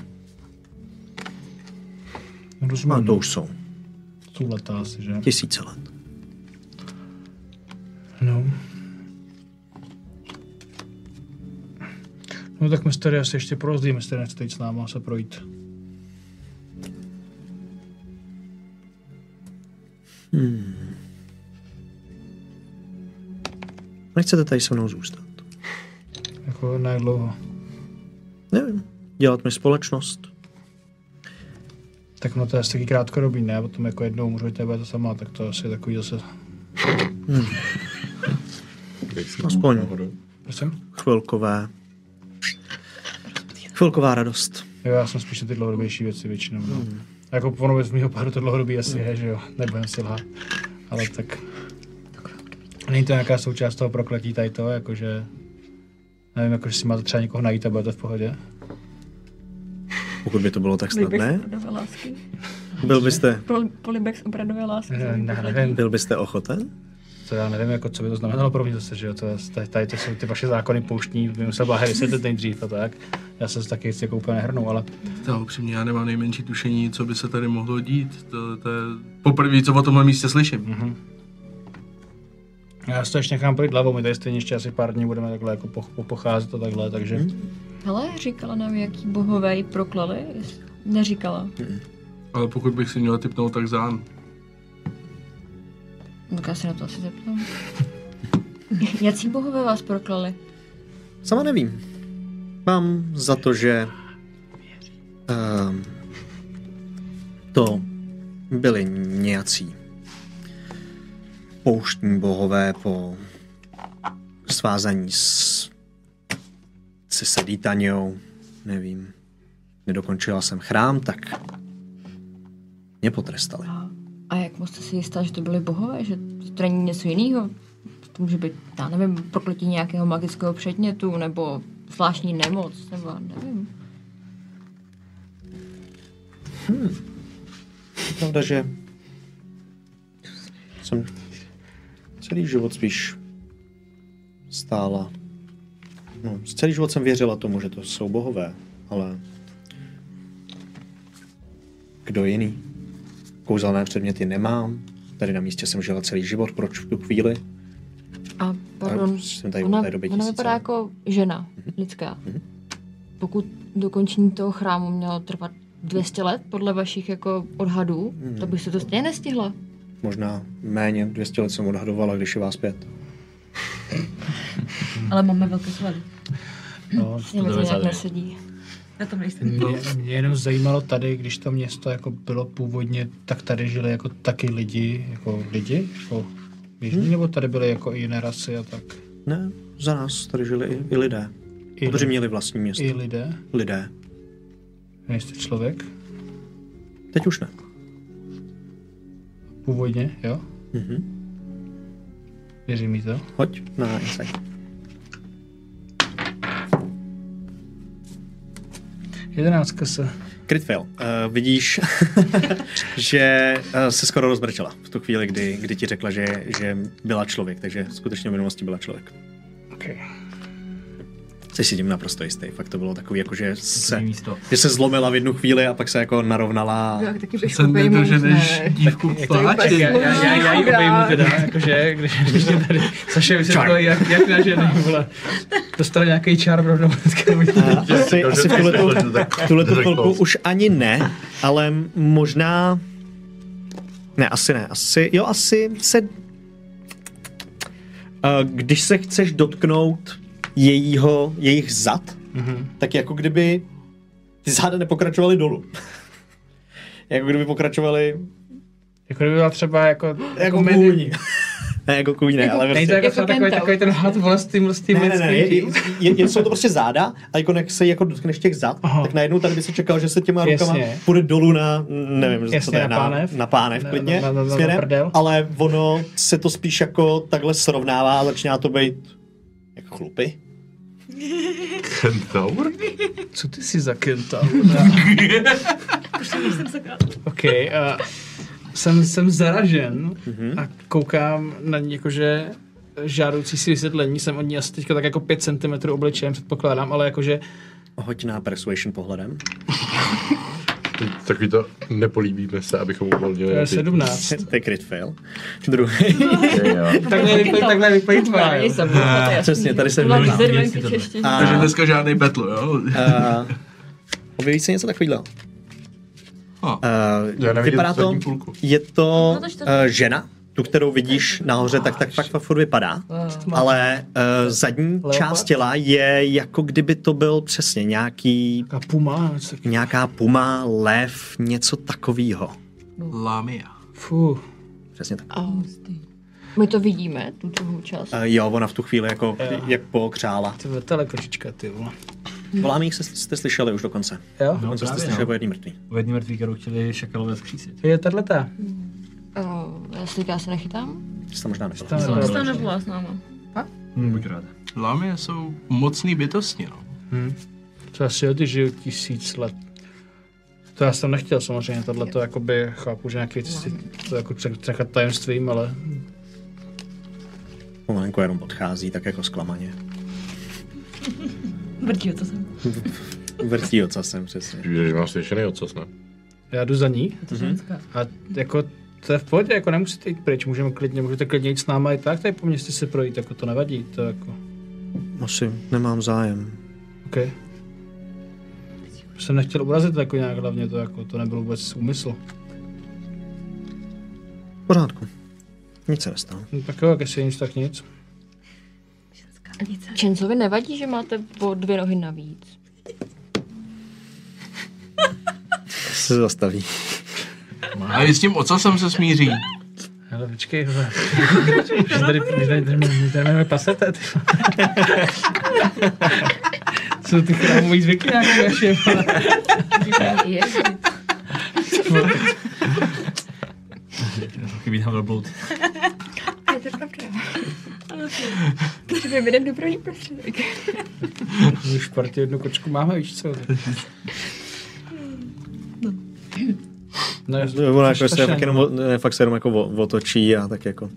A Rozumím. to už jsou Jsou leta asi, že? tisíce let. No. No tak my se tady asi ještě porozdíme, jestli nechcete jít s náma se projít. Hmm. Nechcete tady se mnou zůstat? Jako najdlouho. Nevím. Dělat mi společnost. Tak no to je asi taky krátkodobý, ne? A potom jako jednou umřu tebe to sama, tak to asi je takový zase... Hmm. Aspoň Prosím? chvilkové. Chvilková radost. Jo, já jsem spíš na ty dlouhodobější věci většinou. No. Hmm. Jako ono z mýho páru to dlouhodobý asi je, že jo, nebudem si lhát. Ale tak... Není to nějaká součást toho prokletí tady to, jakože... Nevím, jakože si máte třeba někoho najít a budete v pohodě. Pokud by to bylo tak snadné, Polibek z lásky. byl byste, Pol, polibek z obradové lásky. Ne, ne, nevím. byl byste ochoten? To já nevím, jako, co by to znamenalo pro mě zase, že jo, to je, tady, tady to jsou ty vaše zákony pouštní, by musel Bláhe vysvětlit nejdřív a tak. Já se taky jako úplně nehrnou, ale... To upřímně, já nemám nejmenší tušení, co by se tady mohlo dít. To, to je poprvé, co o tomhle místě slyším. Mm-hmm. Já si to ještě nechám projít hlavou, my tady stejně ještě asi pár dní budeme takhle jako po, po, pocházet a takhle, takže... Hmm. Hele, říkala nám, jaký bohové ji proklali? Neříkala. Hmm. Ale pokud bych si měl tipnout, tak Zán. Tak já se na to asi zeptám. Jací bohové vás proklali? Sama nevím. Mám za to, že um, to byli nějací pouštní bohové po svázaní s, se Seditaňou, nevím. Nedokončila jsem chrám, tak mě potrestali. A, a jak moc jste si jistá, že to byly bohové? Že to není něco jiného? To může být, já nevím, prokletí nějakého magického předmětu, nebo zvláštní nemoc, nebo nevím. Hmm. Pravda, že jsem celý život spíš stála. No, celý život jsem věřila tomu, že to jsou bohové, ale kdo jiný? Kouzelné předměty nemám. Tady na místě jsem žila celý život, proč v tu chvíli? A pardon, jsem tady ona, od té doby ona vypadá jako žena, mm-hmm. lidská. Mm-hmm. Pokud dokončení toho chrámu mělo trvat dvě stě let, podle vašich jako odhadů, mm. tak byste to stejně nestihla. Možná méně, dvě stě let jsem odhadovala, když je vás pět. Ale máme velké svaly. No, Mě to nějak nesedí. Na tom nejsem. Mě, mě jenom zajímalo tady, když to město jako bylo původně, tak tady žili jako taky lidi, jako lidi, jako běžní, hmm. nebo tady byly jako i jiné rasy a tak? Ne, za nás tady žili i, i lidé. I Kteří měli vlastní město. I lidé? Lidé. Nejste člověk? Teď už ne. Původně, jo? Mhm. Věřím mi to. Hoď na insight. Jedenáctka se. crit fail. Uh, vidíš, že uh, se skoro rozbrčela v tu chvíli, kdy, kdy ti řekla, že, že byla člověk, takže skutečně v minulosti byla člověk. Okay. Jsi si tím naprosto jistý. Fakt to bylo takový, jako že se, že se zlomila v jednu chvíli a pak se jako narovnala. Já taky bych Jsem nedoženeš dívku v pláči. Já, já, já, já ji obejmu teda, jakože, když, když mě tady Saša vysvětluje, jak, jak na ženy, vole. Dostal nějaký čár rovnou. Asi, asi v tuhletu, tuhletu chvilku už ani ne, ale možná... Ne, asi ne. Asi, jo, asi se... Když se chceš dotknout jejího, jejich zad, mm-hmm. tak jako kdyby ty záda nepokračovaly dolů. Jako kdyby pokračovaly... Jako kdyby byla třeba jako... Jako kůň. Ne, jako kůň ne, ale prostě... Nejde jako takový, takový ten had vole s tím, s tím ne, ne, ne, je, je, je, jsou to prostě záda a jako jak se jako dotkneš těch zad, aha. tak najednou tady by si čekal, že se těma rukama půjde dolů na, nevím, jasně, co to je, na pánev, na pánev klidně, na, na, na, směrem, na ale ono se to spíš jako takhle srovnává a začíná to být jako chlupy. Kentaur? Co ty jsi za kentaur? OK, uh, jsem, jsem zaražen mm-hmm. a koukám na ní jakože žádoucí si vysvětlení. Jsem od ní asi teďka tak jako pět centimetrů obličejem, předpokládám, ale jakože... Hoď na persuasion pohledem. Takový to nepolíbíme se, abychom uvolnili. To je sedmnáct. To je crit fail. Druhý. Takhle vypají tvář. Přesně, tady se vypadá. Takže dneska žádný battle, jo? Objeví se něco takovýhle. Oh. Uh, vypadá to, je to uh, žena, tu, kterou vidíš nahoře, tak tak fakt furt vypadá, ale uh, zadní část těla je jako kdyby to byl přesně nějaký puma, nějaká puma, lev, něco takového. Lamia. Fuh. Přesně tak. Oh, my to vidíme, tu druhou část. Uh, jo, ona v tu chvíli jako jak pokřála. Ty vetele kočička, ty vole. Voláme jich, jste slyšeli už dokonce. Jo? Dokonce jste slyšeli o jedný mrtvý. O jedný mrtvý, kterou chtěli šakalové zkřísit. Je tato. Uh, jestli já se nechytám? Jsi tam možná nebyla. Jsi tam nebyla s náma. Hmm, buď ráda. Lamie jsou mocný bytosti, no. Hmm. To asi jo, ty žijou tisíc let. To já jsem nechtěl samozřejmě, tohle to jakoby chápu, že nějaký věci to jako nechat tajemstvím, ale... Pomalenko jenom odchází, tak jako zklamaně. Vrtí ocasem. Vrtí ocasem, přesně. Že mám svěšený ocas, ne? Já jdu za ní. Mm-hmm. A jako to je v pohodě, jako nemusíte jít pryč, můžeme klidně, můžete klidně jít s náma i tak, tady po městě se projít, jako to nevadí, to jako... Asi, nemám zájem. OK. Jsem nechtěl urazit jako nějak, hlavně to jako, to nebyl vůbec úmysl. V pořádku. Nic se nestalo. No, tak jo, jak jestli nic, tak nic. Čencovi nevadí, že máte po dvě nohy navíc? Se zastaví. A i s tím ocasem se smíří. Ale počkej, hele. My tady, my tady, my tady máme pasete, ty. Jsou ty chrámový zvyky nějaké naše, ale... Chybí tam velbloud. Je to pravda. Potřebujeme jeden dopravní prostředek. My už v partě jednu kočku máme, víš co? No, ona jako se fakt, jenom, ne, fakt se jenom jako otočí a tak jako...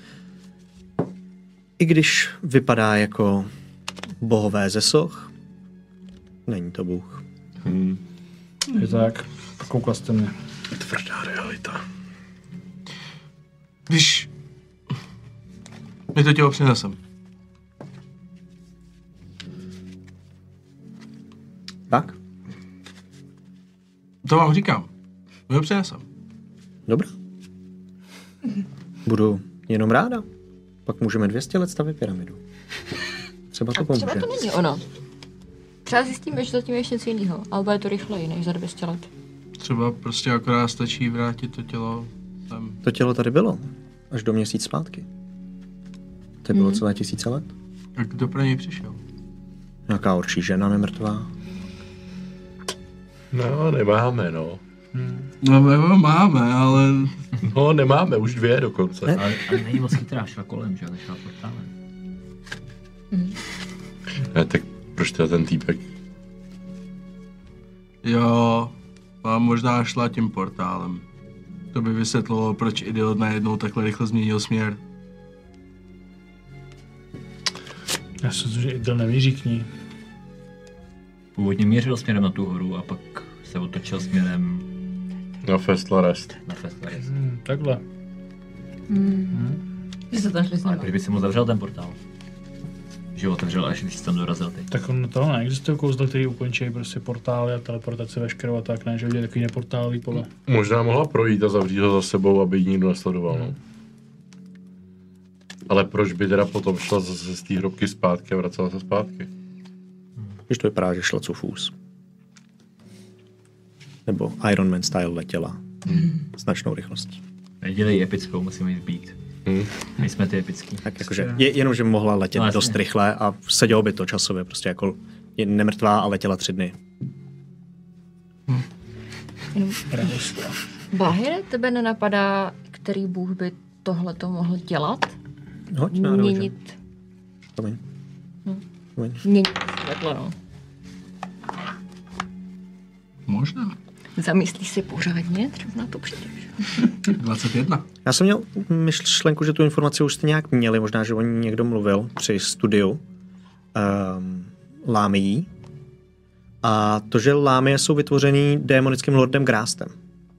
I když vypadá jako bohové ze soch, není to bůh. Hmm. Je tak, koukla jste mě. Tvrdá realita. Když... My to tělo přinesem. Tak? To vám říkám. My ho přinesem. Dobrá. Budu jenom ráda. Pak můžeme dvě stě let stavět pyramidu. Třeba to pomůže. Třeba to není ono. Třeba zjistíme, že zatím je ještě něco jiného, ale bude to rychleji než za dvě stě let. Třeba prostě akorát stačí vrátit to tělo tam. To tělo tady bylo. Až do měsíc zpátky. To bylo hmm. celé tisíce let. A kdo pro něj přišel? Nějaká orčí žena nemrtvá. No, nemáme, no. Hmm. No, my máme, ale... No, nemáme, už dvě dokonce. Ne? Ale, ale není moc chytrá, šla kolem, že? Šla portálem. Hmm. Ne, tak proč to je ten týpek? Jo, A možná šla tím portálem. To by vysvětlilo, proč idiot najednou takhle rychle změnil směr. Já si myslím, že Idil nemíří k ní. Původně mířil směrem na tu horu a pak se otočil směrem Na Festlarest. na Festlarest. Hmm, takhle. Hmm. Vy jste tam šli s Ale nimi. proč by si mu zavřel ten portál? Že ho otevřel, až když jsi tam dorazil ty. Tak on to neexistuje kouzla, který ukončí prostě portály a teleportaci veškerou a tak, ne, že udělá takový neportálový pole. Možná mohla projít a zavřít ho za sebou, aby ji nikdo nesledoval. No. Ale proč by teda potom šla zase z té hrobky zpátky a vracela se zpátky? Když to vypadá, že šla co fůz. Nebo Iron Man style letěla značnou rychlostí. Nedělej epickou, musíme jít být. Hmm. My jsme ty epický. Tak jakože, je, jenom, že mohla letět No, no, jasně. dost rychle a sedělo by to časově, prostě jako je nemrtvá a letěla tři dny. Bahire, tebe nenapadá, který bůh by tohle to mohl dělat? Hoď na religion. Měnit, Promiň. No. Promiň. měnit světlo, no. Možná. Zamyslíš si pořádně, třeba na to přijdeš. dvacet jedna. Já jsem měl myšlenku, že tu informaci už jste nějak měli, možná, že o ní někdo mluvil při studiu um, Lámií. A to, že Lámie jsou vytvořený démonickým lordem Grástem.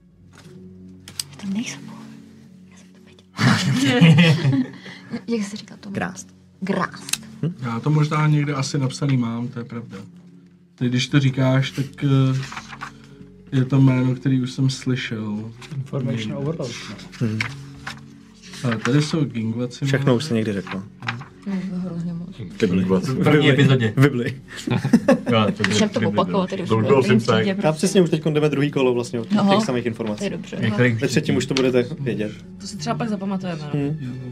To nejsem bůh. Já jsem to věděla. Jak jsi říkal tomu? Grást. Grást. Já to možná někde asi napsaný mám, to je pravda. Teď, když to říkáš, tak uh, je to jméno, který už jsem slyšel. Information overload. No. Ale tady jsou gingvaci. Všechno už se někdy řeklo. No, to hrozně moc. V první epizodě. Vybli. Jo, to Všem to opakovat, tedy už To už v byl prvním Simpsek. třídě, Já přesně už teď jdeme druhý kolo vlastně od Aha. těch samých To informací. je dobře. Některých Ve třetím už to budete vědět. To si třeba pak zapamatujeme. No. Hmm.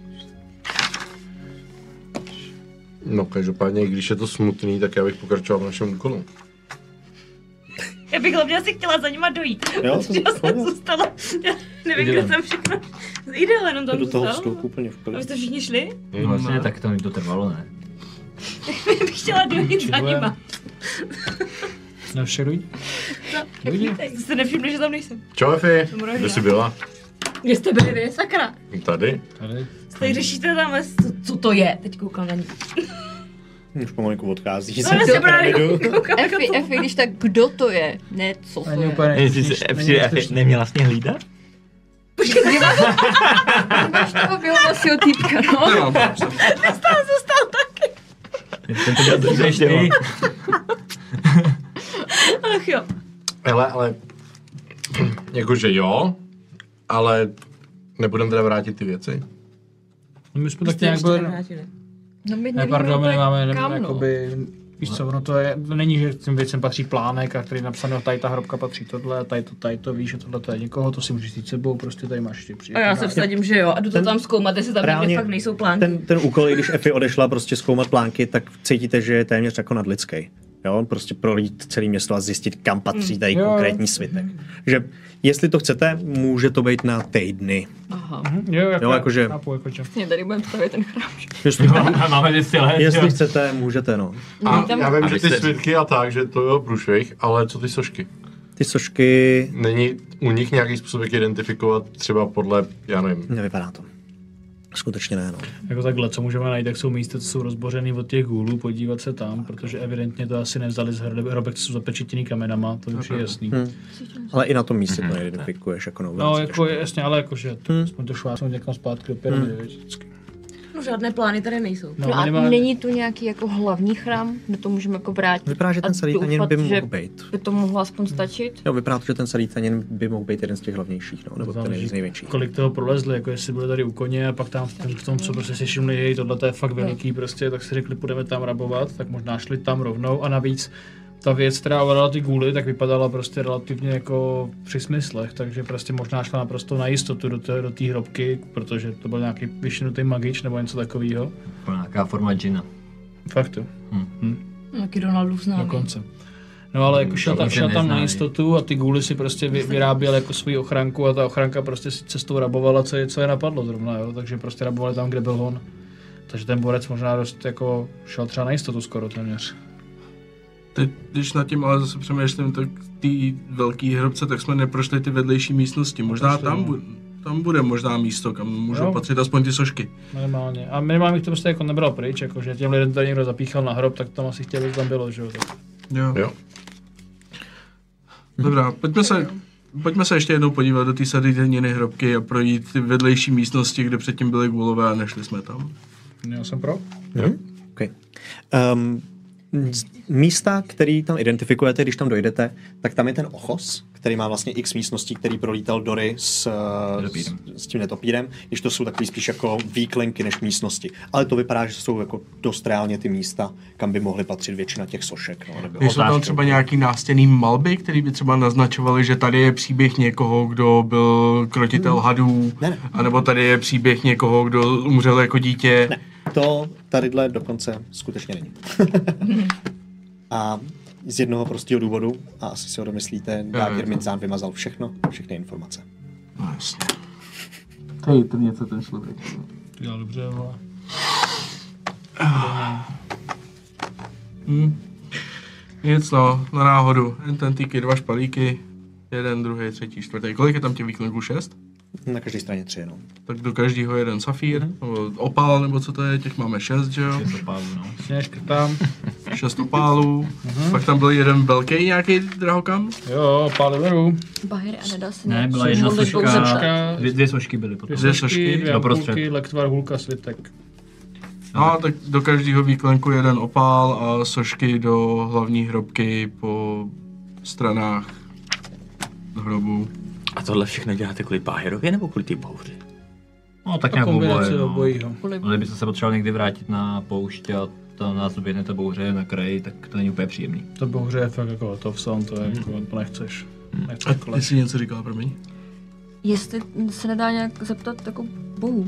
No každopádně, když je to smutný, tak já bych pokračoval v našem úkolu. Já bych hlavně asi chtěla za nima dojít. Jo, Protože já jsem zůstala, já nevím, kde Idylem. jsem všechno. S Idylem jenom tam Do toho zůstala. vstupu úplně v A klidu. vy jste všichni šli? No vlastně tak to mi to trvalo, ne? Já bych chtěla dojít za nima. Nevšeruj. No, jak víte, jste nevšimli, že tam nejsem. Čau, Efi, Jsem kde jsi byla? Kde jste byli vy, sakra? Tady? Tady. Tady řešíte tam, co, co to je? Teď koukám na ní. Už pomalinku odchází. No, já se právě koukám, jako Efi, to. Efi, když tak kdo to je? Ne, co to Není je. úplně Není nejsměšnější. neměla vlastně hlídat? Máš toho bělovlasího týpka, no. Nemám tam jsem. Zůstal, zůstal taky. Ten to dělal Jdeš ty. Ach jo. Hele, ale... Jakože jo, ale nebudem teda vrátit ty věci. No my jsme Vy tak jste nějak ještě byli... nevrátili. No my Ne, nevíme pardon, my úplně nemáme, nevím, kam, no. jakoby, víš co, ono to je, to není, že těm věcem patří plánek a který je napsaný, tady ta hrobka patří tohle, a tady to, tady to, víš, že tohle to je někoho, to si můžeš říct sebou, prostě tady máš ty A přijetí. já se vsadím, že jo. A jdu to Ten- tam zkoumat, jestli tam někde reálně fakt nejsou plánky. Ten, ten úkol, i když Efi odešla prostě zkoumat plánky, tak cítíte, že je téměř jako nadlidský. Jo, prostě projít celé město a zjistit, kam patří tady Jo. konkrétní svitek. Že jestli to chcete, může to být na týdny. Aha. Mhm, jo, jako, Jo, jakože- chápu, jako čo. Vlastně tady budeme stavět ten chrám. Jestli, Máme dvě let, jestli jo. chcete, můžete, no. A tam- já vím, A že vy ty jste- svitky a tak, že to je průšvih, ale co ty sošky? Ty sošky, Není u nich nějaký způsob, jak identifikovat třeba podle, já nevím. nevypadá to. Skutečně ne, no. Jako takhle, co můžeme najít, tak jsou místa, co jsou rozbořený od těch gůlů, podívat se tam, protože evidentně to asi nevzali z hrob- hrobek, co jsou zapečetěný kamenama, to už je jasný. Hm. Ale i na tom místě to neidentifikuješ jako nový. No, jako je jasně, ale jakože, to, aspoň to švácnou někam zpátky do pyramidy, víš, vždycky. No žádné plány tady nejsou. No, No a minimálně- není tu nějaký jako hlavní chrám, kde to můžeme jako vrátit? Vypadá, že ten a Salitanin doufat, by že mohl být. by to mohlo aspoň stačit? Jo, vypadá to, že ten Salitanin by mohl být jeden z těch hlavnějších, no, nebo ten Záleží, jeden z největších. kolik toho prolezli, jako jestli byli tady u koně a pak tam v tom, v tom co prostě si všimli, hej, tohle to je fakt veliký prostě, tak si řekli, půjdeme tam rabovat, tak možná šli tam rovnou a navíc ta věc, která ovládala ty gůly, tak vypadala prostě relativně jako při smyslech, takže prostě možná šla naprosto na jistotu do té do té hrobky, protože to byl nějaký vyšinutý magič nebo něco takového. Nějaká forma džina. Fakt jo, Jaký Donaldův známý. dokonce. No ale jako šel, to tam, už je šel tam na neznámý. jistotu a ty gůly si prostě vy, vyráběly jako svoji ochranku a ta ochranka prostě si cestou rabovala, co je, co je napadlo zrovna, jo? Takže prostě rabovali tam, kde byl on. Takže ten borec možná dost jako šel třeba na jistotu skoro téměř. Teď, když nad tím ale zase přemýšlím, tak ty velký hrobce, tak jsme neprošli ty vedlejší místnosti. Možná tam, bu- tam bude možná místo, kam můžou no. patřit aspoň ty sošky. Minimálně. A minimálně bych to prostě jako nebral pryč, jako, že těm lidem tady někdo zapíchal na hrob, tak tam asi chtěli, aby tam bylo, že jo. Tak. Jo. Jo. Dobrá, pojďme se, pojďme se ještě jednou podívat do té sady děniny hrobky a projít ty vedlejší místnosti, kde předtím byly gulové a nešli jsme tam. Já jsem pro. Hmm? Okay. Um, místa, který tam identifikujete, když tam dojdete, tak tam je ten ochos, který má vlastně x místností, který prolítal Dory s, s, s tím netopírem, když to jsou takový spíš jako výklenky než místnosti. Ale to vypadá, že jsou jako dost reálně ty místa, kam by mohly patřit většina těch sošek. No, jsou tam třeba nějaký nástěnný malby, který by třeba naznačovaly, že tady je příběh někoho, kdo byl krotitel hmm. hadů, ne, ne. anebo tady je příběh někoho, kdo umřel jako dítě. Ne, to tadyhle dokonce skutečně není. A z jednoho prostého důvodu, a asi si ho domyslíte, Dagger Minzán vymazal všechno, všechny informace. No jasně. Hej, to něco ten člověk. To dělal dobře, ale... Hmm. Nic no, na náhodu. Jen ten týky, dva špalíky, jeden, druhý, třetí, čtvrtý. Kolik je tam těch výklenků? Šest? Na každé straně tři, no. Tak do každého jeden safír, mm. nebo opál, nebo co to je, těch máme šest, že jo? Šest opálů, no. Škrtám. Šest opálů. Mm-hmm. Pak tam byl jeden velký nějaký drahokam? Jo, opály beru. Bahyr a nedá se ne, byla jedna soška, dvě, dvě sošky byly potom. Dvě sošky, dvě ampulky, lektvar, hůlka, svitek. No, tak do každého výklenku jeden opál a sošky do hlavní hrobky po stranách hrobu. A tohle všechno děláte kvůli Bahyrově nebo kvůli té bouři? No tak nějak oboje, no. obojího. Ale kdybyste se potřeboval někdy vrátit na poušť a to nás doběhne ta bouře na kraji, tak to není úplně příjemný. Ta bouře je fakt jako to v sam, to je hmm. jako, to nechceš. Hmm. nechceš a ty jsi něco říkala, promiň? Jestli se nedá nějak zeptat jako bohu.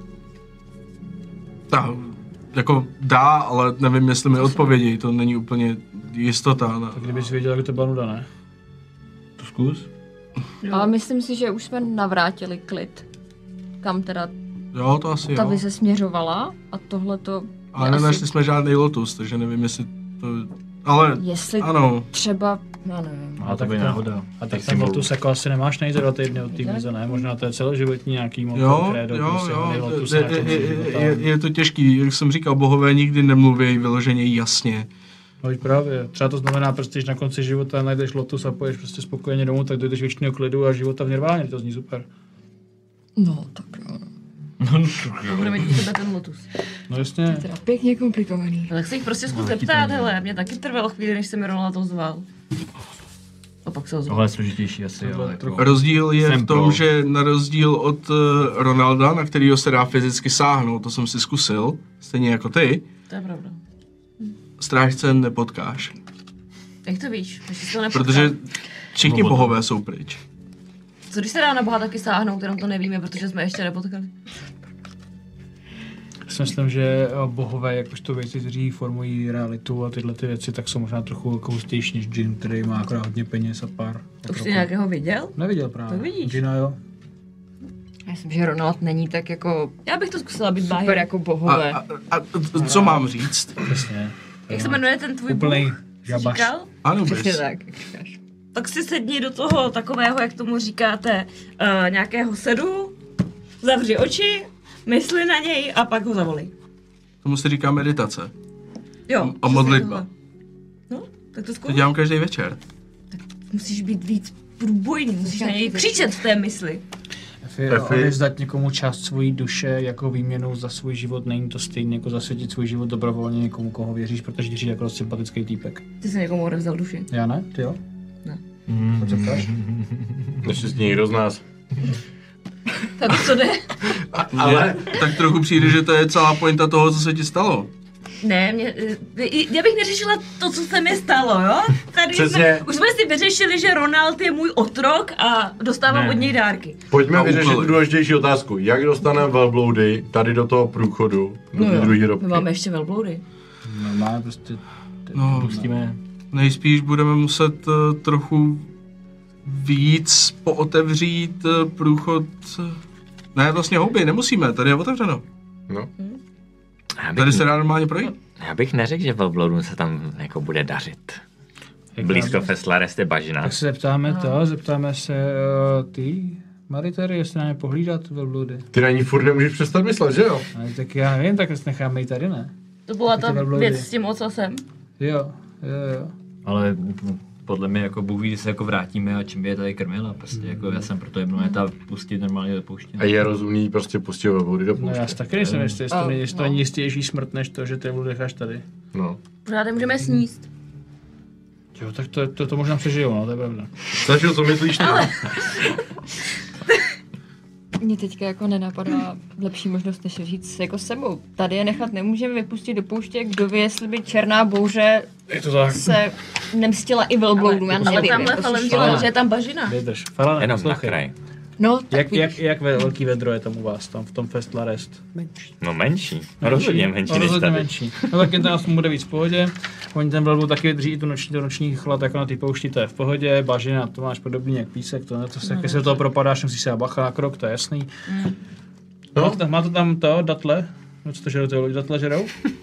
Tak, jako dá, ale nevím, jestli mi odpovědí, to není úplně jistota. Ne? Tak kdybys věděl, jak to byla nuda, ne? To zkus. Jo. Ale myslím si, že už jsme navrátili klid. Kam teda jo, to asi ta jo. vize směřovala a tohle to... Ale nenašli asi... jsme žádný lotus, takže nevím, jestli to... Ale jestli ano. třeba, já nevím. A to by náhoda. A tak ten lotus jako asi nemáš najít za dva týdny od té vize, ne? Možná to je celoživotní nějaký jo, krédo, jo, prostě jo, lotus je, je, je, je, je to těžký, jak jsem říkal, bohové nikdy nemluví vyloženě jasně. No právě, třeba to znamená prostě, že na konci života najdeš lotus a poješ prostě spokojeně domů, tak dojdeš věčného klidu a života v nirváně, to zní super. No, tak jo. No, budeme mít tebe ten lotus. No jasně. To je teda pěkně komplikovaný. Ale chci jich prostě zkus zeptat, hele, mě taky trvalo chvíli, než se mi Ronald ozval. A pak se ozval. Tohle je složitější asi, ale jako... Rozdíl je v tom, pro... že na rozdíl od uh, Ronalda, na kterýho se dá fyzicky sáhnout, to jsem si zkusil, stejně jako ty. To je pravda. Strážce nepotkáš. Jak to víš? To nepotkáš. Protože všichni no, bohové jsou pryč. Co když se dá na boha taky sáhnout, jenom to nevíme, protože jsme ještě nepotkali? Já si myslím, že bohové, jakožto věci, kteří formují realitu a tyhle ty věci, tak jsou možná trochu jako hustější než džin, který má akorát hodně peněz a pár. To už jsi nějakého viděl? Neviděl právě. To vidíš. Džina, jo. Já myslím, že Ronald není tak jako... Já bych to zkusila být báhy. Super jako bohové. A, a, a, a co mám říct? Přesně. Jak se jmenuje ten tvůj úplnej bůh? žabaš. Ano, přesně tak, jak říkáš. Tak si sedni do toho takového, jak tomu říkáte, uh, nějakého sedu, zavři oči, mysli na něj a pak ho zavolej. Tomu se říká meditace. Jo. A modlitba. No, tak to zkus. To dělám každý večer. Tak musíš být víc průbojný, musíš na něj křičet v té mysli. Odevzdat někomu část svojí duše jako výměnu za svůj život, není to stejné jako zasvětit svůj život dobrovolně někomu, koho věříš, protože ti jako sympatický týpek. Ty jsi někomu odevzal duši. Já ne? Ty jo? Ne. Proč se ptáš? Neštěstí někdo z nás. Tak to jde. A, ale tak trochu přijde, že to je celá pointa toho, co se ti stalo. Ne, mě, já bych neřešila to, co se mi stalo, jo? Tady jsme, už jsme si vyřešili, že Ronald je můj otrok a dostávám ne. od něj dárky. Pojďme vyřešit tu důležitější otázku. Jak dostaneme velbloudy tady do toho průchodu, do no druhé hrobky? My máme ještě velbloudy. Normálně prostě no, pustíme. Nejspíš budeme muset uh, trochu víc pootevřít uh, průchod. Ne, vlastně houby, nemusíme, tady je otevřeno. No. Tady se dá normálně projít. Já bych neřekl, že velbloudům se tam jako bude dařit. blízko Festlarest je bažina. Tak se zeptáme to, zeptáme se uh, ty, Maritery, jestli nám je pohlídat velbloudy. Ty na ní furt nemůžeš přestat myslet, že jo? Ale tak já nevím, tak necháme ji tady, ne? To byla Ty ta velbloudy. věc s tím ocasem. Jo, jo, jo. Ale podle mě jako Bůh ví, kdy se jako vrátíme a čím by je tady krmila. Prostě jako já jsem proto jednou ta pustit normálně do pouště. A je rozumný prostě pustit velbloudy do No pouště. já si taky nejsem jistý, jestli to Oh, není, jestli to no. není jistější smrt, než to, že ty velbloudy necháš tady. No. Pořád je můžeme sníst. Jo, tak to, to, to možná přežijou, no, to je pravda. Snažil, co myslíš ty? Mně teďka jako nenapadá lepší možnost, než říct jako sebou. Tady je nechat nemůžeme vypustit do pouště, kdo ví, jestli by černá bouře Je to tak. se nemstila i velbloudům, já Ale nevím. tamhle jako Falen si dělal, šla. že je tam bažina. Vydrž. Falane, Jenom na poslouchej. kraj. No, tak Jak, vidíš. jak, jak ve- velký vedro je tam u vás, tam v tom Festlarest? No menší. No rozhodně menší No, než rozhodně tady. menší. No tak jen to nás bude víc v pohodě. Oni ten velbloud taky drží i tu noční, to noční chlad, jako na ty poušti, to je v pohodě. Bažina, to máš podobně jak písek, to, ne, to se, když se do toho propadáš, musíš se dát bacha na krok, to je jasný. No. Máte, tam, máte tam to, datle? No co to žerou, ty lidi datle žerou?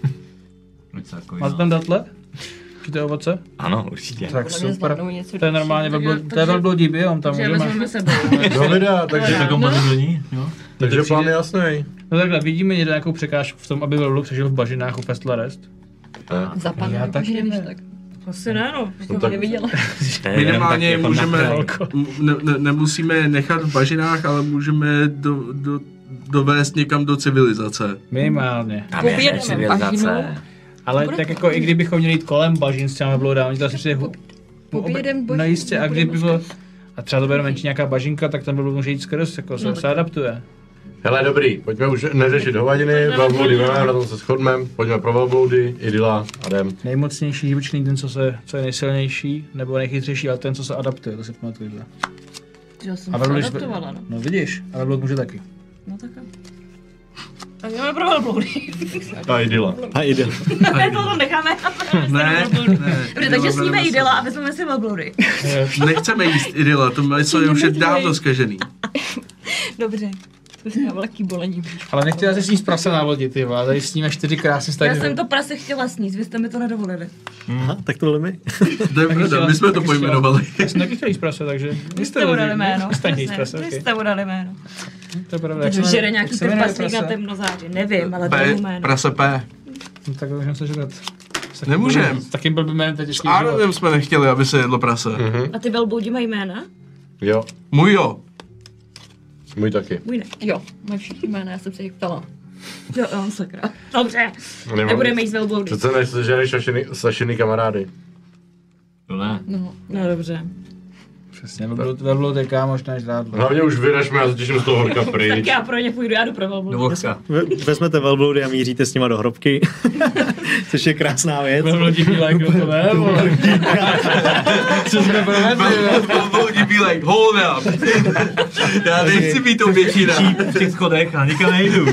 Něco takový, Máte no. tam datle? Určitě ovoce? Ano, určitě. Tak Podle mě super. zvládnou něco To je normálně Takže- velbloud, to je takže- velbloudí biom, tam Že je může máš. vezmeme sebou. No vydá, takže, No, Kompatibilní, jo? takže plán je jasný. No takhle, vidíme někde nějakou překážku v tom, aby velbloud přežil v bažinách u Festlarest? Zapadne, Já jako, taky že nevíš ne. tak. Asi ne, no. No tak, Neviděla. To je jenom Minimálně tak jako můžeme, na kraj. m- ne, ne, nemusíme je nechat v bažinách, ale můžeme do, do, dovést někam do civilizace. Minimálně. Tam je Poběhneme civilizace. bažinu. Ale Bude tak to jako i kdybychom měli jít kolem bažin s těma velbloudama, oni to asi přijde... Pobědem No jistě, a bažinu, kdyby bude bylo... A třeba to bude menší nějaká bažinka, tak ten velbloud může jít skrz, jako se, se adaptuje. hele dobrý, pojďme už neřešit hovadiny, velbloudy máme, na tom se shodneme, pojďme pro velbloudy, idyla a jdem. Nejmocnější živočišný ten, co, se, co je nejsilnější, nebo nejchytřejší, ale ten, co se adaptuje, to si pamatujte. Já jsem A se velbloud, adaptovala, no. no vidíš, a velbloud může taky. No tak jo. Tak jdeme pro velbloudy. A idyla. A jde. Ne, to tam necháme. Ne, ne. Dobře, takže sníme jídela a vezmeme si velbloudy. Nechceme jíst idyla, to maso je už je dávno zkažený. Dobře. To si mám velký bolení. Ale nechtěla si sníst prase na vodě, ty vole, tady sníme čtyři krásně Já stejně. jsem to prase chtěla sníst, vy jste mi to nedovolili. Aha, tak to byli my. To je pravda, my jsme to pojmenovali. Já jsem taky chtěl jíst prase, takže... Vy jste mu dali jméno. Vy jste jíst Přesně, prase, Vy okej. jste mu dali jméno. To je pravda. Takže jak se žere jmenuje- nějaký jak se jmenuje trpaslík na prase? temnozáři. Nevím, ale P, dali mu jméno. prase P. No, tak to můžeme se žrat. S takým Nemůžem. blbým- S takým blbým jménem to je S těžký život. Aaronem jsme nechtěli, aby se jedlo prase. A ty velbloudi mají jména? Jo, Můj jo. můj taky. Můj ne. Jo, mají všichni jména, já jsem se jich ptala. Jo, jo, sakra. Dobře, Nemám- nebudeme jíst velbloudy. Přece než sežereš sašiny, sašiny kamarády. To ne. No, No dobře. Přesně, velbloud- velbloud je kámoš náš žrádlo. Hlavně už vyražme, já se těším z toho horka Tak pryč. já pro ně půjdu, já jdu pro velbloudy. Do voska. Ve- Vezmete velbloudy a míříte s nima do hrobky, což je krásná věc. Velbloudí bílé, kdo to ne, vole. Co jsme provedli, vole. Velbloudí bílej, hold up. Já nechci být tou většina. V těch schodech a nikam nejdu.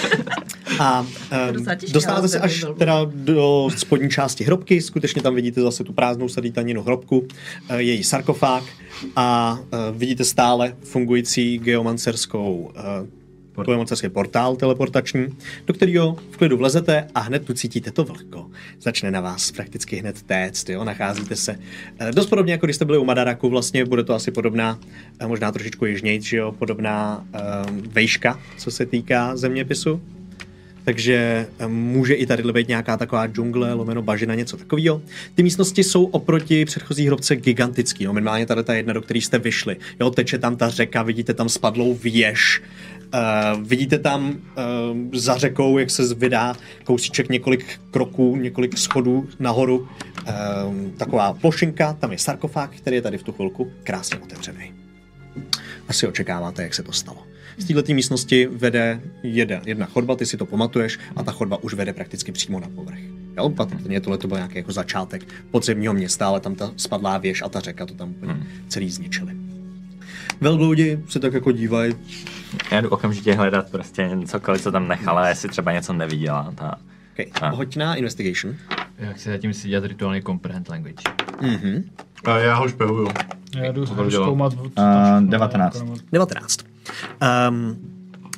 A um, docela těžké, dostáváte ale se to by až byl. teda do spodní části hrobky, skutečně tam vidíte zase tu prázdnou sadítaninu hrobku, eh, její sarkofág a eh, vidíte stále fungující geomancerskou uh, geomancerský portál teleportační, do kterého v klidu vlezete a hned tu cítíte to vlhko. Začne na vás prakticky hned téct, jo? Nacházíte se eh, dost podobně, jako když jste byli u Madaraku, vlastně bude to asi podobná, eh, možná trošičku jižnějc, že jo? Podobná eh, vejška, co se týká zeměpisu. Takže eh, může i tady být nějaká taková džungle, lomeno bažina, něco takového. Ty místnosti jsou oproti předchozí hrobce gigantický. Jo? Minimálně tady ta jedna, do které jste vyšli. Jo? Teče tam ta řeka, vidíte tam spadlou věž. Uh, vidíte tam uh, za řekou, jak se vydá kousíček několik kroků, několik schodů nahoru. Uh, taková plošinka, tam je sarkofág, který je tady v tu chvilku krásně otevřený. Asi očekáváte, jak se to stalo. Z této místnosti vede jedna, jedna chodba, ty si to pamatuješ, a ta chodba už vede prakticky přímo na povrch. Jo, patrně tohle to byl nějaký jako začátek podzemního města, ale tam ta spadlá věž a ta řeka to tam úplně celý zničili. Velbloudi se tak jako dívají. Já jdu okamžitě hledat prostě cokoliv, co tam nechala, jestli třeba něco neviděla. Ta... Okay. A. Hoď na investigation. Já chci zatím si dělat rituálně comprehend language. Mhm. A já ho špehuju. Já jdu To dělám. zkoumat... Uh, devatenáct. devatenáct. Um,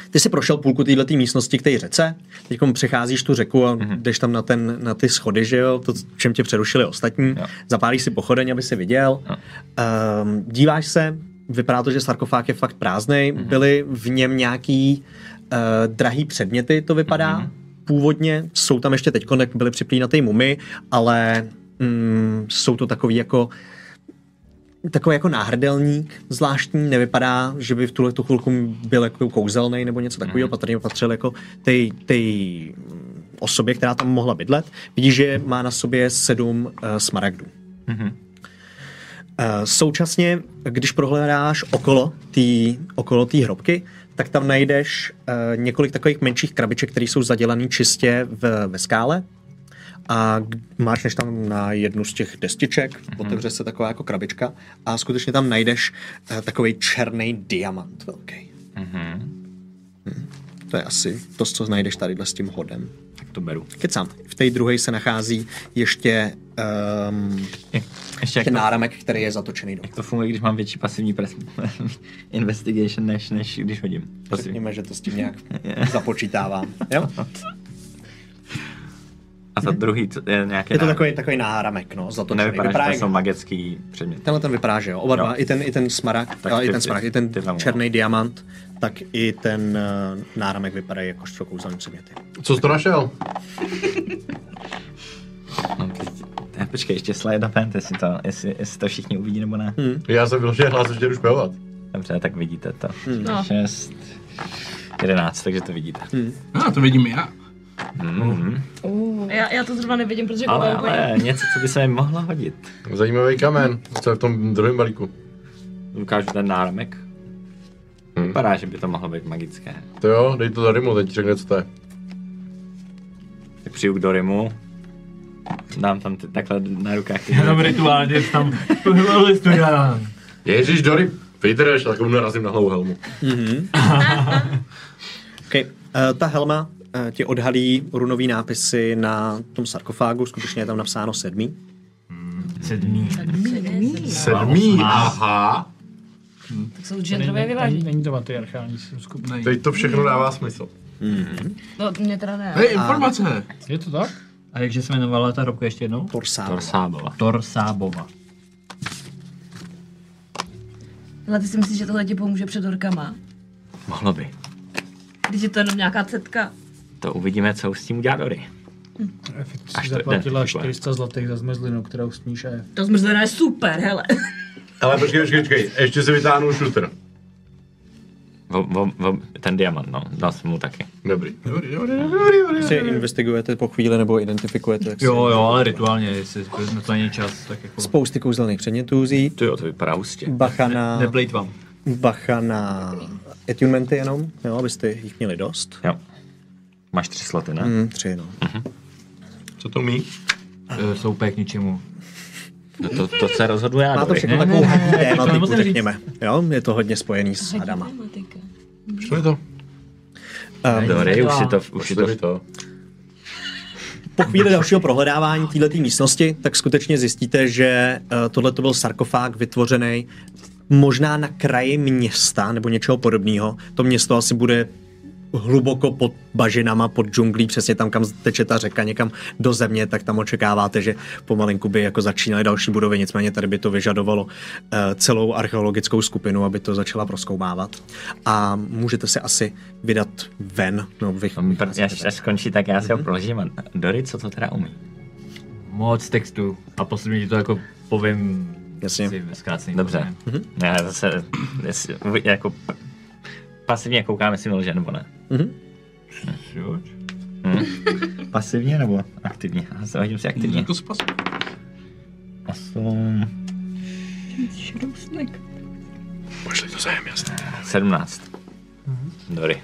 Ty jsi prošel půlku této místnosti k té řece, teď přecházíš tu řeku a Mhm. jdeš tam na, ten, na ty schody, že jo, to, čem tě přerušili ostatní, Jo. zapálíš si pochodeň, aby si viděl, Jo. um, díváš se, vypadá to, že sarkofág je fakt prázdnej, Mhm. byly v něm nějaký uh, drahý předměty, to vypadá, Mhm. původně, jsou tam ještě teďko, byly připlínatý mumy, ale mm, jsou to takový jako takový jako náhrdelník zvláštní, nevypadá, že by v tuhle tu chvilku byl jako kouzelný nebo něco takového, patrně patřil jako tej, tej osobě, která tam mohla bydlet. Vidíš, že má na sobě sedm uh, smaragdů. Mhm. Uh, současně, když prohledáš okolo té okolo té hrobky, tak tam najdeš uh, několik takových menších krabiček, které jsou zadělané čistě v, ve skále. A máčneš tam na jednu z těch destiček, mm-hmm. otevře se taková jako krabička a skutečně tam najdeš uh, takový černý diamant velký. Mhm. Hmm. To je asi to, co najdeš tadyhle s tím hodem. Tak to beru. Kecám. V té druhé se nachází ještě um, Je, ještě jak ten to, náramek, který je zatočený do. jak to funguje, když mám větší pasivní pres, investigation, než, než když hodím. Prosím. Řekněme, že to s tím nějak započítávám. Jo? A za druhý to je nějaký Je to náramek. takový, takový náramek, no, To zatočený. nevypadá, Vypadá že to jak- jsou magický předmět. Tenhle ten vypadá, že jo. Oba Jo. dva, i ten, i ten smaragd, Tak ale i ty- ten ty- smaragd, i ten ty tam, černý diamant, tak i ten uh, náramek vypadá jako kouzelný předměty. Co jsi to našel? No, teď, eh, počkej, ještě slide up hand, jestli to, jestli, jestli to všichni uvidí nebo ne. Hmm. Já jsem vyloženě hlásil, že jdu špehovat. Dobře, tak vidíte to. No. šest, jedenáct, takže to vidíte. A to vidím já. Mm. Já, já to zrovna nevidím, protože Ale, koukám ale něco, co by se mi mohlo hodit. Zajímavý kamen. Co je v tom druhém balíku? Ukážu ten náramek. Hmm. Vypadá, že by to mohlo být magické. To jo, dej to za Rimu, teď ti řekne, co to je. Tak přijdu k Dorimu, dám tam ty, takhle na rukách. Ty Jenom rituálně tam listu já. Ježíš, Dory, vydrž, tak mu narazím na hlavu helmu. Okay. Uh, ta helma uh, ti odhalí runový nápisy na tom sarkofágu, skutečně je tam napsáno sedmý. Sedmý. Sedmý, aha. Tak jsou genderové vyvážení. Není to matriarchální skupina. Teď to všechno dává smysl. No, mě teda ne. Hej, informace! Je to tak? A jakže se jmenovala ta hrobka ještě jednou? Torsáva. Torsábova. Torsábova. Ale ty si myslíš, že tohle ti pomůže před orkama? Mohlo by. Když je to jenom nějaká cetka. To uvidíme, co s tím udělá Dory. Efekt Až si to zaplatila jde, čtyři sta zlatých za zmrzlinu, kterou sníš a je. To zmrzlina je super, hele. Ale počkej, počkej, počkej, ještě si vytáhnu šuter. Vo, vo, vo, ten diamant, no, dal jsem mu taky. Dobrý. Dobrý, dobrý, dobrý, dobrý. Si investigujete po chvíli nebo identifikujete. Jak si- Jo, jo, ale rituálně, jestli na to není čas, tak jako... Spousty kouzelných předmětů vzít. To jo, to vypadá hustě. Bacha na, Neplejtvám. bacha na attunementy jenom, jo, abyste jich měli dost. Jo. Máš tři sloty, ne? Mm, tři, no. Co to umí? E, jsou úplně k ničemu. To, to, to se rozhoduje já, Má to Dory. všechno Ne, takovou ne, ne, hadí ne, to tématiku, nemusím říct. řekněme. Jo, je to hodně spojený s hadama. Pošli to. Um, Dory, už si to, už si Pošli to mi to. po chvíli dalšího prohledávání této místnosti, tak skutečně zjistíte, že uh, tohle to byl sarkofág vytvořený možná na kraji města nebo něčeho podobného. To město asi bude hluboko pod bažinama, pod džunglí, přesně tam, kam teče ta řeka někam do země, tak tam očekáváte, že pomalinku by jako začínaly další budovy, nicméně tady by to vyžadovalo uh, celou archeologickou skupinu, aby to začala prozkoumávat. A můžete se asi vydat ven. No, vy, Až, až skončí, tak já si ho proložím. A Dory, co to teda umí? Moc textu. A posledně ti to jako povím Jasně. si ve zkrácený. Dobře. Já zase, jestli, jako pasivně koukám, jestli mi lže, nebo ne. Mhm. Jo. Hm? Pasivně nebo aktivně? Já hodím si aktivně. Jako spas. Osm, Pošli to sem, jasně. sedmnáct. Dory.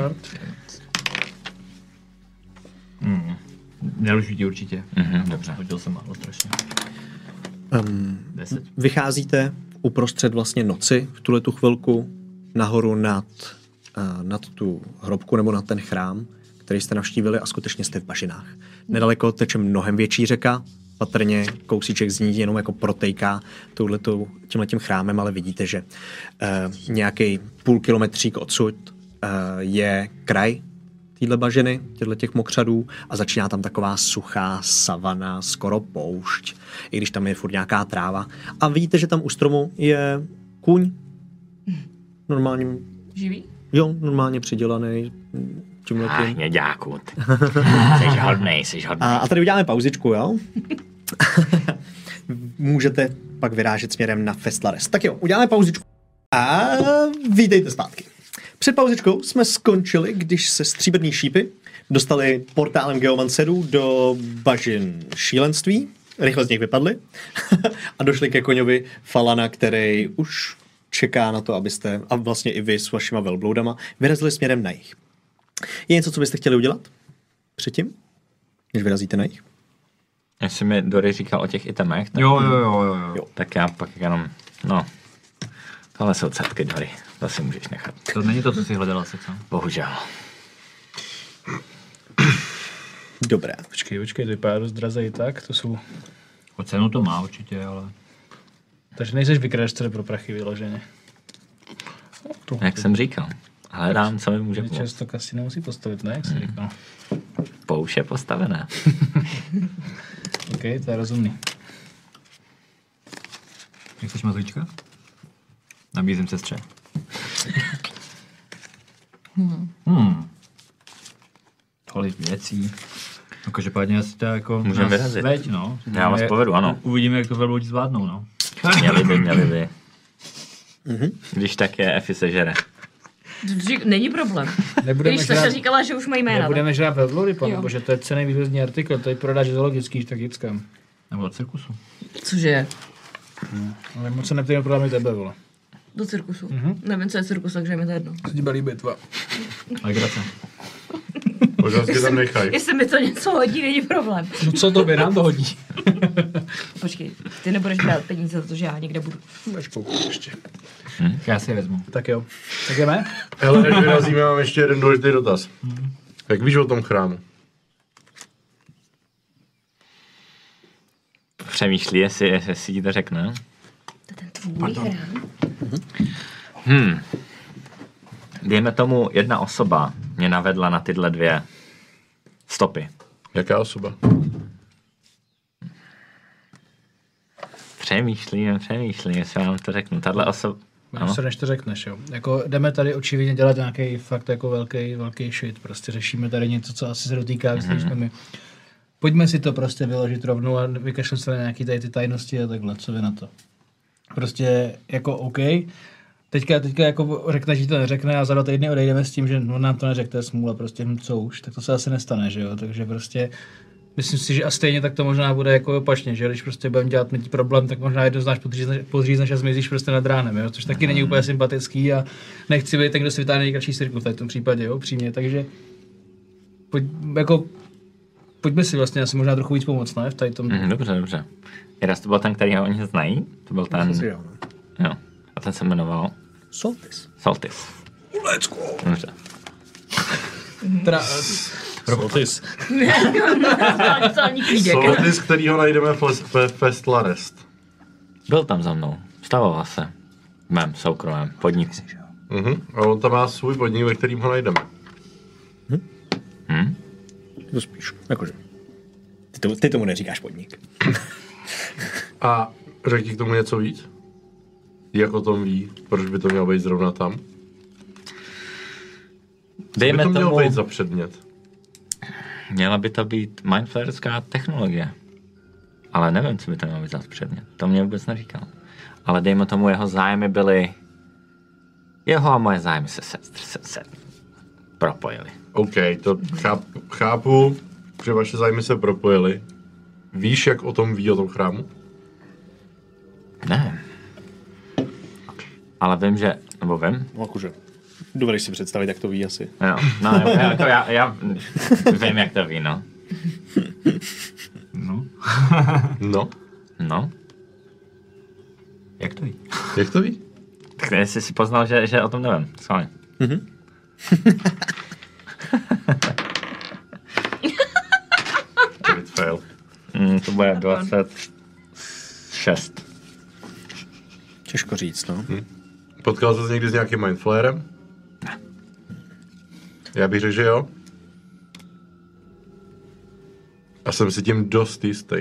Mm. Nelžu ti určitě. Mhm, dobře. Hodil jsem málo strašně. Um, Deset. vycházíte uprostřed vlastně noci v tuhle tu chvilku nahoru nad, uh, nad tu hrobku nebo nad ten chrám, který jste navštívili a skutečně jste v bažinách. Nedaleko teče mnohem větší řeka, patrně kousíček z ní jenom jako protejká tímhletím chrámem, ale vidíte, že uh, nějaký půl kilometřík odsud je kraj téhle bažiny, těchto těch mokřadů a začíná tam taková suchá savana, skoro poušť, i když tam je furt nějaká tráva. A vidíte, že tam u stromu je kůň. Normálně... Živý? Jo, normálně přidělaný. Ach, neďáku. Jsi hodnej, jsi hodnej. A, a tady uděláme pauzičku, jo? Můžete pak vyrážet směrem na Festlarest. Tak jo, uděláme pauzičku. A vítejte zpátky. Před pauzičkou jsme skončili, když se stříbrný šípy dostali portálem geomancerů do bažin šílenství. Rychle z nich vypadli. A došli ke koňovi Falana, který už čeká na to, abyste, a vlastně i vy s vašima velbloudama, vyrazili směrem na jih. Je něco, co byste chtěli udělat předtím, než vyrazíte na jih? Jestli mi Dory říkal o těch itemech, tak, Jo, jo, jo, jo, jo. tak já pak jenom, no, tohle jsou cepky, Dory, to si můžeš nechat. To není to, co jsi hledala, se co? Bohužel. Dobré. Počkej, počkej, to vypadá dost draze i tak, to jsou... O cenu to má určitě, ale... Takže nejseš vykradečce pro prachy vyloženě. To, jak jsem říkal, hledám, co mi může pomoct. Často kasi nemusí postavit, ne? Jak jsi hmm. říkal. Pouš je postavené. OK, to je rozumný. Jak chceš mazlíčka? Nabízím sestře. Hmm. Hmm. Tolik věcí. No každopádně asi to jako... Můžeme vyrazit. Veď, no. Já vás povedu, ano. Uvidíme, jak to velbloudi zvládnou, no. Měli by, měli by. Mm-hmm. Když tak je Efi sežere. Není problém. Nebudeme Když Saša říkala, že už mají jména. Nebudeme žrát velbloudy, pane, protože to je cenný vývozní artikl, to je prodáš zoologický, tak jickám. Nebo od cirkusu. Cože? Hmm. Ale moc se neptejme prodáme tebe, vole. Do cirkusu. Mhm. Nevím, co je cirkus, takže mi to jedno. Co ti bude bitva? Legrace. Možná si tam nechaj. Jestli mi to něco hodí, není problém. No co tobě, nám to hodí. Počkej, ty nebudeš brát peníze za to, že já někde budu. Máš kouknout ještě. Hm? Já si je vezmu. Tak jo. Tak jdeme? Hele, než vyrazíme, mám ještě jeden důležitý dotaz. Hm. Jak víš o tom chrámu? Přemýšlí, jestli, jestli ti to řekne. To je ten tvůj chrám. Hmm. Dejme tomu, jedna osoba mě navedla na tyhle dvě stopy. Jaká osoba? Přemýšlím, přemýšlím, jestli vám to řeknu. Tahle osoba... Ano. Se než to řekneš, jo. Jako jdeme tady očividně dělat nějaký fakt jako velký, velký shit. Prostě řešíme tady něco, co asi se dotýká, mm-hmm. jsme my. Pojďme si to prostě vyložit rovnou a vykašlem se na nějaký tady ty tajnosti a takhle, co vy na to. Prostě jako OK. Teďka, teďka jako řekne, že to neřekne a za dva týdny odejdeme s tím, že no, nám to neřekne, to je smůla, prostě hm, co už, tak to se asi nestane, že jo, takže prostě myslím si, že a stejně tak to možná bude jako opačně, že když prostě budeme dělat mít problém, tak možná jedno z nás podřízneš a zmizíš prostě nad ránem, jo, což taky není úplně sympatický a nechci být ten, kdo si vytáhne nejkratší sirku v tom případě, jo, přímě, takže pojď, jako pojďme si vlastně asi možná trochu víc pomoct, ne, v tady tom. Mm, dobře, dobře. Jeraz to byl ten, který ho oni znají, to byl ten, Jo. jo, a ten se jmenoval Soltis. Soltis. Let's go. Dobře. Teda, Soltis. Soltis, kterýho najdeme ve Festlarest. Byl tam za mnou, stavoval se v mém soukromém podniku. Mhm. A on tam má svůj podnik, ve kterým ho najdeme. Hm? Hm? To spíš, jakože. Ty, to, ty tomu neříkáš podnik. A řekl ti k tomu něco víc? Jak o tom ví? Proč by to mělo být zrovna tam? Dejme Co by to mělo tomu, být za předmět? měla by to být mindflayerská technologie. Ale nevím, co by to mělo být za předmět. To mě vůbec neříkal. Ale dejme tomu, jeho zájmy byly... Jeho a moje zájmy se, se, se, se propojily. OK, to chápu, chápu, že vaše zájmy se propojily. Víš, jak o tom ví, o tom chrámu? Nevím. Ale vím, že... Nebo vím? No, jakože. Dovedeš si představit, jak to ví asi. Jo, no, já, jako já, já vím, jak to ví, no. No. No. No. Jak to ví? Jak to ví? Tak jestli si poznal, že, že o tom nevím. Sorry. Mhm. Fail. Mm, to bude dvacet šest. Těžko říct, no. Hm. Potkal jsi se někdy s nějakým mindflayerem? Já bych řekl, že jo. A jsem si tím dost jistý.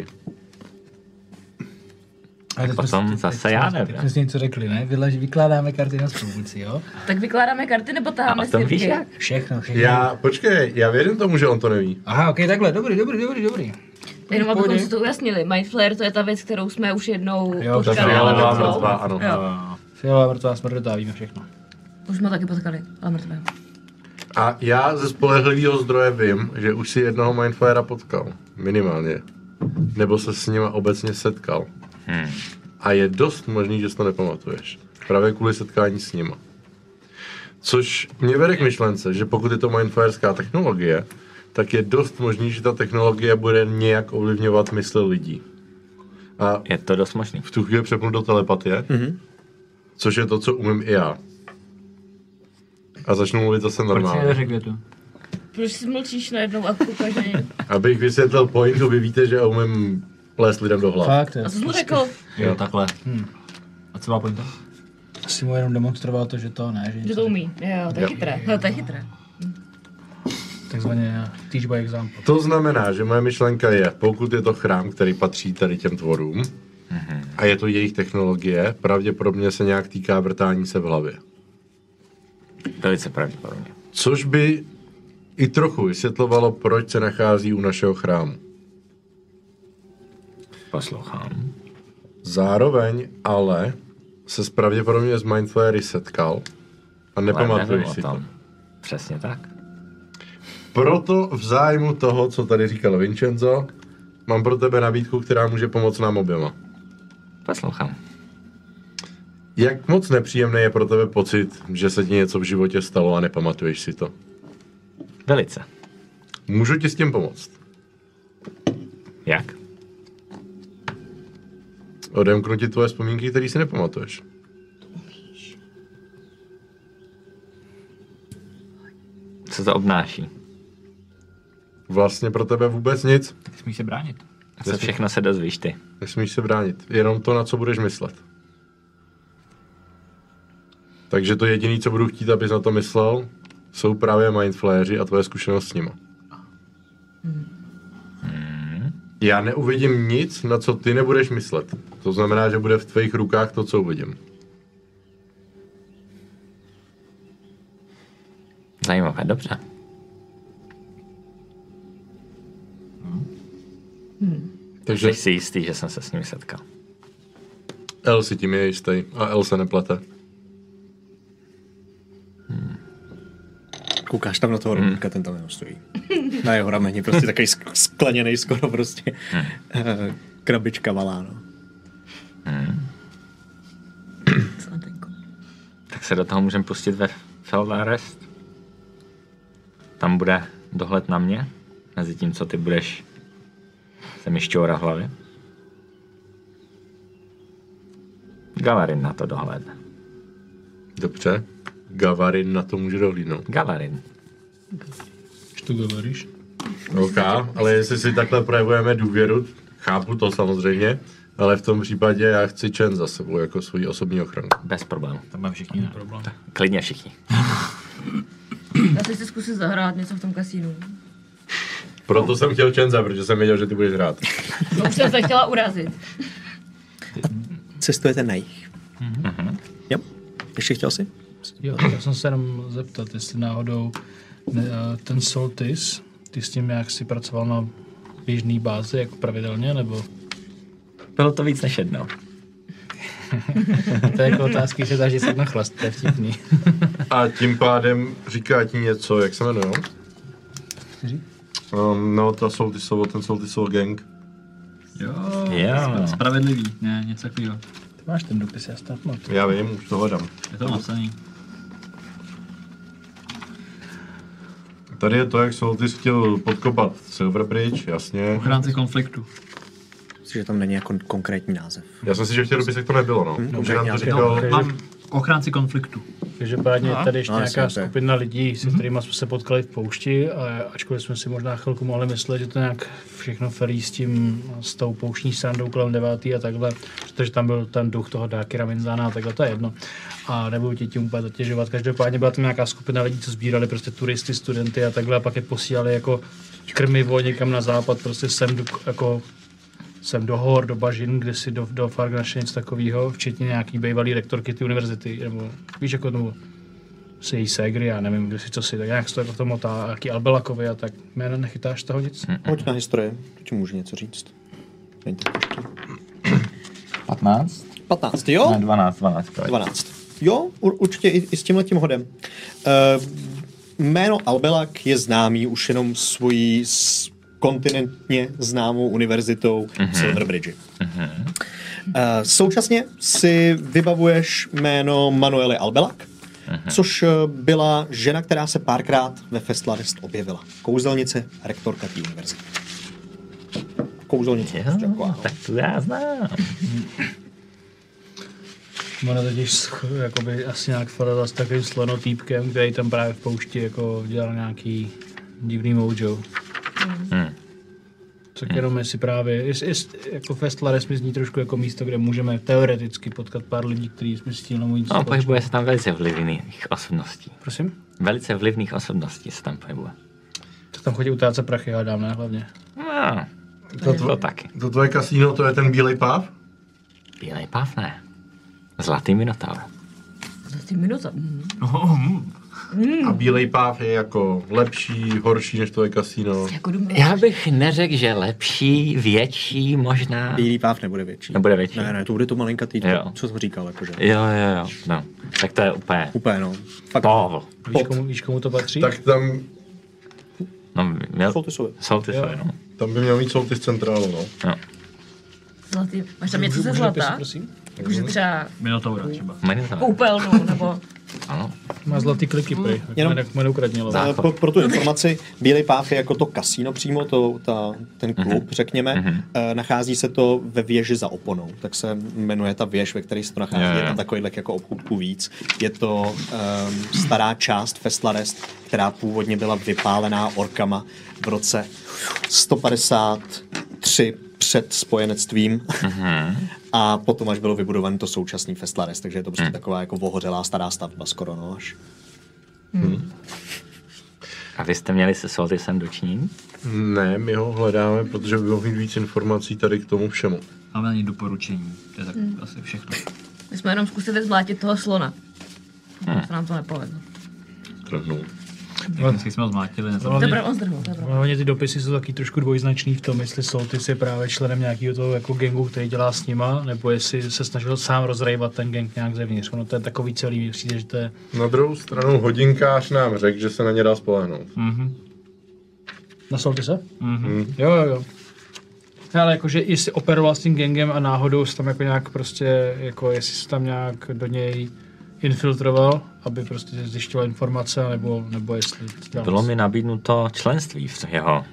A teď Potom jsme, zase teď já jsme- nevím. Teď jsme si něco řekli, ne? Vydlaž, vykládáme karty na spoluci, jo? Tak vykládáme karty nebo A taháme o tom víš svědky? jak? Všechno, všechno. Já, počkej, já věřím tomu, že on to neví. Aha, ok, takhle, dobrý, dobrý, dobrý, dobrý. Jenom abychom Pohodě. si to ujasnili. Mind Flare to je ta věc, kterou jsme už jednou Jo, Ta potkali, fialová ale mrtvou. mrtvá, ano. Jo. Fialová mrtvá smrdotá, víme všechno. Už jsme taky potkali, ale mrtvého. A já ze spolehlivého zdroje vím, že už si jednoho Mindflayera potkal. Minimálně. Nebo se s nima obecně setkal. Hmm. A je dost možný, že si to nepamatuješ. Právě kvůli setkání s nima. Což mě vede k myšlence, že pokud je to Mindflayerská technologie, tak je dost možný, že ta technologie bude nějak ovlivňovat mysl lidí. A Je to dost možný. v tu chvíli přepnu do telepatie, mm-hmm. což je to, co umím i já. A začnu mluvit zase Proč si normálně. neřekl to? Proč si mlčíš najednou a koukáš na něj? Abych vysvětlil pointu, vy víte, že umím plést lidem do hlavy. Fakt, A jo. co jsi mu řekl? Jo, takhle. Hmm. A co má pointa? Asi mu jenom demonstroval to, že to ne, že, Že to umí. Jo, to je Jo. chytré. Hele, to je chytré. takzvaně teach by example. To znamená, že moje myšlenka je, pokud je to chrám, který patří tady těm tvorům, mm-hmm. a je to jejich technologie, pravděpodobně se nějak týká vrtání se v hlavě. Velice pravděpodobně. Což by i trochu vysvětlovalo, proč se nachází u našeho chrámu. Poslouchám. Zároveň ale se pravděpodobně z Mindflayery setkal a nepamatuješ nevím o si to. tom. Přesně tak. Proto v zájmu toho, co tady říkal Vincenzo, mám pro tebe nabídku, která může pomoct nám oběma. Poslouchám. Jak moc nepříjemný je pro tebe pocit, že se ti něco v životě stalo a nepamatuješ si to? Velice. Můžu ti s tím pomoct. Jak? Odemknu ti tvoje vzpomínky, které si nepamatuješ. Co to obnáší? Vlastně pro tebe vůbec nic. Tak smíš se bránit. Co všechno se dozvíš ty? Nesmíš se bránit. Jenom to, na co budeš myslet. Takže to jediné, co budu chtít, abys na to myslel, jsou právě Mindflayeři a tvoje zkušenost s nima. Já neuvidím nic, na co ty nebudeš myslet. To znamená, že bude v tvých rukách to, co uvidím. Zajímavé, dobře. Takže Jsi si jistý, že jsem se s nimi setkal. L si tím je jistý a L se neplete. Koukáš tam na toho robítka, ten tam jenom stojí. Na jeho rameni, prostě takový sk- skleněný skoro prostě. Hmm. Krabička malá, no. Tak se do toho můžeme pustit ve Feld Arrest. Tam bude dohled na mě, mezi tím, co ty budeš se mi šťoura v hlavě. Galarin na to dohlédne. Dobře. Gavarin na to může dohlídnout. Galarin. Když to govoríš? OK, ale jestli si takhle projevujeme důvěru, chápu to samozřejmě, ale v tom případě já chci Chen za sebou jako svůj osobní ochranu. Bez problému. Tam máme všichni ne? problém. Klidně všichni. Já si chci zkusit zahrát něco v tom kasínu. Proto jsem chtěl Chenza, protože jsem věděl, že ty budeš hrát. No, už jsem se chtěla urazit. Cestujete na jich. Mhm. Jo. Ještě chtěl jsi? Jo, já jsem se jenom zeptat, jestli náhodou ne, eh, ten Soltis, ty s tím jak jsi pracoval na běžný bázi, jako pravidelně, nebo Bylo to víc než jednou. to je jako otázky, že dáš se na chlast, to je vtipný. A tím pádem říká ti něco, jak se jmenuje? Um, no, ta Soltisovo, ten Soltisovo gang. Jo, Jo. spravedlivý, ne, něco takového. Ty máš ten dopis, já snad mám. Já vím, už to hledám. Je to napsaný. Tady je to, jak Soltis chtěl podkopat Silverbridge, jasně. Ochránci konfliktu. Myslím, že tam není jako konkrétní název. Já jsem si, že v těch dopisech to nebylo, no. Hmm, Takže nám to konkrétně říkal, No, mám, Ochránci konfliktu. Každopádně je tady ještě no, nějaká jasně, skupina lidí, se kterými jsme se potkali v poušti, a ačkoliv jsme si možná chvilku mohli myslet, že to nějak všechno ferí s tím, s tou pouštní srandou kolem devátý a takhle, protože tam byl ten duch toho Dákyra Minzána a takhle, to je jedno. A nebudu tě tím úplně zatěžovat. Každopádně byla tam nějaká skupina lidí, co sbírali prostě turisty, studenty a takhle, a pak je posílali jako krmivo někam na západ, prostě sem do, jako sem do hor, do bažin, kde si do, do Fargnaše něco takového, včetně nějaký bývalý rektorky ty univerzity, nebo víš, jako tomu si její ségry, já nevím, kde si co si, tak nějak se to jako to motá, jaký Albelakovi a tak. Jméno nechytáš toho nic? Hoď na historii, to ti můžu něco říct. Není to těžký. patnáct? patnáct, jo? Ne, dvanáct, dvanáct. dvanáct. Jo, ur, určitě i, i s tímhletím hodem. Uh, jméno Albelak je známý už jenom svojí s kontinentně známou univerzitou mm-hmm. Silverbridge. Mm-hmm. Uh, současně si vybavuješ jméno Manuely Albelak, mm-hmm. což byla žena, která se párkrát ve Festlarest objevila. Kouzelnice, rektorka té univerzity. Kouzelnice. Jo, jako, tak to já znám. Ona totiž jakoby asi nějak falila s takovým slonotýpkem, který tam právě v poušti jako dělal nějaký divný mojo. Hmm. Tak jenom jestli právě, jest, jest, jako Festlarest mi zní trošku jako místo, kde můžeme teoreticky potkat pár lidí, kteří jsme s tím nemůžeme. No, pohybuje se tam velice vlivných osobností. Prosím? Velice vlivných osobností se tam pohybuje. Tak tam chodí utácat prachy, hádám, ne, hlavně. No, to, to, to taky. To tvoje kasíno, to je ten bílej páv? Bílej páv, ne. Zlatý minotaur. Zlatý minotaur? Mm. Oh, mm. Mm. A bílej páv je jako lepší, horší než tvoje kasíno. Jako Já bych neřekl, že lepší, větší možná. Bílý páv nebude větší. Nebude větší. Ne, ne, to bude to malinkatý, Jo. co jsem říkal, jakože. Jo, jo, jo, no. Tak to je úplně... Úplně, no. Fakt. Pov. Víš komu, víš, komu to patří? Tak tam, No, měl... Soltisovi. Soltisovi, no. tam by měl mít Soltis centrálu, no. Jo. Zlatý. Máš tam něco Můžu- ze můžu zlata? napisat, prosím? Jakože třeba Minotaura třeba. Minotaur. koupelnu, nebo... Ano. Má zlatý kliky, prej. Jenom- Jak mě neukradnilo. Za- Uh, pro, pro tu informaci, Bílej páv je jako to kasíno přímo, to, ta, ten klub, mm-hmm. řekněme. Mm-hmm. Uh, nachází se to ve věži za oponou, tak se jmenuje ta věž, ve které se to nachází. Je, je. Je tam takovýhle jako obchůdku víc. Je to um, stará část Festlarest, která původně byla vypálená orkama v roce sto padesát tři před spojenectvím. Mm-hmm. A potom až bylo vybudované to současný Festlarest, takže je to prostě mm. taková jako ohořelá stará stavba skoro, no až. Hmm. A vy jste měli se Soltisem dočinit? Ne, my ho hledáme, protože by mohl mít víc informací tady k tomu všemu. Máme ani doporučení. To je tak hmm. asi všechno. My jsme jenom zkusili zmlátit toho slona. Hmm. Se nám to nepovedlo. Trhnou. Technicky jsme ho zmátili. No, Dobré, on zdrhnul, dobré. Hlavně ty dopisy jsou taky trošku dvojznačný v tom, jestli Soltis je právě členem nějakého toho jako gangu, který dělá s nima, nebo jestli se snažil sám rozrejvat ten gang nějak zevnitř. Ono to je takový celý, mi přijde, že to je... Na druhou stranu hodinkář nám řekl, že se na ně dá spolehnout. Mm-hmm. Na Soltise? Mm-hmm. Jo, jo, jo. Ale jakože jestli operoval s tím gangem a náhodou se tam jako nějak prostě, jako jestli se tam nějak do něj infiltroval, aby prostě zjišťoval informace, nebo, nebo jestli... Bylo mi nabídnuto členství v jeho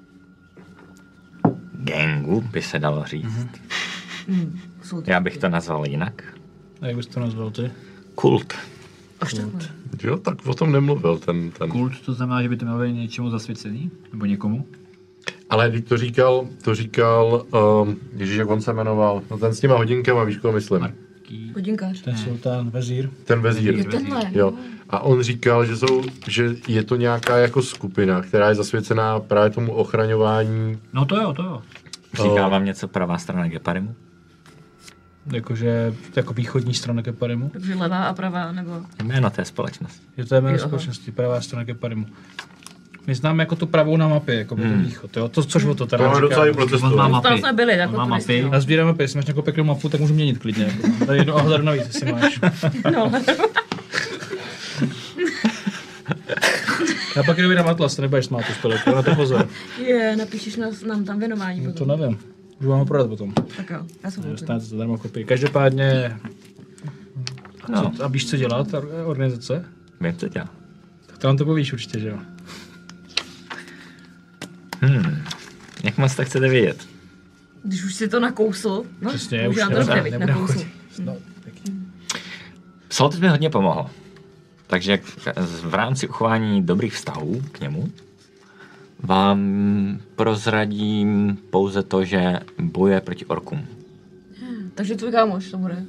gangu, by se dalo říct. Mm. Já bych to nazval jinak. A jak bys to nazval ty? Kult. Až takhle. Jo, tak o tom nemluvil ten... ten. Kult to znamená, že by to mělo být něčemu zasvěcený? Nebo někomu? Ale když to říkal, to říkal, um, Ježíš, jak on se jmenoval, no ten s těma hodinkama, víš, koho myslím. Hodinkář. Ten sultán, vezír. Ten vezír. Je tenhle. Jo. A on říkal, že, jsou, že je to nějaká jako skupina, která je zasvěcená právě tomu ochraňování. No to jo, to jo. Říká vám něco pravá strana Geparimu? Jakože jako východní strana Geparimu. Takže levá a pravá, nebo... Jméno té společnosti. Je to jméno Jo. společnosti, pravá strana Geparimu. My známe jako tu pravou na mapě, jako by to Hmm. východ, jo? To, což o to To teda máme říká. docela i On má protestovat. mapy. Tam jsme byli, tak On má o mapy. turisti, Já sbírám mapy, jestli máš nějakou pěknou mapu, tak můžu měnit klidně. Jako. Tady jednu ahledu navíc, jestli máš. no. Já pak jdu vydám atlas, to nebudeš smát tu spělek, na to pozor. Je, napíšeš nás, nám tam věnování No, potom. to nevím, můžu vám ho prodat potom. Tak jo, já jsem koupil. Dostanete to zadarmo kopii. Každopádně, No, a víš, co dělá ta organizace? vím, co dělá. Tak to vám to povíš určitě, že jo? Hmm. Jak moc to chcete vědět? Když už si to nakousl, no, Přesně, můžu už vám to nebude- rozdělit, nebude nakousl. chodit. No, pěkně. Soltis mi hodně pomohl. Takže v rámci uchování dobrých vztahů k němu vám prozradím pouze to, že bojuje proti orkům. Hmm, takže tvůj kámoš to bude.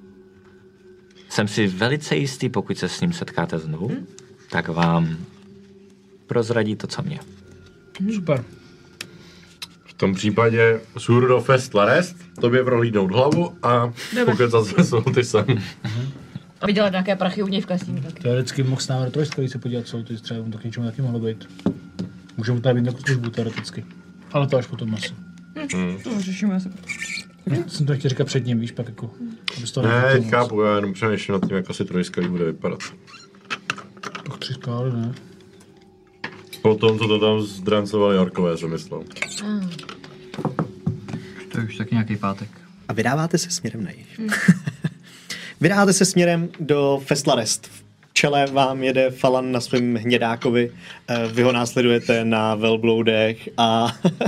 Jsem si velice jistý, pokud se s ním setkáte znovu, hmm? tak vám prozradí to, co mě. Super. V tom případě Surdo Fest Larest, tobě prohlídnout hlavu a pokecat se Soltisem. A vydělat nějaké prachy u něj v kasínu taky. Teoreticky mohl s námi do trojský se podívat Soltis, třeba to k něčemu taky mohlo být. Můžeme tady být jako službu teoreticky. Ale to až potom asi. Hmm. To řešíme asi. Hmm. Jsem to chtěl říkat před ním, víš, pak jako... Ne, chápu, já jenom přemýšlím nad tím, jak asi trojský bude vypadat. Pak tři skály, ne? Po tom, co to tam zdrancovali orkové, jsem myslel. Hmm. To je už taky nějaký pátek. A vydáváte se směrem na jih. Hmm. Vydáváte se směrem do Festlarest. V čele vám jede Falan na svém hnědákovi, vy ho následujete na velbloudech a...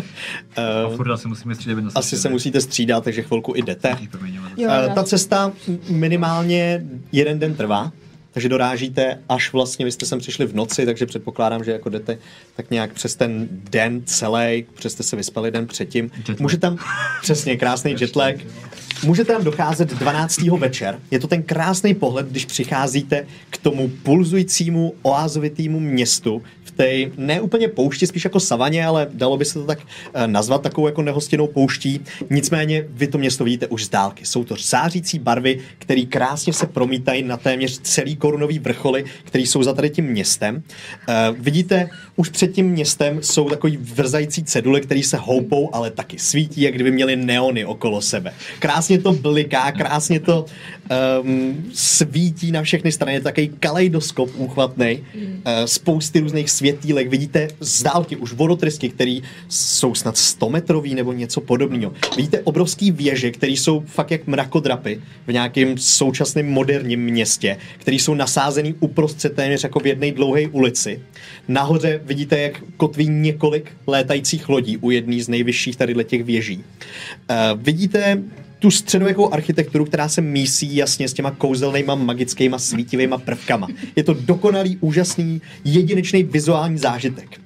a furt asi musíme střídat. Asi se musíte střídat, takže chvilku i jdete. Jo, ta cesta minimálně jeden den trvá, takže dorážíte, až vlastně vy jste sem přišli v noci, takže předpokládám, že jako jdete tak nějak přes ten den celý, přes jste se vyspali den předtím. Může tam, přesně, krásný jetlag. Můžete tam docházet dvanáctého večer. Je to ten krásný pohled, když přicházíte k tomu pulzujícímu oázovitému městu v té ne úplně poušti, spíš jako savaně, ale dalo by se to tak nazvat takovou jako nehostinnou pouští. Nicméně vy to město vidíte už z dálky. Jsou to zářící barvy, které krásně se promítají na téměř celý korunový vrcholy, které jsou za tady tím městem. Uh, vidíte, už před tím městem jsou takový vrzající ceduly, které se houpou, ale taky svítí, jak kdyby měly neony okolo sebe. Krásně to bliká, krásně to um, svítí na všechny strany. Je to takový kaleidoskop úchvatnej, uh, spousty různých světýlek. Vidíte z dálky už vodotrysky, které jsou snad sto metrový nebo něco podobného. Vidíte obrovský věže, které jsou fakt jak mrakodrapy v nějakém současném moderním městě, které jsou nasázený uprostřed téměř jako v jedné dlouhé ulici. Nahoře vidíte, jak kotví několik létajících lodí u jedné z nejvyšších tady těch věží. Uh, vidíte tu středověkou architekturu, která se mísí jasně s těma kouzelnýma, magickýma, svítivýma prvkama. Je to dokonalý, úžasný, jedinečný vizuální zážitek.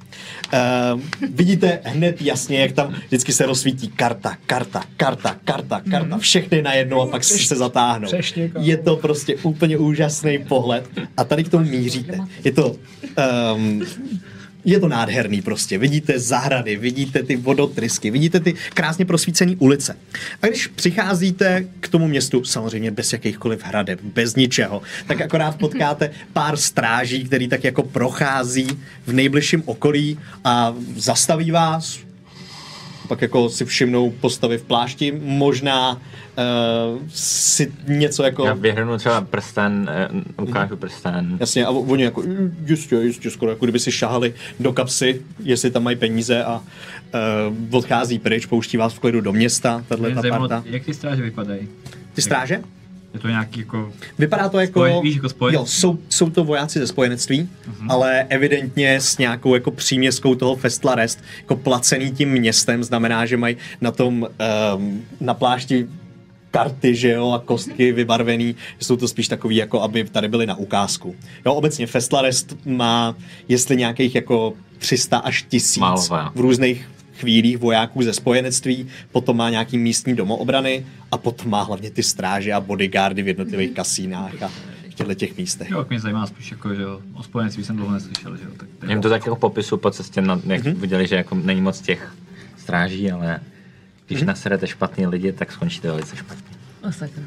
Uh, vidíte hned jasně, jak tam vždycky se rozsvítí karta, karta, karta, karta, karta, všechny najednou a pak se zatáhnou. Je to prostě úplně úžasný pohled a tady k tomu míříte. Je to... Um, Je to nádherný prostě. Vidíte zahrady, vidíte ty vodotrysky, vidíte ty krásně prosvícené ulice. A když přicházíte k tomu městu, samozřejmě bez jakýchkoliv hradeb, bez ničeho, tak akorát potkáte pár stráží, který tak jako prochází v nejbližším okolí a zastaví vás. Pak jako si všimnou postavy v plášti, možná uh, si něco jako... Já vyhrnu třeba prsten, uh, ukážu prsten. Jasně, a oni jako, jistě, jistě, skoro jako kdyby si šahali do kapsy, jestli tam mají peníze a uh, odchází pryč, pouští vás v klidu do města, tato parta. Jak ty stráže vypadají? Ty stráže? Je to nějaký jako... Vypadá to jako... Spojen, víš, jako spojen? Jo, jsou, jsou to vojáci ze spojenectví, uh-huh. ale evidentně s nějakou jako příměskou toho Festlarest, jako placený tím městem, znamená, že mají na tom, um, na plášti karty, že jo, a kostky vybarvený, že jsou to spíš takový, jako aby tady byly na ukázku. Jo, obecně Festlarest má, jestli nějakých jako tři sta až tisíc v různých chvílích vojáků ze spojenectví, potom má nějaký místní domoobrany a potom má hlavně ty stráže a bodyguardy v jednotlivých kasínách a v těchto těch místech. Jo, mě zajímá spíš jako, že jo, o spojenectví jsem dlouho neslyšel, že jo. Tak to Jím to tak jako popisu po cestě, na, jak mm-hmm. viděli, že jako není moc těch stráží, ale když mm-hmm. naserete špatný lidi, tak skončíte velice špatně. O sakra.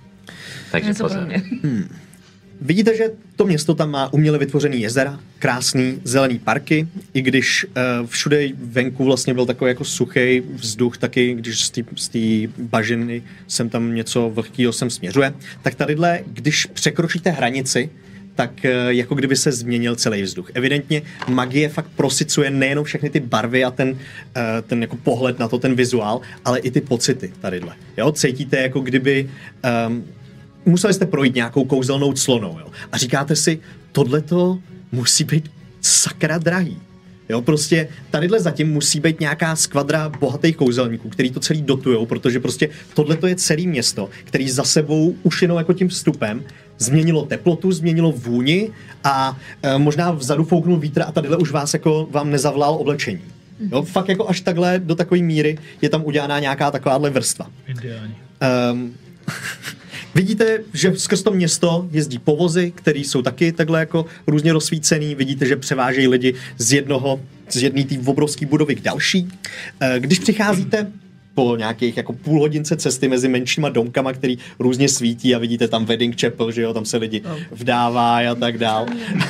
Takže pozor. Hmm. Vidíte, že to město tam má uměle vytvořený jezera, krásný zelený parky, i když uh, všude venku vlastně byl takový jako suchý vzduch, taky když z té bažiny sem tam něco vlhkýho sem směřuje, tak tadyhle, když překročíte hranici, tak uh, jako kdyby se změnil celý vzduch. Evidentně magie fakt prosicuje nejenom všechny ty barvy a ten, uh, ten jako pohled na to, ten vizuál, ale i ty pocity tadyhle. Jo? Cítíte, jako kdyby... Um, museli jste projít nějakou kouzelnou clonou, jo? A říkáte si, tohleto musí být sakra drahý. Jo, prostě tadyhle zatím musí být nějaká skvadra bohatých kouzelníků, který to celý dotujou, protože prostě tohleto je celé město, který za sebou už jenom jako tím vstupem změnilo teplotu, změnilo vůni a e, možná vzadu fouknul vítr a tadyhle už vás jako vám nezavlál oblečení. Jo, fakt jako až takhle do takové míry je tam udělaná nějaká takováhle vrstva. Ideální. Um, Vidíte, že skrz to město jezdí povozy, které jsou taky takhle jako různě rozsvícený. Vidíte, že převážejí lidi z jednoho, z jedné té obrovské budovy k další. Když přicházíte po nějakých jako půl hodince cesty mezi menšíma domkama, který různě svítí a vidíte tam wedding chapel, že jo, tam se lidi vdávají a tak dál.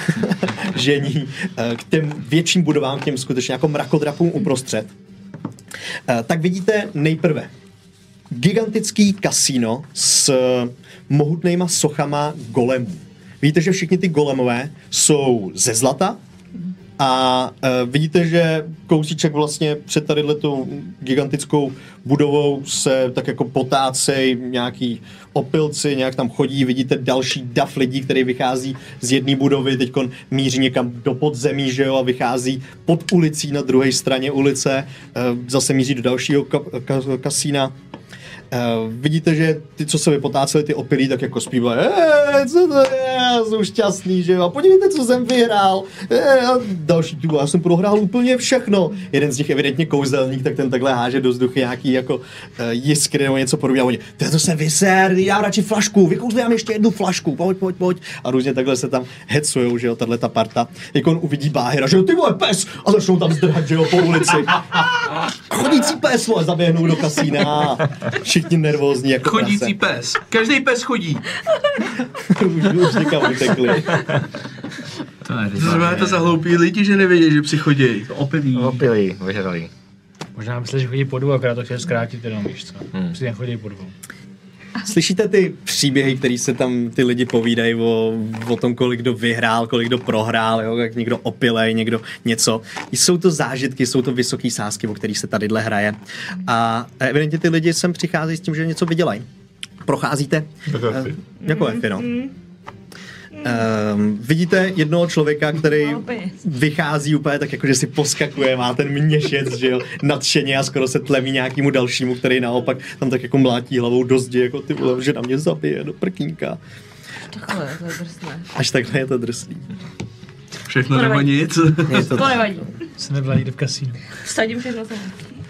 Žení. K těm větším budovám, k těm skutečně jako mrakodrapům uprostřed. Tak vidíte nejprve gigantický kasíno s mohutnejma sochama golemů. Vidíte, že všichni ty golemové jsou ze zlata a uh, vidíte, že kousíček vlastně před tadyhletou gigantickou budovou se tak jako potácej nějaký opilci, nějak tam chodí, vidíte další dav lidí, který vychází z jedné budovy, teďkon míří někam do podzemí, že jo, a vychází pod ulicí na druhé straně ulice, uh, zase míří do dalšího ka- ka- kasína. Uh, vidíte, že ty, co se vypotáceli, ty opilí, tak jako zpívají, eee, co to je, já jsem šťastný, že jo, a podívejte, co jsem vyhrál, eee, a další tu, já jsem prohrál úplně všechno. Jeden z nich evidentně kouzelník, tak ten takhle háže do vzduchy nějaký jako uh, jiskry nebo něco podobného. Oni, to se vyser, já radši flašku, vykouzlím ještě jednu flašku, pojď, pojď, pojď. A různě takhle se tam hecujou, že jo, tahle ta parta. Jak on uvidí Báhyra, že jo, ty vole, pes, a začnou tam zdrhat, že jo, po ulici. Chodící pes, vole, zaběhnou do kasína. Všichni nervózní jako chodící prase. pes. Každý pes chodí. už, už někam utekli. To znamená to za hloupí lidi, že nevědí, že psi chodí. Opilí. Opilí, vyžralí. Možná myslíš, že chodí po dvou, akorát to chtěl zkrátit jenom, víš co. Hmm. Psi nechodí po dvou. Slyšíte ty příběhy, které se tam ty lidi povídají o, o tom, kolik kdo vyhrál, kolik kdo prohrál, jo? Jak někdo opilej, někdo něco. Jsou to zážitky, jsou to vysoké sázky, o kterých se tadyhle hraje. A evidentně ty lidi sem přicházejí s tím, že něco vydělají. Procházíte uh, jako Efi, no. Um, vidíte jednoho člověka, který vychází úplně tak jako, že si poskakuje, má ten měšec, že jo, nadšeně a skoro se tlemí nějakému dalšímu, který naopak tam tak jako mlátí hlavou do zdi, jako ty vole, že na mě zabije do prkínka. Takhle, to je drsné. Až takhle je to drsný. Všechno nebo nic. Je to To nevadí. Se nebyla někde v kasínu. Vsadím všechno sem.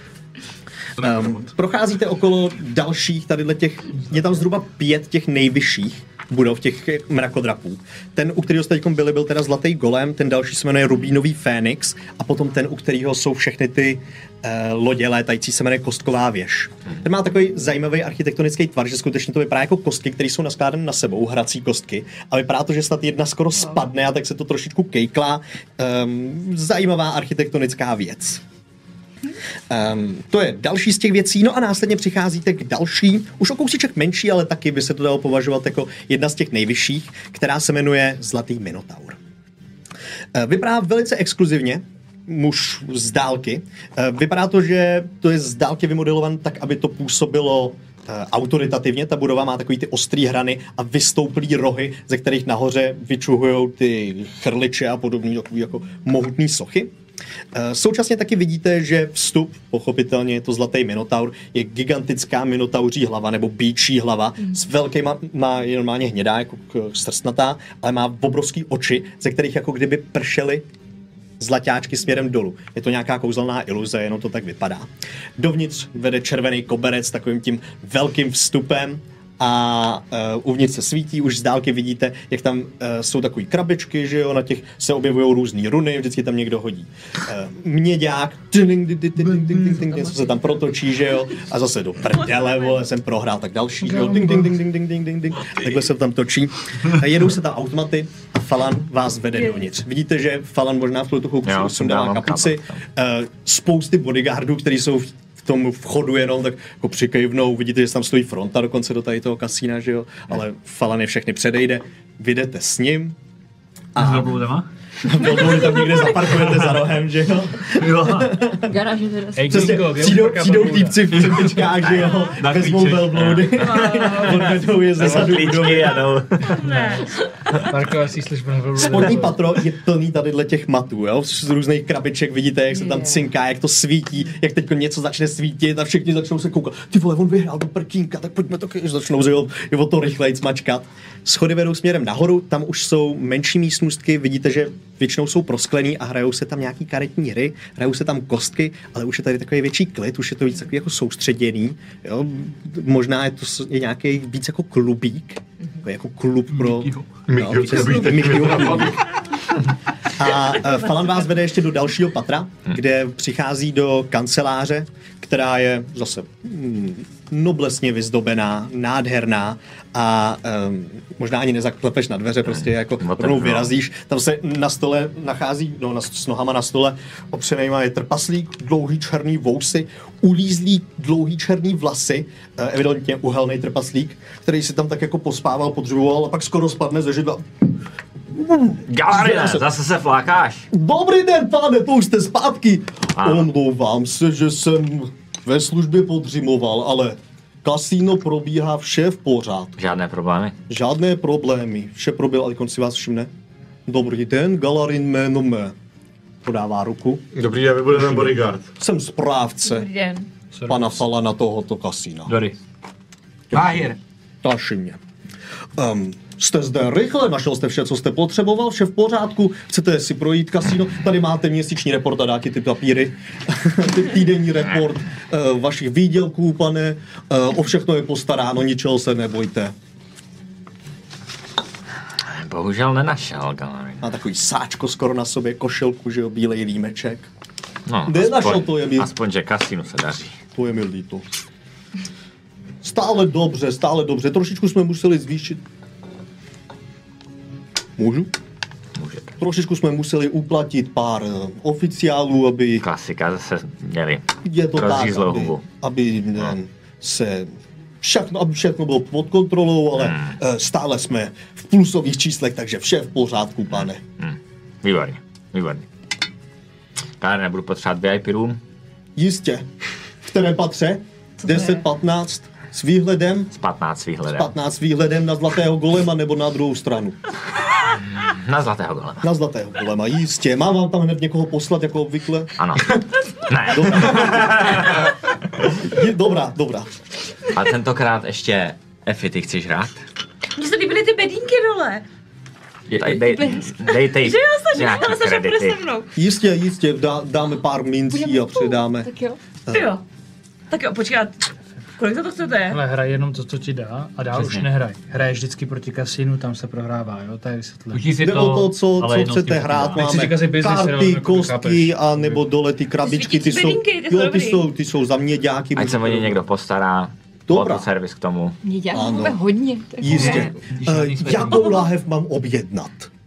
Um, procházíte okolo dalších tadyhle těch, je tam zhruba pět těch nejvyšších budov, těch mrakodrapů. Ten, u kterého jste teďkom byli, byl teda Zlatý golem, ten další se jmenuje Rubínový Fénix a potom ten, u kterého jsou všechny ty uh, lodě létající, se jmenuje Kostková věž. Ten má takový zajímavý architektonický tvar, že skutečně to vypadá jako kostky, které jsou naskládané na sebou, hrací kostky, a vypadá to, že snad jedna skoro spadne a tak se to trošičku kejklá. Um, zajímavá architektonická věc. Um, to je další z těch věcí, no a následně přicházíte k další, už o kousíček menší, ale taky by se to dalo považovat jako jedna z těch nejvyšších, která se jmenuje Zlatý Minotaur. Uh, vypadá velice exkluzivně, muž z dálky. Uh, vypadá to, že to je z dálky vymodelovan tak, aby to působilo uh, autoritativně. Ta budova má takový ty ostrý hrany a vystouplý rohy, ze kterých nahoře vyčuhujou ty chrliče a podobný takový jako mohutný sochy. Současně taky vidíte, že vstup, pochopitelně je to Zlatý Minotaur, je gigantická minotauří hlava nebo býčí hlava mm. s velkýma, má je normálně hnědá, jako srstnatá, ale má obrovský oči, ze kterých jako kdyby pršely zlaťáčky směrem dolů. Je to nějaká kouzelná iluze, jenom to tak vypadá. Dovnitř vede červený koberec s takovým tím velkým vstupem a uh, uvnitř se svítí, už z dálky vidíte, jak tam uh, jsou takový krabičky, že jo, na těch se objevují různý runy, vždycky tam někdo hodí uh, měďák, něco se tam protočí, že jo, a zase do prdele, vole, jsem prohrál, tak další, že jo, ding, ding, ding, ding, ding, ding, ding, takhle se tam točí. Jedou se tam automaty a Falan vás vede dovnitř. Vidíte, že Falan možná v tu chvilku sundává kapuci, uh, spousty bodyguardů, kteří jsou v tomu vchodu jenom tak jako přikejvnou, vidíte, že tam stojí fronta dokonce do tady toho kasína, že jo, ale Falan je všechny předejde, vy jdete s ním a Velbloudy tam někde zaparkujete za rohem, že jo? Jo. Garáže teda. Ej, Přesně, Gringo, kde přijdou, parka přijdou velblouda? týpci v přepičkách, že jo? Na Vezmou klíček. velbloudy. Odvedou je ze sadu budovy. Klíčky a jdou. Ne. Parkovací služba na velblouda. Spodní patro je plný tadyhle těch matů, jo? Z různých krabiček vidíte, jak se tam cinká, jak to svítí, jak teď něco začne svítit a všichni začnou se koukat. Ty vole, on vyhrál do prkínka, tak pojďme to, když začnou jo, jo, to rychleji smačkat. Schody vedou směrem nahoru, tam už jsou menší místnostky, vidíte, že většinou jsou prosklený a hrajou se tam nějaký karetní hry, hrajou se tam kostky, ale už je tady takový větší klid, už je to víc takový jako soustředěný, jo? Možná je to je nějaký víc jako klubík, jako klub pro... Mikyho, co bych teď A uh, Falan vás vede ještě do dalšího patra, kde přichází do kanceláře, která je zase mm, noblesně vyzdobená, nádherná a um, možná ani nezaklepeš na dveře, prostě jako rovnou vyrazíš. Tam se na stole nachází, no, na, s nohama na stole opřenejma je trpaslík, dlouhý černý vousy, ulízlý dlouhý černý vlasy, uh, evidentně uhelný trpaslík, který si tam tak jako pospával, podřivoval a pak skoro spadne ze židla. Galarine, zase se flákáš. Dobrý den, pane, to už jste zpátky. Ano. Omlouvám se, že jsem ve službě podřimoval, ale kasíno probíhá vše v pořádku. Žádné problémy. Žádné problémy. Vše proběhlo, ale si vás všimne. Dobrý den, Galarin jméno mé. Podává ruku. Dobrý den, vy budete ten bodyguard. Jsem správce Dobrý den. pana Falana tohoto kasína. Dory. Váhir. Taši mě. Um, jste zde rychle, našel jste vše, co jste potřeboval, vše v pořádku, chcete si projít kasíno, tady máte měsíční report a dáky ty papíry, týdenní report uh, vašich výdělků, pane, uh, o všechno je postaráno, ničeho se nebojte. Bohužel nenašel, Galarine. Má takový sáčko skoro na sobě, košilku, že jo, bílej límeček. No, Nenašel to, je mi, aspoň, že kasínu se daří. to je mi líto. Stále dobře, stále dobře, trošičku jsme museli zvýšit. Můžu? Můžete. Trošičku jsme museli uplatit pár uh, oficiálů, aby Klasika, zase měli je to tak, rozřízlou aby, hubu. aby no. se všechno, aby všechno bylo pod kontrolou, ale Hmm. uh, stále jsme v plusových číslech, takže vše v pořádku, pane. Hmm. Výborně, výborně. Galarine, budu potřebovat V I P room. Jistě. V kterém patře? deset patnáct s výhledem? S patnáct výhledem. patnáct výhledem na Zlatého golema nebo na druhou stranu? Na Zlatého golema. Na Zlatého golema, jistě. Mám vám tam hned někoho poslat, jako obvykle? Ano. Ne. Je, dobrá, dobrá. A tentokrát ještě Efi, ty chceš hrát? Mně se líbily ty bedínky dole. Dej, dej, dejte jí Že jo, Saša, nějaký ale Saša bude kredity. se mnou. Jistě, jistě, dá, dáme pár mincí a předáme. Tak jo. Ty jo. Tak jo, počkat. Kolik za to chcete? Ale hraj jenom to, co ti dá a dál už Přesně. nehraj. Hraješ vždycky proti kasínu, tam se prohrává, jo, to je vysvětlené. Učí si Jde to, o to, co, ale co jednou s tím chcete hrát. počítá. Nechci Máme říkat si business, ale karty, jako kostky, chápeš. a nebo dole ty krabičky, ty Svítící jsou, bedínky, ty jsou jo, ty dobrý. jsou, ty jsou za měďáky. Ať se o ně někdo postará. Dobrá. Auto servis k tomu. Mě dělá Ano. máme hodně. to je Jistě. Když Uh, žádný svět jakou láhev mám objednat?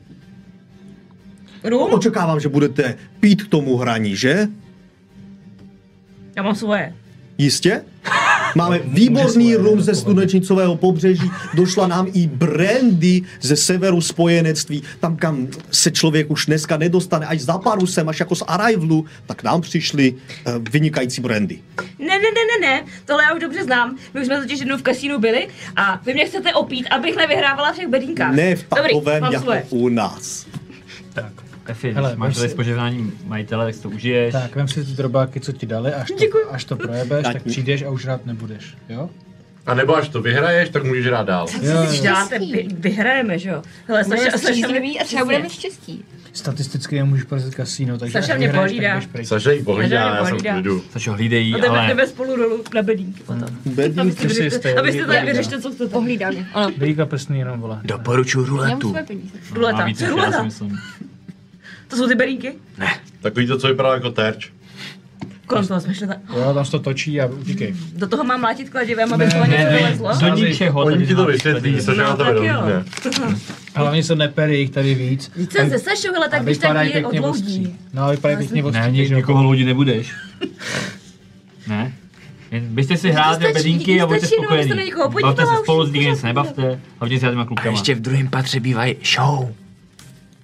Rum? Očekávám, že budete pít k tomu hraní, že? Já mám svoje. Jistě? Máme výborný rum ze slunečnicového pobřeží, došla nám i brandy ze severu spojenectví, tam kam se člověk už dneska nedostane, až za parusem, až jako z Arrivalu, tak nám přišly uh, vynikající brandy. Ne, ne, ne, ne, ne, tohle já už dobře znám. My už jsme totiž jednou v kasínu byli a vy mě chcete opít, abych nevyhrávala v těch bedínkách. Ne v Dobrý, takovém mám jako svoje. u nás. Tak. Efi, Hele, když máš vem tady si- s požehnáním majitele, tak si to užiješ. Tak, vem si ty drobáky, co ti dali, až to, Děkuji. až to projebeš, Tak. tak přijdeš a už rád nebudeš, jo? A nebo až to vyhraješ, tak můžeš hrát dál. Co Jo, jo. si děláte? Vy, vyhrajeme, že jo? Hele, Budeme Saša, Saša, střízliví a třeba budeme štěstí. Statisticky nemůžeš porazit kasíno, takže Saša až mě vyhraješ, pohlídá. tak budeš pryč. Saša jí pohlídá, Saša jí já jsem v pohlídá. klidu. Sačo, hlídej, a jdeme, ale jdeme spolu dolů na bedínky potom. Bedínky Abyste, si vyřešili- jistý, abyste jo, tady jo. vyřešili, co chcete. Pohlídá mě. Ano. Dejka prsný jenom, vole. Doporučuji Já mám ruletu. svoje peníze. má Ruleta. víc, Co než já si ruleta? myslím. To jsou ty bedínky? Takový to, co vypadá jako terč. Kolem toho jsme šli tak. Jo, tam se to točí a utíkej. Do toho mám mlátit kladivem, aby to Ne, něco ne, vylezlo. Do ničeho. Oni tady ti to nemáš vysvětlí, tady. Saša na No, tebe tak jo. dohodne. A hlavně se nepere jich tady víc. Víc jsem ze Sašou, hele, tak A když tak vypadají je pěkně odloudí. ostří. No a vypadají Já pěkně jsem- ostří. Ne, nik- nikoho loudit nebudeš. Ne? Jen Běžte si hrát stačí- na bedínky a buďte stačí, no, abyste spokojení. na někoho Bavte se podívala, spolu, už s nikdy nic pořád nebavte. Hlavně s těma A klukama. ještě v druhém patře bývají show.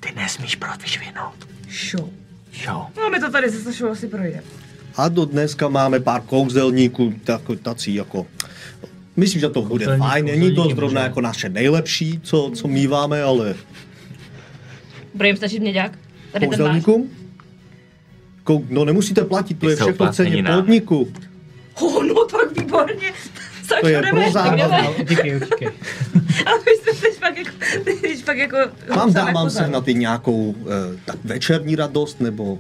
Ty nesmíš proto vyšvihnout. Show. Jo. No, my to tady se show asi projde. A do dneska máme pár kouzelníků, tak, tací jako... Myslím, že to bude Kouzelník, fajn, není to kouzelník zrovna může. jako naše nejlepší, co, co míváme, ale... Bude jim stačit měďák? Tady ten máš. Kouzelníkům? Kou... No nemusíte platit, to Ty je jsou všechno v ceně placenina. podniku. Oh, no tak výborně. To je pro zábavu. Díky, díky. Ale my jsme teď fakt jako... Teď fakt jako Mám, dá, sami mám pozor. se na ty nějakou eh, tak večerní radost, nebo...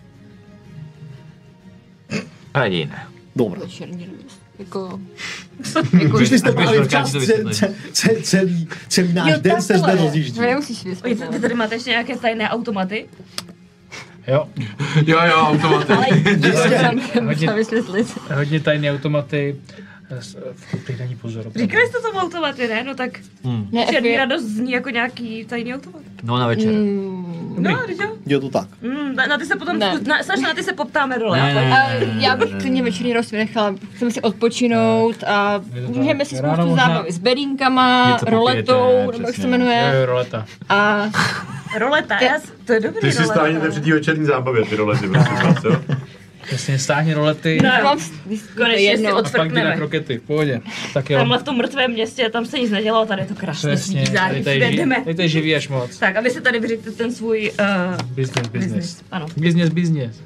A jiné. Dobré. Večerní radost. Jako... Přišli jste Až právě budeš včas, to ce, vysvětlit. ce, ce, celý, celý náš den se zde rozjíždí. Nemusíš Oj, vysvětlit. vy tady máte ještě nějaké tajné automaty? Jo, Jo, jo, automaty. Ale Jistě. musím vysvětlit. hodně tajné automaty. Teď není pozor. opravdu. Říkali jste tomu automaty, ne? No tak Hmm. Ne, černý F je- radost zní jako nějaký tajný automat. No na večer. Mm, No, když jo? Je to tak. Mm, na, na ty se potom, Ne. na, snaž na ty se poptáme dole. Ne, a pojď. ne. a já bych klidně večerní radost vynechala. Chceme si odpočinout a Je to můžeme tak. si Ráno spoustu možná- zábavy s berinkama, Něco popijete, roletou, nebo jak se přesně. to jmenuje. Jo, jo, roleta. A Roleta, já, s- to je dobrý Ty si roleta. stáhněte při té večerní zábavě, ty rolety, prosím vás, jo? Přesně, stáhni rolety No. mám Konečně si jedno. a pak jdi na odfrkneme. krokety, v pohodě. Tak jo. Tamhle v tom mrtvém městě, tam se nic nedělalo, tady je to krásně Přesně, svítí září, tady to je všude ži- jdeme. tady to je živý až moc. Tak a vy si tady vyřiďte ten svůj uh, Business, business. business. Ano. Business, business.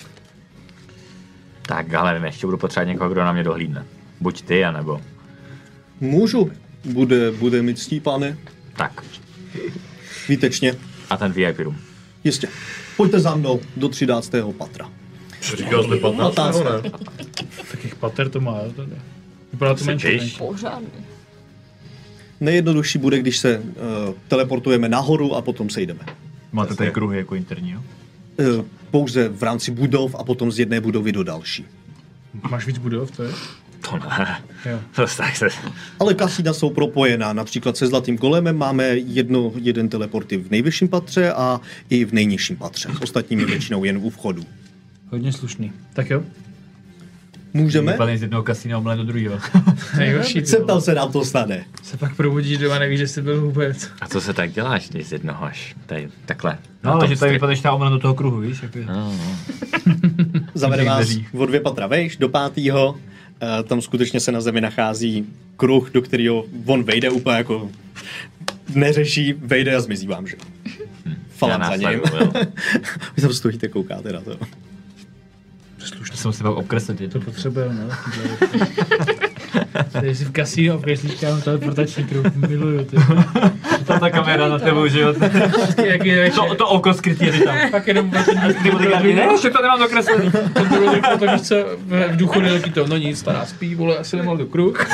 Tak, ale ještě budu potřebovat někoho, kdo na mě dohlídne. Buď ty, anebo... Můžu. Bude, bude mi ctí, pane. Tak. Výtečně. A ten V I P room. Jistě. Pojďte za mnou do třináctého patra. Říkal jste patnáct, ne? Takých pater to má, jo, tady. Vypadá to Se menší. těš. menší. Pořádný. Nejjednodušší bude, když se uh, teleportujeme nahoru a potom sejdeme. Máte tady kruhy jako interní, jo? Uh, pouze v rámci budov a potom z jedné budovy do další. Máš víc budov, to je? To ne. Jo. To tak se... Ale kasína jsou propojená. Například se Zlatým kolemem máme jedno, jeden teleporty v nejvyšším patře a i v nejnižším patře. S ostatními většinou jen u vchodu. Hodně slušný. Tak jo. Můžeme? Vypadne z jednoho kasína omlet do druhého. Nejhorší. ty Zeptal vole. se nám to stane. Se pak probudíš doma, nevíš, že jsi byl vůbec. A co se tak děláš, když z jednoho až tady takhle? No, na ale tom že tady stri- vypadneš ta omlet do toho kruhu, víš? Jako... No, no. Zavede Těch vás dveří. o dvě patra vejš, do pátého. E, tam skutečně se na zemi nachází kruh, do kterého on vejde úplně jako neřeší, vejde a zmizí vám, že? Falan Já za ním. následuju, jo. Vy tam stojíte, koukáte na to. To jsem si pak obkreslit To jedno. potřebuje, no. Tady jsi v kasínu a kreslíčka, teleportační kruh. Miluju, ty. Tam ta kamera na tebou, že jo? Jak je To, to oko skrytý je tam. Pak jenom Ty bude říkat, ne, ještě to nemám dokreslený. to víš co, v v duchu neletí to, no nic, stará spí, vole, asi nemám do kruh.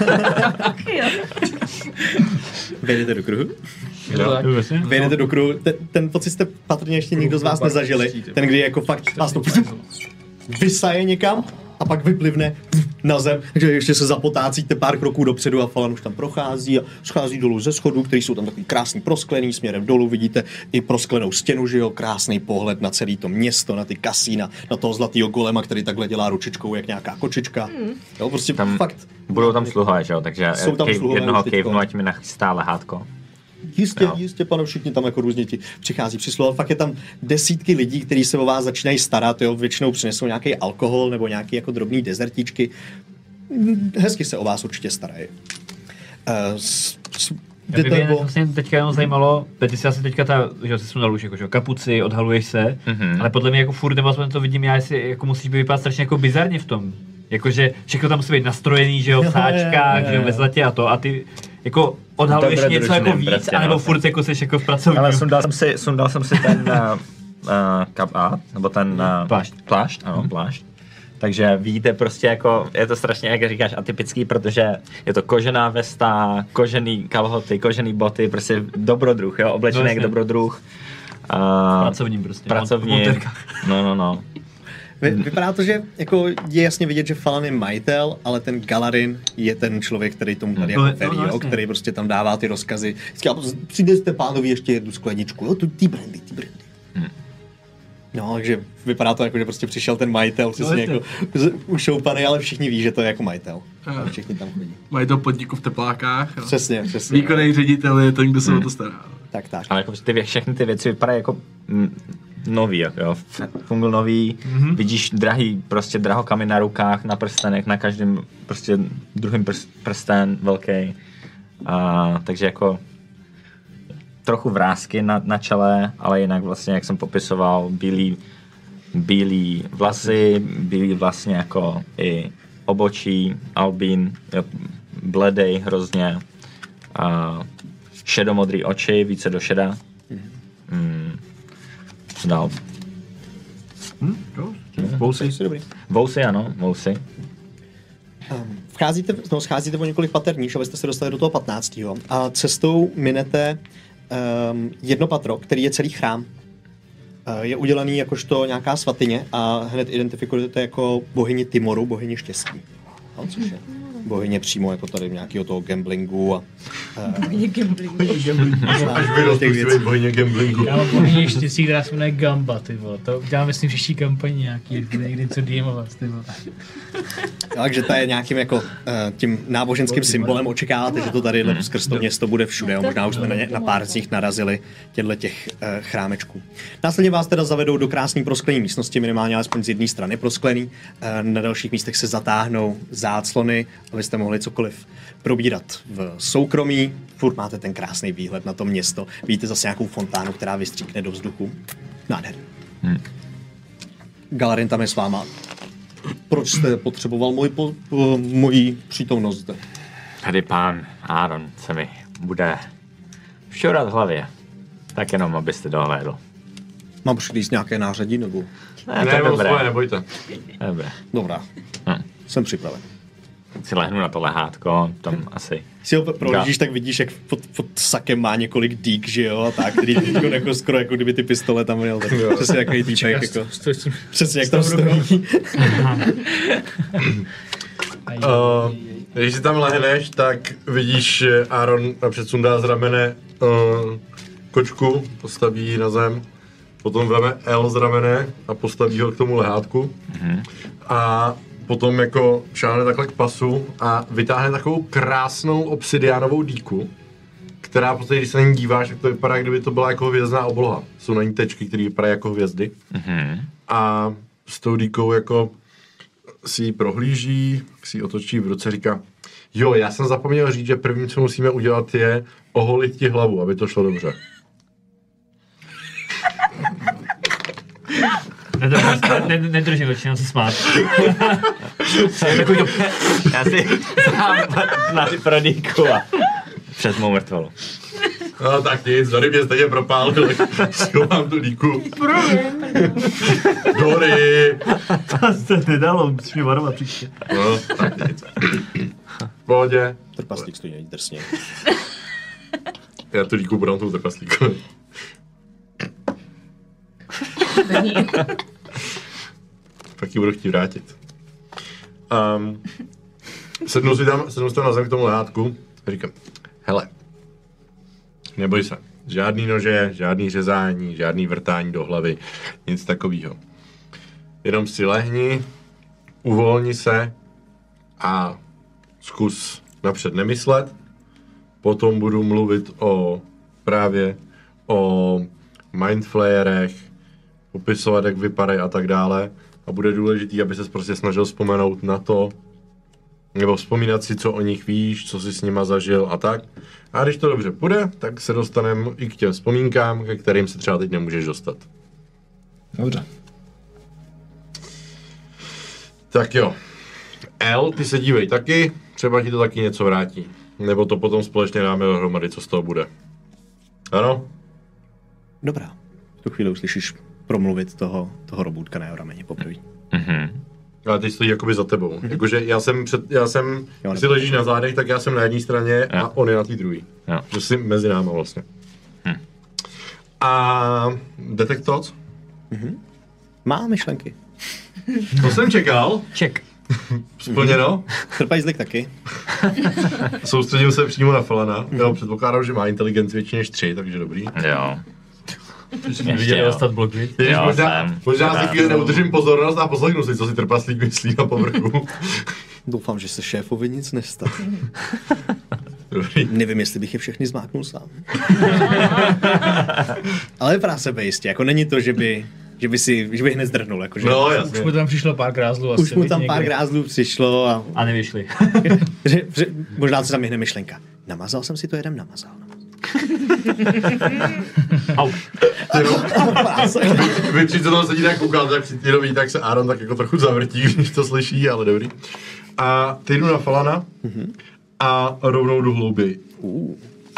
Vejdete do kruhu? Tak. Vejdete do kruhu. Ten, ten pocit jste patrně ještě nikdo z vás nezažili. Ten, kdy jako fakt vás to vysaje někam a pak vyplivne na zem, takže ještě se zapotácíte pár kroků dopředu a Falan už tam prochází a schází dolů ze schodů, který jsou tam takový krásný prosklený, směrem dolů vidíte i prosklenou stěnu, že jo, krásný pohled na celé to město, na ty kasína, na toho zlatého golema, který takhle dělá ručičkou jak nějaká kočička. Jo, prostě Tam fakt. budou tam sluhové, že jo, takže Jsou tam kej, sluhové jednoho už teďko. kejvnu, ať mi nachystá lehátko. Jistě, Jo. jistě, pane, všichni tam jako různě ti přichází přislovat. Fakt je tam desítky lidí, kteří se o vás začínají starat, jo, většinou přinesou nějaký alkohol nebo nějaký jako drobný dezertičky. Hezky se o vás určitě starají. Uh, s, s, Mě by jdete mě o... vlastně teďka jenom zajímalo, teď si asi teďka ta, že jsi sundal už jako, že jo, kapuci, odhaluješ se, Mhm. ale podle mě jako furt, nebo aspoň to vidím já, jestli jako musíš být vypadat strašně jako bizarně v tom. Jakože všechno tam musí být nastrojený, že jo, v sáčkách, že jo, ve zlatě a to a ty jako odhaluješ Dobré něco družinem jako víc, prostě, no. anebo furt jako seš jako v pracovní. Ale sundal jsem si, sundal jsem si ten uh, uh, kabát, nebo ten uh, Plášť. plášť, ano, plášť. Takže vidíte prostě jako, je to strašně, jak říkáš, atypický, protože je to kožená vesta, kožený kalhoty, kožený boty, prostě dobrodruh, jo, oblečený No, jak jasně. dobrodruh. Uh, Pracovním prostě. Pracovní, v monterkách. no, no, no. Vy, vypadá to, že jako je jasně vidět, že Falan je majitel, ale ten Galarin je ten člověk, který tomu tady No, jako no, verí, no, jo, jasně. který prostě tam dává ty rozkazy. Říká, přidejte pánovi ještě jednu skleničku, jo, tu, ty brandy, ty brandy. Hmm. No, takže vypadá to jako, že prostě přišel ten majitel, přesně jasně. jako z- ušoupaný, ale všichni ví, že to je jako majitel. Aha. A všichni tam chodí. Mají to podniku v teplákách. Jo. Přesně, přesně. Výkonný ředitel je ten, kdo se o to stará. Tak, tak. Ale jako ty, všechny ty věci vypadají jako mm, nový, jako jo. Fungl nový, mm-hmm. vidíš drahý, prostě drahokamy na rukách, na prstenech, na každém prostě druhým prst, prsten velký. A, takže jako trochu vrásky na, na čele, ale jinak vlastně, jak jsem popisoval, bílý, bílý vlasy, bílý vlastně jako i obočí, albín, bledej hrozně, a šedomodrý oči, více do šeda. Mm. Co dál? Hm, vousy. Dobrý. Vousy, ano, vousy. Um, vcházíte, no, scházíte o několik pater níž, abyste se dostali do toho patnáctého a cestou minete um, jedno patro, který je celý chrám. Uh, je udělaný jakožto nějaká svatyně a hned identifikujete jako bohyni Timoru, bohyni štěstí. No, což je bohyně přímo jako tady nějakého toho gamblingu a... Uh, bohyně gamblingu. Až vyrostl bohyně gamblingu. Já mám bohyně štěstí, která se jmenuje Gamba, ty vole. To dělám, myslím, příští kampaně nějaký, někdy co DMovat, ty vole. Takže to je nějakým jako uh, tím náboženským symbolem. Očekáváte, že to tady hmm. skrz to město bude všude. Možná už jsme na, ně, na pár z nich narazili těchto těch uh, chrámečků. Následně vás teda zavedou do krásné prosklené místnosti, minimálně alespoň z jedné strany prosklený. Uh, na dalších místech se zatáhnou záclony, abyste mohli cokoliv probírat v soukromí. Furt máte ten krásný výhled na to město. Vidíte zase nějakou fontánu, která vystříkne do vzduchu. Nádherný. Hmm. Galarin tam je s váma. Proč jste potřeboval moji, po, po, moji přítomnost zde? Tady pán Aaron se mi bude všurat v hlavě. Tak jenom, abyste dohlédl. Mám přijít nějaké nářadí, nebo? Ne, to je dobré. Svoje, nebojte. Dobré. Dobrá. Hm. Jsem připraven. Si lehnu na to lehátko, tam asi... Si ho prohlížíš, tak vidíš, jak pod, pod sakem má několik dík, že jo, a tak, který teďko jako skoro, jako kdyby ty pistole tam měl, tak přesně jaký týpek, jako... Přesně jak tam stojí. uh, když si tam lehneš, tak vidíš, že Aaron napřed sundá z ramene uh, kočku, postaví ji na zem, potom veme L z ramene a postaví ho k tomu lehátku. Mm-hmm. A potom jako šáhne takhle k pasu a vytáhne takovou krásnou obsidiánovou dýku, která prostě, když se na ní díváš, tak to vypadá, kdyby to byla jako hvězdná obloha. Jsou na ní tečky, které vypadají jako hvězdy. Mm-hmm. A s tou dýkou jako si ji prohlíží, si ji otočí v ruce, říká: jo, já jsem zapomněl říct, že první, co musíme udělat, je oholit ti hlavu, aby to šlo dobře. Nedržím oči, jenom se smát. Takový to... Já si sám na prodýku a přes mou mrtvolu. No tak nic, Dory mě stejně propálil, tak schovám tu díku. Dory! To se nedalo, musíš mě varovat příště. No, tak nic. V pohodě. Trpaslík stojí nejít drsně. Já tu díku podám tomu trpaslíkovi. Pak ji budu chtít vrátit. Um, sednu si tam, sednu si tam na zem k tomu lehátku a říkám: hele, neboj se, žádný nože, žádný řezání, žádný vrtání do hlavy, nic takového. Jenom si lehni, uvolni se a zkus napřed nemyslet. Potom budu mluvit o právě o mindflayerech, popisovat, jak vypadají a tak dále. A bude důležitý, aby ses prostě snažil vzpomenout na to, nebo vzpomínat si, co o nich víš, co jsi s nima zažil a tak. A když to dobře půjde, tak se dostaneme i k těm vzpomínkám, ke kterým se třeba teď nemůžeš dostat. Dobře. Tak jo. L, ty se dívej taky, třeba ti to taky něco vrátí. Nebo to potom společně dáme dohromady, co z toho bude. Ano? Dobrá. V tu chvíli uslyšíš promluvit toho, toho robůtka na jeho rameni poprvé. Mm-hmm. Ale teď stojí jakoby za tebou. Mm-hmm. Jakože já jsem, před, já jsem, když si ležíš na zádech, tak já jsem na jedné straně ja. a on je na té druhé. Ja. Že jsi mezi náma vlastně. Hm. A Detect Thoughts? Mm-hmm. Má myšlenky. To jsem čekal. Ček. Splněno. Trpajzlik taky. Soustředil se přímo na Falana. Mm-hmm. Jo, předpokládám, že má inteligenci větší než tři, takže dobrý. Jo. Viděli dostat blok, viď? Ježiš, možná, možná si chvíli neudržím pozornost a poslechnu si, co si trpaslík myslí na povrchu. Doufám, že se šéfovi nic nestane. Nevím, jestli bych je všechny zmáknul sám. Ale vypadá sebe jistě, jako není to, že by, že by si, že by hned zdrhnul. Jako, že... No, jasně. Už mu tam přišlo pár grázlů. Už mu tam pár grázlů přišlo a... A nevyšli. že, že, možná se tam jehne myšlenka. Namazal jsem si to jedem, namazal. Au. Vy tři, co tam sedí tak koukat, tak si týdoví, tak se Aaron tak jako trochu zavrtí, když to slyší, ale dobrý. A ty jdu na Falana mm-hmm. a rovnou do hlouběji. Uh.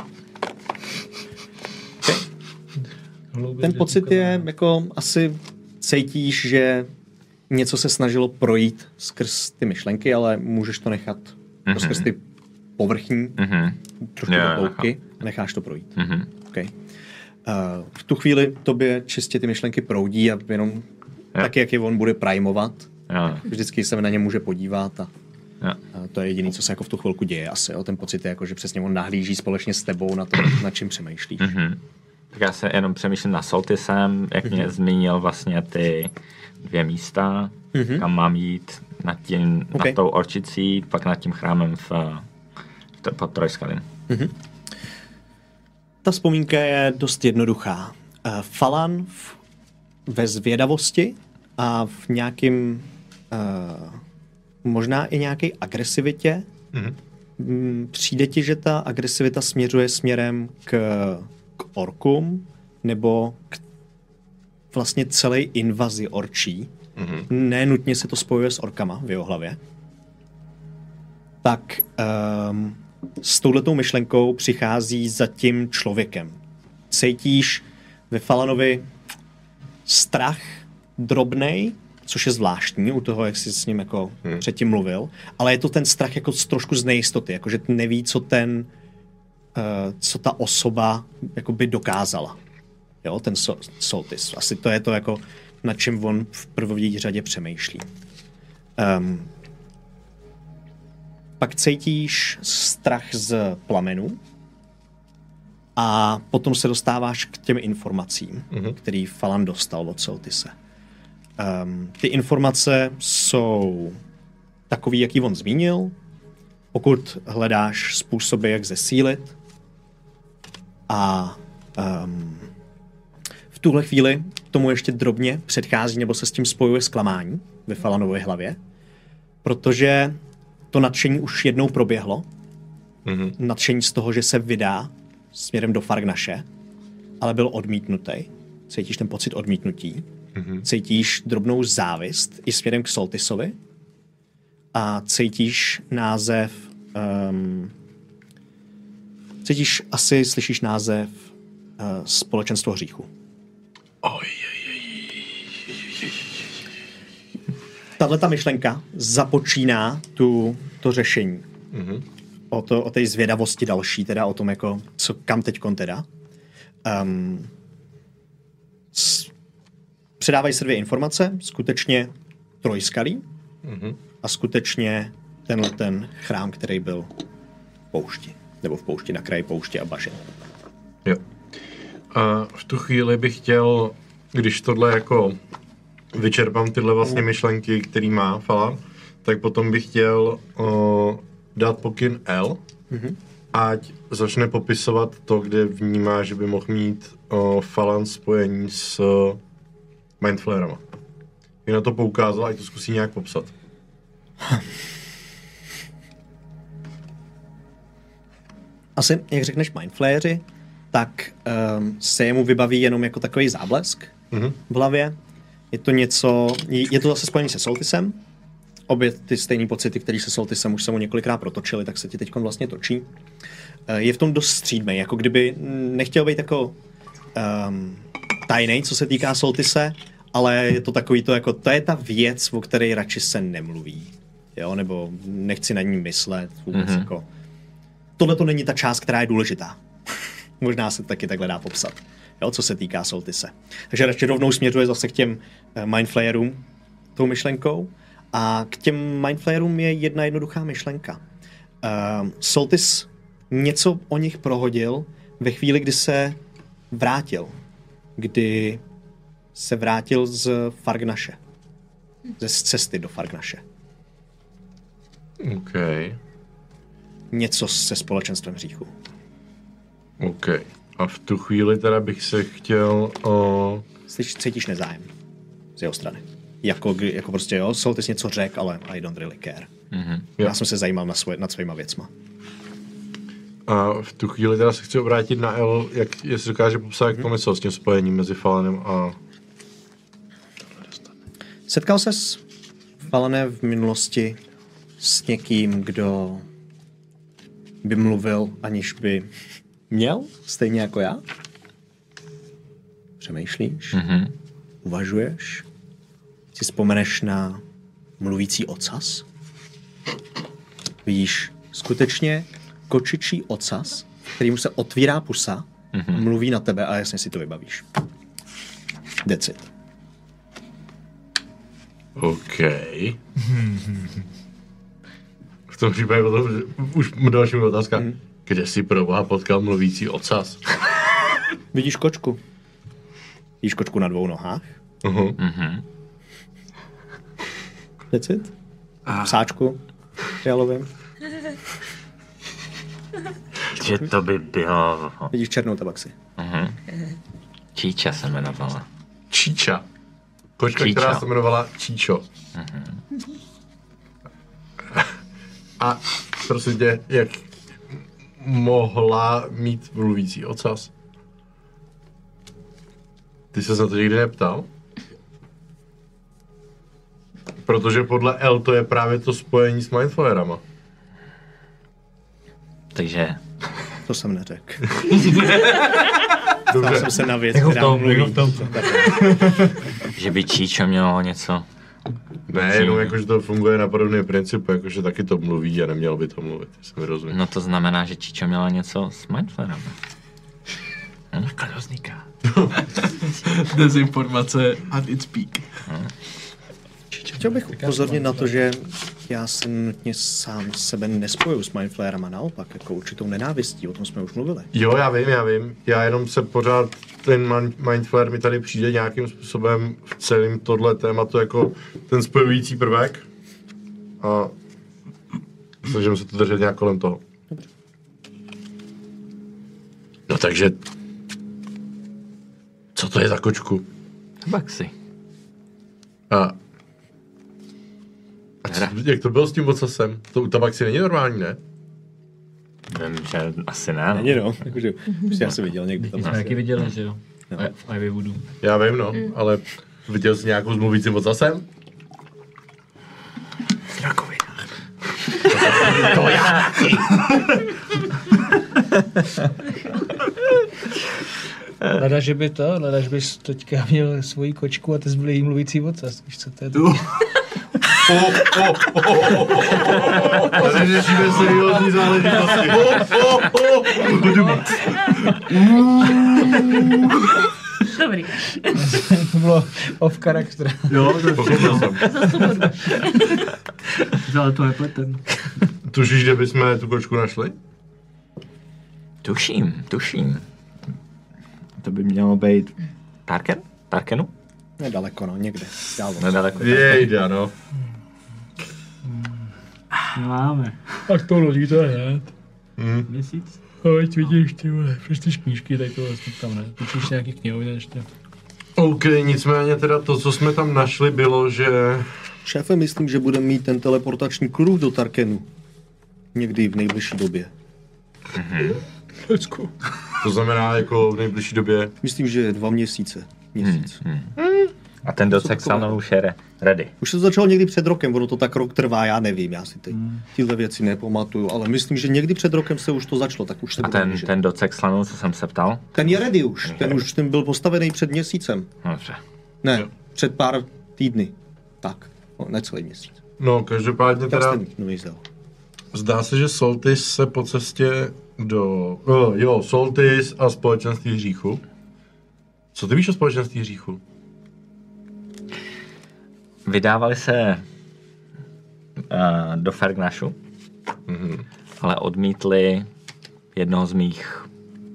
Okay. Ten pocit je, jako asi cítíš, že něco se snažilo projít skrz ty myšlenky, ale můžeš to nechat mm-hmm. skrz ty povrchní, mm-hmm. trošku yeah, do hloubky a necháš to projít. Mm-hmm. Okay. Uh, v tu chvíli tobě čistě ty myšlenky proudí a jenom yeah. taky, jak je on bude primovat, yeah. vždycky se na ně může podívat a yeah. uh, to je jediné, co se jako v tu chvilku děje asi. Jo? Ten pocit je jako, že přesně on nahlíží společně s tebou na to, nad čím přemýšlíš. Mm-hmm. Tak já se jenom přemýšlím nad Soltisem, jak mě mm-hmm. zmínil vlastně ty dvě místa, mm-hmm. kam mám jít, nad, tím, okay. nad tou orčicí, pak nad tím chrámem v, v pod Trojskalím. Mm-hmm. Ta vzpomínka je dost jednoduchá. Uh, Falan v, ve zvědavosti a v nějakým uh, možná i nějaké agresivitě mm-hmm. m, přijde ti, že ta agresivita směřuje směrem k, k orkům nebo k vlastně celé invazi orčí. Mm-hmm. Nenutně se to spojuje s orkama v jeho hlavě. Tak um, s touhletou myšlenkou přichází za tím člověkem. Cítíš ve Falanovi strach drobnej, což je zvláštní u toho, jak jsi s ním jako hmm. předtím mluvil, ale je to ten strach jako trošku z nejistoty, jako že neví, co ten, uh, co ta osoba jako by dokázala. Jo, ten so- Soltis. Asi to je to, jako, nad čím on v první řadě přemýšlí. Um, Pak cítíš strach z plamenů a potom se dostáváš k těm informacím, mm-hmm. který Falan dostal od Soltise. Um, ty informace jsou takový, jaký on zmínil. Pokud hledáš způsoby, jak zesílit a um, v tuhle chvíli tomu ještě drobně předchází nebo se s tím spojuje zklamání ve Falanově hlavě, protože to nadšení už jednou proběhlo. Mm-hmm. Nadšení z toho, že se vydá směrem do Fargnaše, ale byl odmítnutý. Cítíš ten pocit odmítnutí. Mm-hmm. Cítíš drobnou závist i směrem k Soltisovi. A cítíš název... Um, cítíš, asi slyšíš název uh, Společenstvo hříchu. Oj, Tahle ta myšlenka započíná tu, to řešení. Mm-hmm. O, to, o té zvědavosti další, teda o tom, jako, co, kam teďkon teda. Um, s, předávají se dvě informace, skutečně Trojskalí mm-hmm. a skutečně tenhle ten chrám, který byl v poušti. Nebo v poušti, na kraji pouště a bažin. Jo. A v tu chvíli bych chtěl, když tohle jako vyčerpám tyhle vlastně myšlenky, který má Falan, tak potom bych chtěl uh, dát pokyn L, mm-hmm. ať začne popisovat to, kde vnímá, že by mohl mít uh, Falan spojení s uh, Mindflayerama. Je na to poukázal, ať to zkusí nějak popsat. Asi, jak řekneš Mindflayeři, tak um, se jemu vybaví jenom jako takový záblesk mm-hmm. v hlavě. Je to něco, je to zase spojený se Soltisem. Obě ty stejné pocity, které se Soltisem už se mu několikrát protočily, tak se ti teď vlastně točí. Je v tom dost střídmej, jako kdyby nechtěl být jako um, tajnej, co se týká Soltise, ale je to takový to, jako to je ta věc, o které radši se nemluví. Jo, nebo nechci na ní myslet. Vůbec mm-hmm. jako. Tohle to není ta část, která je důležitá. Možná se taky takhle dá popsat. Jo, co se týká Soltise. Takže radši rovnou směřuje zase k těm uh, Mindflayerům tou myšlenkou. A k těm Mindflayerům je jedna jednoduchá myšlenka. Uh, Soltis něco o nich prohodil ve chvíli, kdy se vrátil. Kdy se vrátil z Fargnaše. Ze cesty do Fargnaše. OK. něco se společenstvem hříchu. OK. A v tu chvíli teda bych se chtěl... O... Cítíš nezájem z jeho strany. Jako, jako prostě jo, Soltis něco řekl, ale I don't really care. Mm-hmm. Já jsem se zajímal na svoje, nad svýma věcma. A v tu chvíli teda se chci obrátit na El, jak, jestli dokáže popsat, jak to myslel s tím spojením mezi Falanem a... Setkal ses, Falane, v minulosti s někým, kdo by mluvil, aniž by měl, stejně jako já? Přemýšlíš? Mm-hmm. Uvažuješ? Si vzpomeneš na mluvící ocas? Vidíš skutečně kočičí ocas, kterým se otvírá pusa, mm-hmm. mluví na tebe a jasně si to vybavíš. That's it. OK. V tom případě potom, už další otázka. Mm. Kde jsi pro boha potkal mluvící ocas? Vidíš kočku. Vidíš kočku na dvou nohách. Uh-huh. Mm-hmm. That's it. V sáčku fialovém. Že to by bylo... Vidíš černou tabaxi. Uh-huh. Číča se jmenovala. Číča. Kočka, Číčo. která se jmenovala Číčo. Uh-huh. A prosím tě, jak mohla mít mluvící ocas? Ty ses na to někdy neptal? Protože podle L to je právě to spojení s Mindflayerama. Takže... To jsem neřekl. Dobře. Ptal jsem se na věc, Jako v která tom, mluví. jako v tom. Že by Číčo mělo něco... Ne, jenom jako, že to funguje na podobný princip, jakože taky to mluví a nemělo by to mluvit, jestli mi rozumím. No to znamená, že Číčo měla něco s Mindflayerem. Hm? Kalozníka. Dezinformace at its peak. Chtěl bych upozornit na to, že já se nutně sám sebe nespojuju s Mindflayerama, naopak, jako určitou nenávistí, o tom jsme už mluvili. Jo, já vím, já vím. Já jenom se pořád, ten Mindflayer mi tady přijde nějakým způsobem v celém tohle tématu jako ten spojující prvek. A snažím se to držet nějak kolem toho. Dobře. No takže... Co to je za kočku? Tabaxi. A... A co, jak to bylo s tím ocasem? To u tabaxi není normální, ne? Vím, že asi ne. Není no, jakože, prostě já jsem viděl někdy tam. Jsme taky viděli, že jo? V Ivywoodu. Já vím, no, mm. ale viděl jsi nějakou s mluvícím ocasem? V rakovinách. To já taky. Leda, že by to, leda, že bys teďka měl svoji kočku a ty jsi byl jí mluvící ocas. Víš, co to je? To? Tady řešíme seriózní záležitosti. Dobrý. To bylo off character. Jo, to pochopil jsem. Ale to je pleten. Tušíš, kde bychom tu kočku našli? Tuším, tuším. To by mělo být... Tarken? Tarkenu? Nedaleko, no, někde. Dál. Nedaleko. Jejda, no. Máme. Tak to lodí to je, ne? Hmm. Měsíc? Ať vidíš, ty vole, přečteš knížky, tak to vlastně tam ne. Učíš nějaký knihovny ještě. OK, nicméně teda to, co jsme tam našli, bylo, že... Šéfe, myslím, že budeme mít ten teleportační kruh do Tarkenu. Někdy v nejbližší době. Lecku. To znamená jako v nejbližší době... Myslím, že dva měsíce. Měsíc. Hmm, hmm. A ten docek salonu už je re- ready. Už se to začalo někdy před rokem, ono to tak rok trvá, já nevím, já si teď hmm. tyhle věci nepamatuju, ale myslím, že někdy před rokem se už to začalo, tak už se A bude ten, blížit. ten docek slanu, co jsem se ptal? Ten je ready už, ten už ten byl postavený před měsícem. Dobře. Ne, Jo. před pár týdny. Tak, no, necelý měsíc. No, každopádně Tam teda... jste zmizel. Zdá se, že Soltis se po cestě do... Oh, jo, Soltis a společenství hříchu. Co ty víš o společenství hříchu? Vydávali se uh, do Fergnašu, Mhm. ale odmítli jednoho z mých...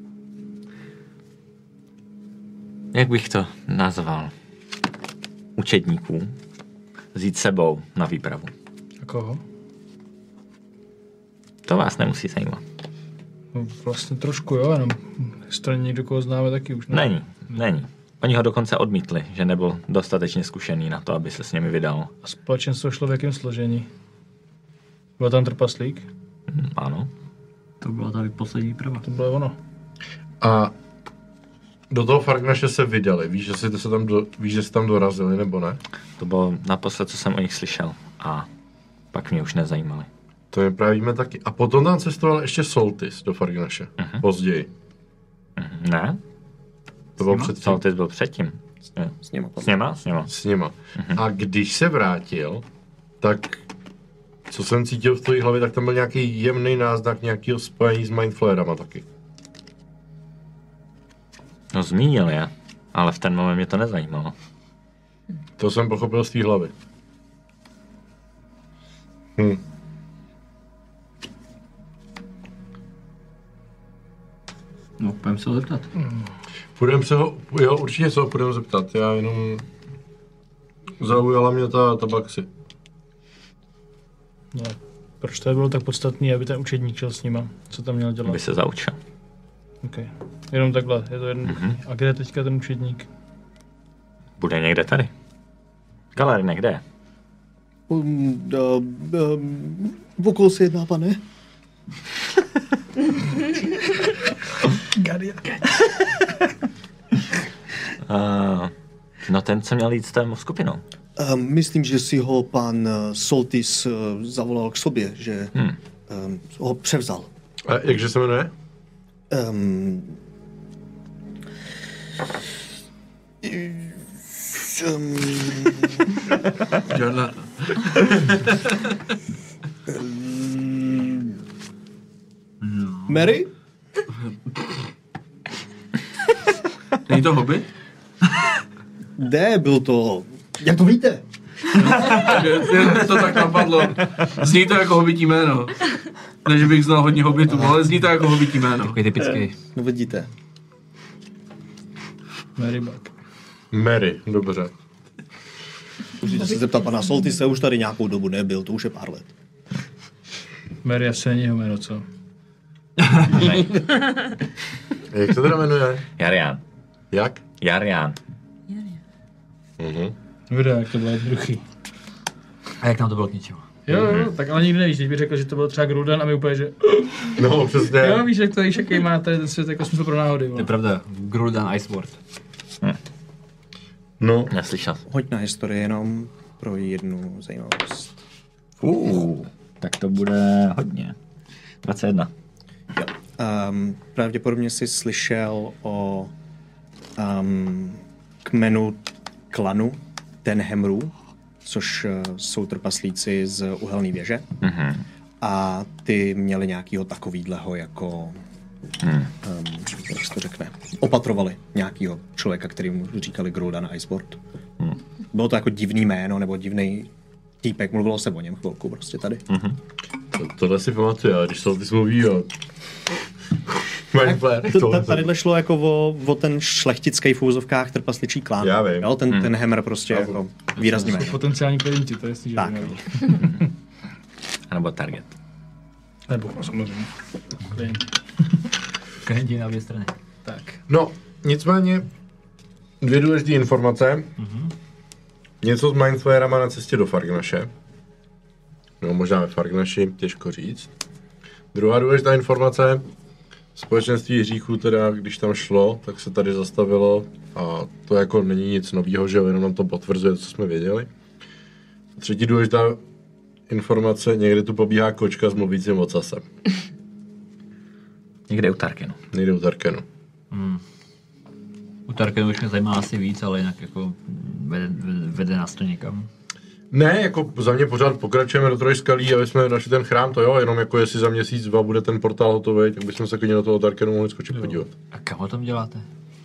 Jak bych to nazval? Učedníků. Vzít sebou na výpravu. A koho? To vás nemusí zajímat. No, vlastně trošku jo, jenom straně někdo, koho známe taky už. Ne? Není, není. Oni ho dokonce odmítli, že nebyl dostatečně zkušený na to, aby se s nimi vydal. A společenstvo šlo v jakém složení? Byl tam trpaslík? Hm, ano. To byla ta poslední výprava. To bylo ono. A do toho Fargnaše se vydali. Víš, že jste se tam, do, víš, že jste tam dorazili, nebo ne? To bylo naposled, co jsem o nich slyšel. A pak mě už nezajímali. To je právě víme taky. A potom tam cestoval ještě Soltis do Fargnaše. Uh-huh. Později. Uh-huh. Ne? To bylo předtím. Soltis byl předtím. S něma. S něma? S něma. S nima. Uh-huh. A když se vrátil, tak co jsem cítil v tvojí hlavě, tak tam byl nějaký jemný náznak nějakého spojení s Mindflayerama taky. No zmínil je, ale v ten moment mě to nezajímalo. To jsem pochopil z tvý hlavy. Hm. No, půjdeme se ho zeptat. Půjdeme se ho, jo, určitě se ho půjdeme zeptat, já jenom zaujala mě ta, ta Baxi. No, proč to bylo tak podstatný, aby ten učedník šel s nima? Co tam měl dělat? Aby se zaučil. Okay. Jenom takhle, je to jednoduché. Mm-hmm. A kde je teďka ten učedník? Bude někde tady. Galerine, kde je? Um, uh, um, v okolo se jedná, pane. uh, no ten, co měl jít s tém skupinou. Um, myslím, že si ho pan uh, Soltis uh, zavolal k sobě, že Hmm. um, ho převzal. A jakže se jmenuje? Um, um, Žádná. Mary? Není to hobby? Ne, byl to... Jak to víte? Jen to tak napadlo. Zní to jako hobití jméno. Ne, že bych znal hodně hobitů, ale zní to jako hobití jméno. Takový typický. No vidíte. Mary Buck. Mary, dobře. Musíte se zeptat pana Soltise, už tady nějakou dobu nebyl, to už je pár let. Mary asi není jeho jméno, co? Jak se teda jmenuje? Jarian. Jak? Jarian. Mhm. Videa, jak to bylo jednoduchý. A jak nám to bylo k ničemu? Jo, jo, tak ale nikdy nevíš, když bych řekl, že to byl třeba Gruden a my úplně, že... No, přesně. Jo, víš, jak to víš, jaký má tady ten svět jako smysl pro náhody. To je pravda. Gruden Iceworld. Hm. No. Neslyšel. Hoď na historii jenom pro jednu zajímavost. Uh, tak to bude hodně. dvacet jedna. Jo. Um, pravděpodobně jsi slyšel o um, kmenu klanu Tenhemrů, což uh, jsou trpaslíci z Uhelné věže. Mhm. A ty měli nějakýho takovýhleho jako... Hmm. Um, jak se to řekne? Opatrovali nějakýho člověka, který mu říkali Gruldan Iceboard. Hmm. Bylo to jako divný jméno, nebo divný týpek, mluvilo se o něm chvilku prostě tady. Mhm. To, tohle si pamatuju, když Soltis mluví o... Tadyhle šlo jako o, o ten šlechtický v úzovkách trpasličí klán. Já vím. Jo, ten, Hmm. ten Hammer prostě Já jako výrazně jméno. Potenciální klienti, to je jasný, že Tak. neví. Nebo target. Nebo samozřejmě. Klienti. Klienti na obě strany. Tak. No, nicméně dvě důležité informace. Mhm. Něco s Mindflayerama na cestě do Fargnaše. No, možná ve Fargnaši, těžko říct. Druhá důležitá informace. Společenství hříchů teda, když tam šlo, tak se tady zastavilo a to jako není nic novýho, že jo, jenom nám to potvrzuje, co jsme věděli. Třetí důležitá informace, někde tu pobíhá kočka s mluvícím ocasem. Někde u Tarkenu. Někde u Tarkenu. Hmm. U Tarkenu už mě zajímá asi víc, ale jinak jako vede, vede nás to někam. Ne, jako za mě pořád pokračujeme do Trojskalí, aby jsme našli ten chrám, to jo, jenom jako jestli za měsíc, dva bude ten portál hotový, tak bychom se klidně do toho Tarkenu mohli skočit Jo. podívat. A kam o tom děláte?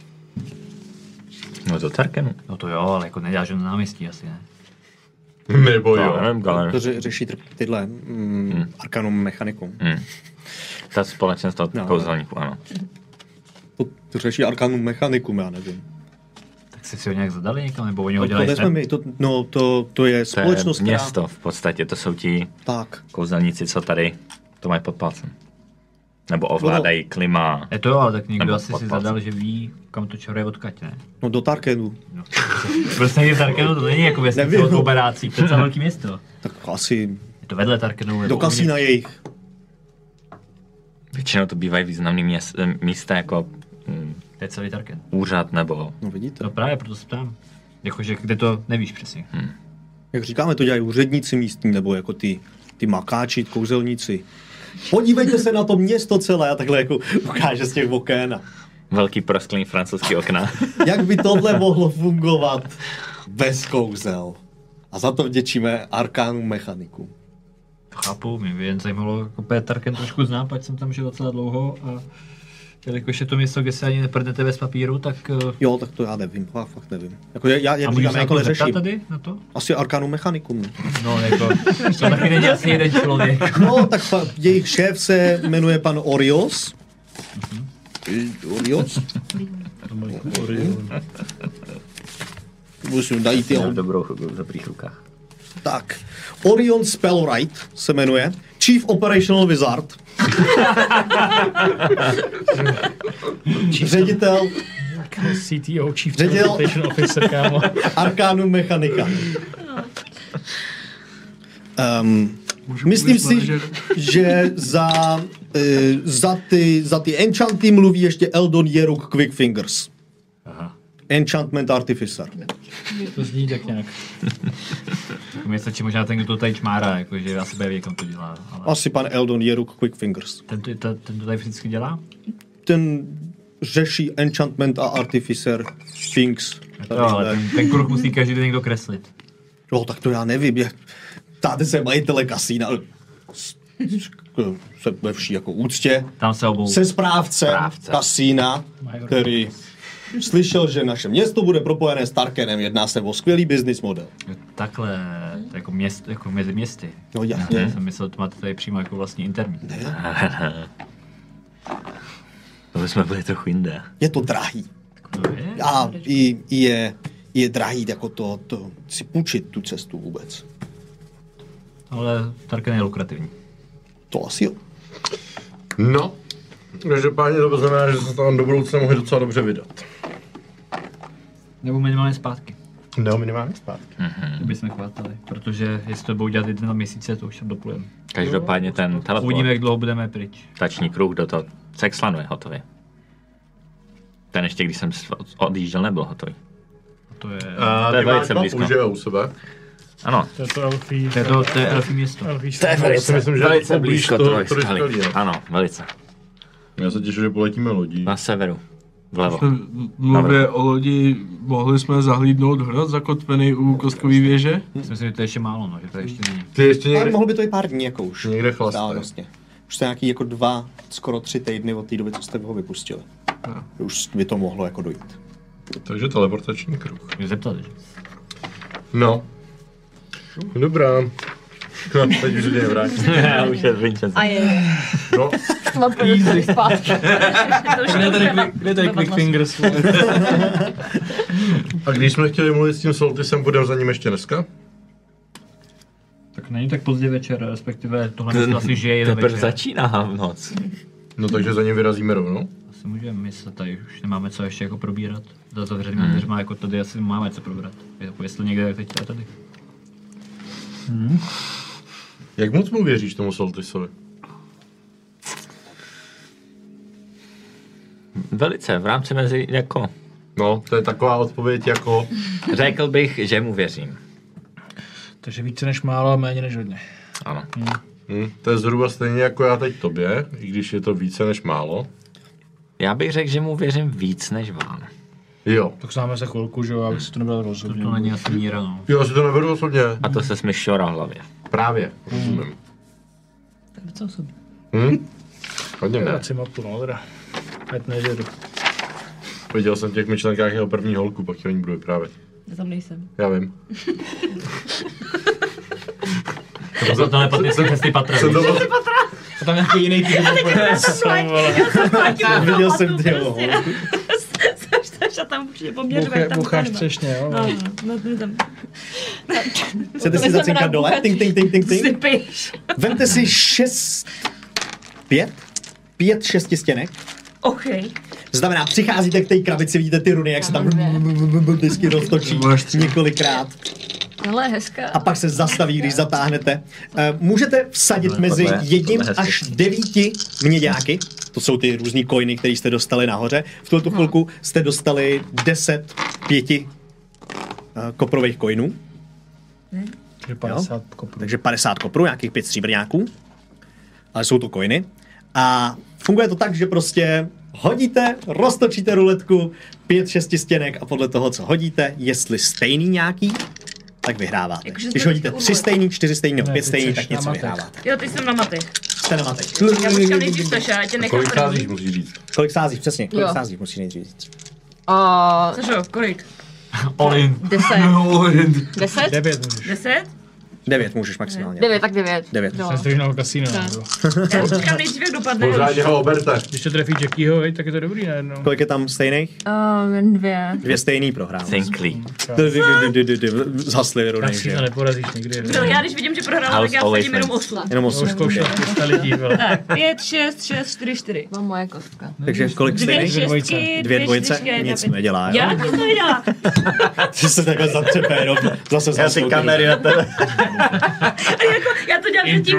No do Tarkenu. No to jo, ale jako neděláš na náměstí asi, ne? Nebo jo. No, nevím, Galer. To ře- řeší tr- tyhle mm, Hmm. arkanum mechanikum. Hmm. Ta společenstvo No. kouzelníků, ano. To, to řeší arkanum mechanikum, já nevím. Tak jsi si ho nějak zadali někam, nebo oni ho To, to, dělají nejsme my, to, no, to, to je To je společnost, která- město, v podstatě to jsou ti Tak, kouzelníci, co tady to mají pod palcem. Nebo ovládají klima. Je to jo, ale tak někdo Nebo asi pod si palcem. zadal, že ví, kam to čaruje odkaď, ne? No do Tarkenu. No. Prostě někde Tarkenu to není jako vesnice Nevím. od Oberácí, to je celé velký město. Tak asi Je to vedle Tarkenu. nebo do kasína uvnitř. jejich. Většinou to bývají významný měst, místa jako mm, To je celý Tarken. úřad nebo... No vidíte. No právě, proto se ptám. Jakože kde to nevíš přesně. Hmm. Jak říkáme, to dělají úředníci místní, nebo jako ty, ty makáči, kouzelníci. Podívejte se na to město celé a takhle jako ukáže z těch oken. A Velký prosklený francouzský okna. jak by tohle mohlo fungovat bez kouzel? A za to vděčíme Arkánu mechaniku. To chápu, mě by jen zajímalo, jako P. Tarken trošku znám, ať jsem tam žil docela dlouho a jelikož je to město, kde se ani neprdnete bez papíru, tak... eh, Jo, tak to já nevím, já fakt nevím. Jako já, já a jak můžu říkám, se já to jako zeptat neřeším. tady na to? Asi Arkánu mechanikum. No, jako, to taky není asi jeden člověk. No, tak pa, jejich šéf se jmenuje pan Orios. Orios? Musím najít jeho. Mám dobrou v dobrých rukách. Tak, Orion Spellwright se jmenuje. Chief Operational Wizard. Ředitel C T O, Chief Ředitel- Teleportation Officer, kámo. Arkánu mechanika. Um, myslím si, že za, uh, za, ty, za ty enchanty mluví ještě Eldon Jeruk Quickfingers. Aha. Enchantment Artificer. To zní tak nějak. Mně stačí možná ten, kdo to tady čmárá, jakože já se vědět, kam to dělá. Ale Asi pan Eldon Jeruk Quickfingers. ten, to, ten, ten to tady vždycky dělá? Ten řeší Enchantment a Artificer Things. Jo, ale ten, ten kruh musí každý den někdo kreslit. No, tak to já nevím. Je, ptáte se majitele kasína. S- se ve vší jako úctě. Tam se obou. Se správcem Správce. kasína, který slyšel, že naše město bude propojené s Tarkenem. Jedná se o skvělý business model. Takhle, to jako, měst, jako mezi městy. No Já jasně. jsem myslel, že to máte tady přímo jako vlastní interní. To bychom byli trochu jinde. Je to drahý. No je. A i, i je, je drahý jako to, to si půjčit tu cestu vůbec. Ale Tarken je lukrativní. To asi jo. No, každopádně to znamená, že se tam do budoucna mohli docela dobře vydat. Nebo minimálně zpátky. No, minimálně zpátky. To bychom chvátali. Protože jestli to budou dělat jeden na měsíce, to už tam dopujeme. Každopádně ten Uvidíme, jak dlouho budeme pryč. teleportační kruh do toho Sexlanu je hotový. Ten ještě, když jsem odjížděl, nebyl hotový. A to je... A To je ty velice máš blízko. mapu, že jo, u sebe? Ano, To je to elfí. To je to, to je elfí město. elfí to je stát. velice, myslím, že velice poblíž blízko toho trojskali. trojskalí, no. Ano, velice. Já se těším, že poletíme lodí. Na severu. Vlevo. Mluvě o lodi, mohli jsme zahlídnout hrad zakotvený u kostkové věže? Myslím si, že to je ještě málo, no, že to ještě není. Ty ještě Ale někde, mohlo by to i pár dní jako už. někde chlastají. Vzdálenostně. Už jste nějaký jako dva, skoro tři týdny od té doby, co jste ho vypustili. No. Už by to mohlo jako dojít. Takže teleportační kruh. Mě zeptat, že? No. Dobrá. No, teď už se tě nevrátím. Já už je Vincenzo. A je, No, to mám první zpátky. To už Kde je tady, to quick- kde je tady Quick Fingers? a když jsme chtěli mluvit s tím Soltisem, budeme za ním ještě dneska? Tak není tak pozdě večer, respektive tohle město asi žije jeden Teprve večer. začíná v noc. No takže za ním vyrazíme rovnou. Asi můžeme, my se tady už nemáme co ještě jako probírat. Za zavřenýma dveřma, jako tady asi máme co probírat. Jako jestli někde, tak teď a tady. Jak moc mu věříš tomu Soltisovi? Velice, v rámci mezi, jako, No, to je taková odpověď jako... řekl bych, že mu věřím. Takže více než málo a méně než hodně. Ano. Hm, to je zhruba stejně jako já teď tobě, i když je to více než málo. Já bych řekl, že mu věřím víc než vám. Jo. Tak známe se chvilku, že jo, aby se to nebylo To, rozhodně. to není asi míra, no. Jo, si to neberu osobně. A to se smyšťora v hlavě. Právě, rozumím. Tak co jsou? Hm? Hodně ne. Ať si mapu, no teda. Ať nežeru. Viděl jsem v těch myšlenkách jeho první holku, pak ti o ní budu vyprávět. Já tam nejsem. Já vím. To jsou to nepatnické cesty patra. Jsem to A tam nějaký jiný typ. Viděl jsem ty jo. A tam určitě poměřovat tam Bucháš konema. třešně, jo. No, no, no, tam. Chcete si zacinkat dole? Ting, ting, ting, ting, ting. Sypiš. Vemte si šest pět, pět šestistěnek. OK. To znamená, přicházíte k té krabici, vidíte ty runy, jak se tam vždycky roztočí několikrát. Ale hezká. A pak se zastaví, když zatáhnete. Můžete vsadit mezi jedním až devíti měďáky. To jsou ty různý coiny, které jste dostali nahoře. V tuto chvilku jste dostali deset pěti koprových coinů. Takže padesát koprů. Takže padesát koprů, nějakých pět stříbrňáků. Ale jsou to coiny. A funguje to tak, že prostě hodíte, roztočíte ruletku, pět šestistěnek a podle toho, co hodíte, jestli stejný nějaký, tak vyhráváte. Jakože Když jsme hodíte teď tři stejný, čtyři stejný nebo Ne, pět ty stejný, jsi tak na něco matech. vyhráváte. Jo, ty jsem na matech. Jste na matech. Já počkám nejdřív Staša, já tě nechám Kolik sázíš, první. musíš říct. Kolik sázíš, přesně, kolik Jo. sázíš, musí nejdřív říct. A Stašo, kolik? All in. deset. Deset? Devět můžeš. Deset? Devět můžeš maximálně. Devět, tak devět. Devět. Jo. Jsem stojí na kasíno. Tak. nebo. Já počkám nejdřív, jak dopadne. Pořádně ho oberte. Když to trefí Jackieho, veď, tak je to dobrý najednou. Kolik je tam stejných? Um, dvě. Dvě stejný prohrál. Thinkley. Zhasli runy, Tak si že to jo. neporazíš nikdy. No, já když vidím, že prohrála, House tak já always sadím jenom wins. osm. Jenom To už osm. zkoušel spousta lidí, vole. Tak, pět, šest, šest, čtyři, čtyři. Byla moje kostka. Takže kolik Dvě stejných? dvojce. šestky, Dvě dvojce? čtyřky, jedna Nic pět. nedělá, jo? Já nic to nedělá. Že se takhle zatřepe, jenom zase Já ty kamery na tebe. A jako, já to dělám předtím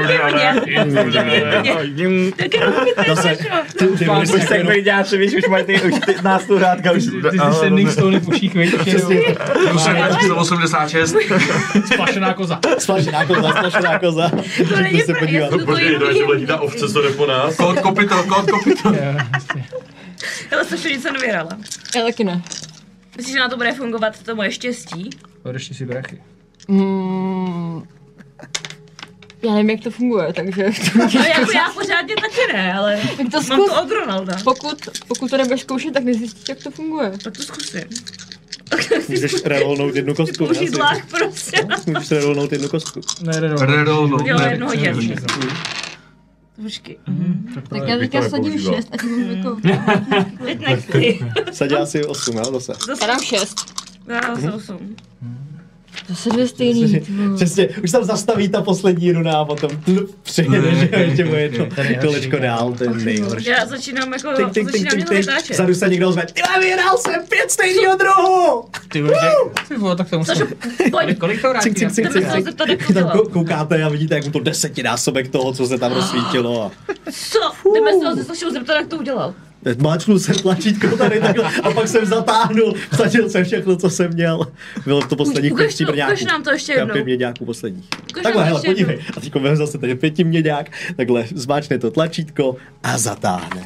hodně. Tak jenom mi to Zase, je ty, ty runy Už se tak jenom- byli děláci, víš, už mají ty, už ty, nás tu hrádka, už... Ty ty standing stony v uších, veď, Přesně. sto osmdesát šest. splašená koza. Splašená koza, splašená koza. To není se pro- podívat. já jsem to Počkej, to jiný. ještě letí ta ovce, co jde po nás. Kód kopito, kód kopito. Jo, jasně. Ale Staša nic jsem nevyhrála. Já taky ne. Myslíš, že na to bude fungovat to moje štěstí? Odešli si brachy. Mm, já nevím, jak to funguje, takže No jako já pořádně taky ne, ale Tak to mám zkus. to od Ronalda. pokud, pokud to nebudeš zkoušet, tak nezjistíš, jak to funguje. Tak to zkusím. Můžeš rerolnout jednu Ty kostku. použidlách prostě. Můžeš rerolnout jednu kostku. Ne, ne, Redol, no. Jo, Ne. jedno hodně. Počkej. Tak já bych to teďka sadím nepoužíval. šest a ti budu jako... Teď nechci. Sadí asi osm, jo, zase. Já dám šest. Já jsem osm. Zase dvě stejný. ty vole. Přesně, už tam zastaví ta poslední runa a potom přijede, že jo, ještě bude jedno To je nejhorší. kolečko dál, to je nejhorší. Já začínám jako, Tink, tink, tink, začínám tink, něco tink. vytáčet. Vzadu se někdo ozve, tyhle, vyhrál jsem pět stejného druhu! Ty vole, ty vole, tak to musím. Sašo, pojď. Kolik to vrátí? Cink, cink, cink, Jdeme cink, se ho cink. zeptat, jak to Tam dělal. kou- koukáte a vidíte, jak mu to desetinásobek toho, co se tam rozsvítilo. A Co? Jdeme se ho se Sašou zeptat, jak to udělal. máčknul jsem tlačítko tady takhle a pak jsem zatáhnul, vsadil jsem všechno, co jsem měl. Bylo to posledních Ukaž pět to, stříbrňáků. ukaž nám to ještě Já jednou. pět měďáků posledních. Ukaž Takhle, nám hele, ještě jednou. podívej. A teď vezme zase ten pěti měďák, takhle zmáčkne to tlačítko a zatáhne.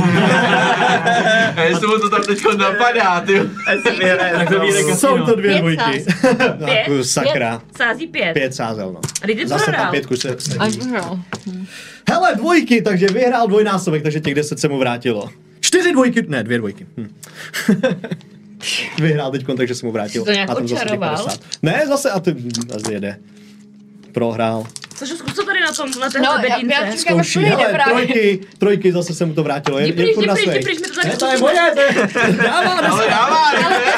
A jestli mu to tam teďko napadá, ty. Tak to vyjde Jsou to dvě Pět dvojky. Pět? Jako sakra. Sází pět. Pět sázel, no. A ty Zase tam prohrál. pětku se... se Až vyhrál. Hele, dvojky, takže vyhrál dvojnásobek, takže těch deset se mu vrátilo. Čtyři dvojky, ne, dvě dvojky. Hm. Vyhrál teďkon, takže se mu vrátil. Jsi to nějak Má tam zase těch očaroval? padesát. Ne, zase a ty zase jede. Prohrál. Což zkus to tady na tom, na té No, já, bedínce. já říkám, Zkouší, že hele, právě. trojky, trojky, zase se mu to vrátilo. Je, Jdi pryč, je furt jdi na pryč, jdi svej. pryč, my to tady Ne, to je zkusíme. moje, to je... Dává, Ale dává,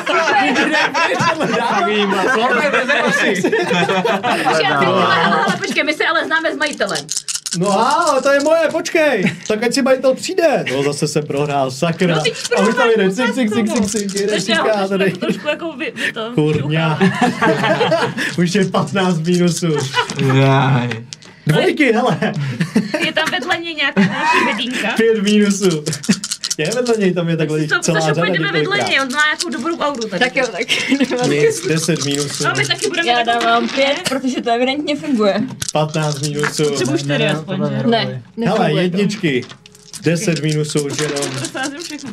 Počkej, já teď- ale, ale, ale, počkej, my se ale známe s majitelem. No ale to je moje, počkej. Tak ať si majitel přijde. No zase jsem prohrál, sakra. No, teď A už tam jde, prohrál, cik, cik, cik, cik, cik, jede, Takže já říká ho tady. trošku, trošku jako vy, vy to. Kurňa. Už je patnáct minusů. Jaj. Dvojky, hele. Je tam vedle něj nějaká další bedínka. Pět minusů. Je vedle něj, tam je takhle Co, celá Sašo, řada pojďme vedle několikrát. něj, on má nějakou dobrou auru tady. Tak jo, tak. Nic, deset minusů. A my taky budeme Já takovou dávám skupinu. pět, protože to evidentně funguje. patnáct minusů. Třeba čtyři aspoň, že? Ne, Hele, nefunguje to. jedničky. deset minusů už jenom. Sázím všechno.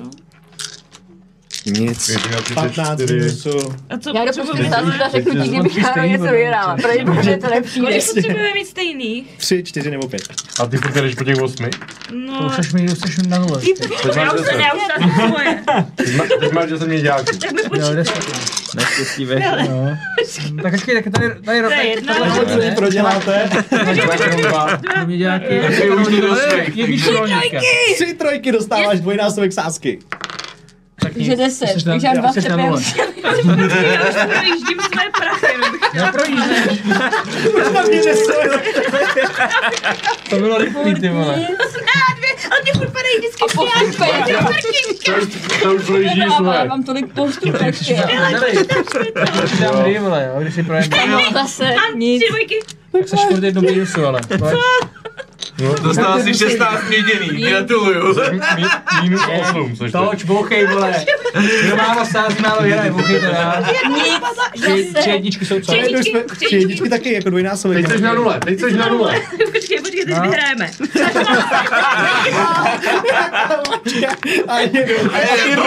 Nic. patnáct minusů. A co Já potřebujeme dopočtu mít? stát a řeknu ti, kdybych náhodou něco vyhrála. Protože protože to nepřijde. Kolik potřebujeme mít stejných? Tři, čtyři nebo pět. A ty furt jdeš po těch osmi? No, Už jsi mi, už jsi na nule. Teď já máš už se deset. já už sázím svoje. Teď má- Teď máš deset měďáků. Tak mi Jo, počítej. deset. Neštěstí ve. No. Tak počkej, tak tady, tady To je jedna. tohle Co vy proděláte? Mě nějaký... Ty už ty do svých, Jednička takže- rolníka. Tři trojky dostáváš dvojnásobek sázky. Takže deset, Jsi na- takže já dva jsi na stepy. nule. Já už projíždím své prachy, jenom bych chtěla. Neprojíždeš. Už tam jde svoje. To bylo rychlý, ty vole. A dvě A ty furt padají vždycky přijáčky. To už projíždí Já své. mám tolik postupů ještě. Dám hry, vole, jo, když si projeme. Zase A nic. tři dvojky. Tak se furt jednou minusu, ale. Dostal si šestnáct měděný, gratuluju. Minus osm, což to. Toč, bouchej, vole. Kdo málo sází, málo hraje, bouchej teda. Tři tři jedničky jsou co? Tři jsme- Tři jedničky taky jako dvojnásobek. Teď jsi na nule, teď jsi na nule. Počkej, počkej, teď vyhrajeme. A jedu. A jedu.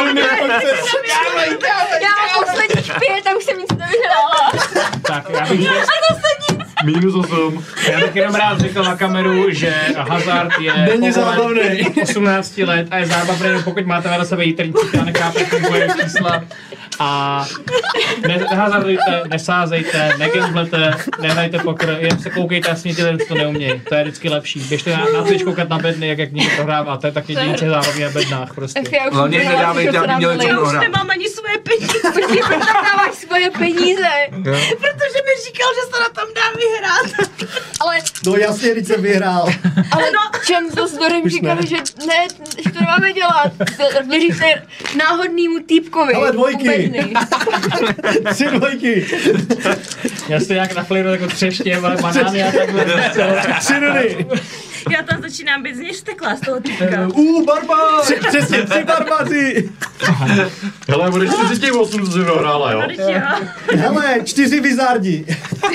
Já mám posledních pět a už jsem nic nevyhrála. Tak, já bych, Minus osm. já bych jenom rád řekl na kameru, že hazard je Není povolen zábavný. osmnáct let a je zábavný, pokud máte na sebe jitrníci, která nechápe, jak funguje čísla. A ne, nehazardujte, nesázejte, negamblete, nehrajte poker, jen se koukejte a smějte lidem, co to neumějí. To je vždycky lepší. Běžte na, na Twitch koukat na bedny, jak, jak někdo prohrává, to je taky jediný, co je zábavně na bednách prostě. Ach, já už Hlavně jsem vyhrála nedávejte, všechno, co aby nám měli dali. co Já už prohrát. nemám ani svoje peníze, Počkej, proč tam dáváš svoje peníze? protože mi říkal, že se na tom dá vyhrát. Ale, No jasně, když jsem vyhrál. ale čem to s Dorem Už říkali, ne. že ne, že to nemáme dělat. Věříte náhodnýmu týpkovi. Ale dvojky. Bedny. Tři dvojky. Já si nějak naflejnu jako třeště, ale banány a takhle. Tři nudy. Já tam začínám být z něj vzteklá z toho týpka. Uh, barbar. Tři, přesně, tři barbaři. Hele, budeš si těch osm, co jsi dohrála, jo? Vždyť jo. Hele, čtyři vizardi.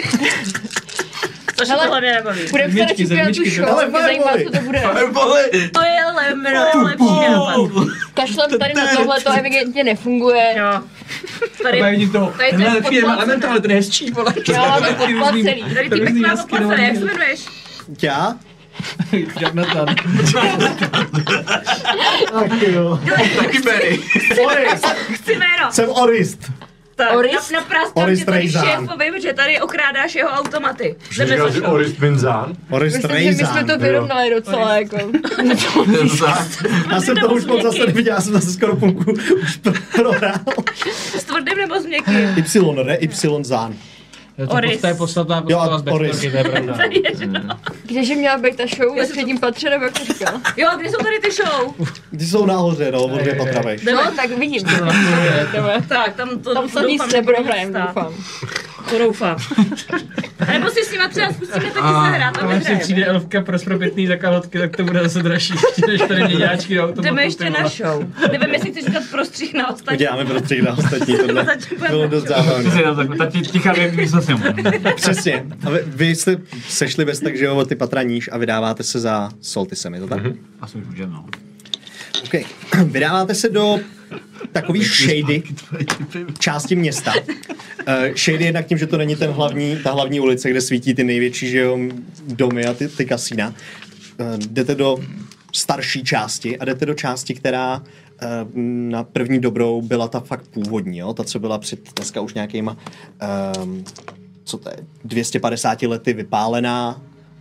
Což Hele, to hlavně nebaví. Budeme se radši podívat tu show, Ale mě zajímá, co to bude. To je lemro, lepší nápad. Kašlem tady na tohle to evidentně nefunguje. Jo. Tady, Tady vidím to. Tady to je Tenhle lepší je podplacený. elementál, ten je hezčí, vole. Já mám to podplacený. tady týpek má podplacené, jak se jmenuješ? Já? Jonathan. Tak jo. Taky Mary. Orist. Chci jméno. Jsem Orist. Tak, Orist? na, napraskám Orist tě tady Rejzán. šéfovi, že tady okrádáš jeho automaty. Jsi říkal, že Orist Binzán? Orist Myslím, že my jsme Rejzán. to vyrovnali docela jako. Já jsem to už moc zase neviděl, já jsem zase skoro půlku už pro- prohrál. S tvrdým nebo s měkkým? Y, ne? Y zán. To Oris. je podstatná postava z Oris. Backstory, to je pravda. Kdeže měla být ta show ve třetím patře, nebo jak to říkal? Jo, kde jsou tady ty show? Ty jsou nahoře, no, o dvě patra vejš. No, tak vidím. Jdeme. Tak, tam to Tam se nic doufám, že neprohrajem, bude stát. doufám. To doufám. A nebo si s nima třeba zkusíme taky zahrát a Ale když vyhrajeme. přijde elfka pro spropětný za kalhotky, tak to bude zase dražší, než tady měňáčky do automatu. Jdeme ještě ty na vole. show. Nevím, jestli chceš říkat prostřih na ostatní. Uděláme prostředí na ostatní, tohle Zatím budeme bylo na dost show. zábavné. Ty si to tak, tak ti- ticha místo si Přesně. A vy, vy jste sešli bez tak, že jo, o ty patra níž a vydáváte se za Soltisem, je to tak? Mm-hmm. Asi už můžeme, no. OK. Vydáváte se do takový shady části města. Uh, shady jednak tím, že to není ten hlavní, ta hlavní ulice, kde svítí ty největší, že jo, domy a ty, ty kasína. Uh, jdete do starší části a jdete do části, která uh, na první dobrou byla ta fakt původní, jo? Ta, co byla před dneska už nějakýma um, co to je, dvě stě padesát lety vypálená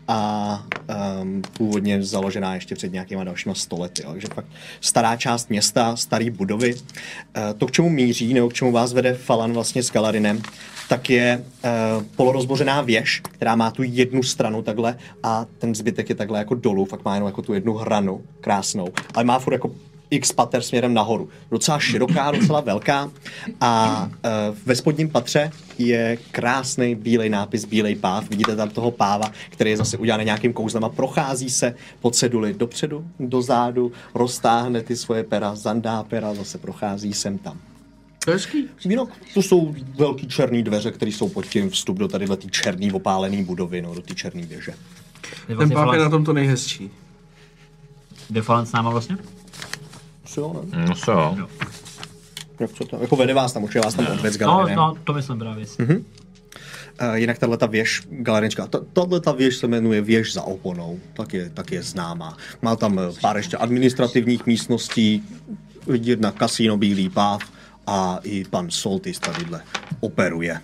a um, původně založená ještě před nějakýma dalšíma sto lety. Jo. Takže fakt stará část města, staré budovy. Uh, to, k čemu míří, nebo k čemu vás vede Falan vlastně s Kaladinem, tak je uh, polorozbořená věž, která má tu jednu stranu takhle a ten zbytek je takhle jako dolů, fakt má jenom jako tu jednu hranu krásnou, ale má furt jako x pater směrem nahoru. Docela široká, docela velká a uh, ve spodním patře je krásný bílej nápis, bílej páv. Vidíte tam toho páva, který je zase udělaný nějakým kouzlem a prochází se po ceduli dopředu, dozadu, roztáhne ty svoje pera, zandá pera, zase prochází sem tam. Hezký. Jinak to jsou velký černý dveře, které jsou pod tím vstup do tady té černý opálený budovy, no, do té černé věže. Ten páp je na tom to nejhezčí. Jde Falan s náma vlastně? Co jo, ne? No co jo. Jak co to? Jako vede vás tam, určitě vás tam odved s No, galeriem. no, to myslím právě. Uh, jinak tato věž, galerička, tato věž se jmenuje věž za oponou, tak je, tak je známá. Má tam eh, pár ještě administrativních místností, jedna kasíno Bílý páv a i pan Soltis tadyhle operuje.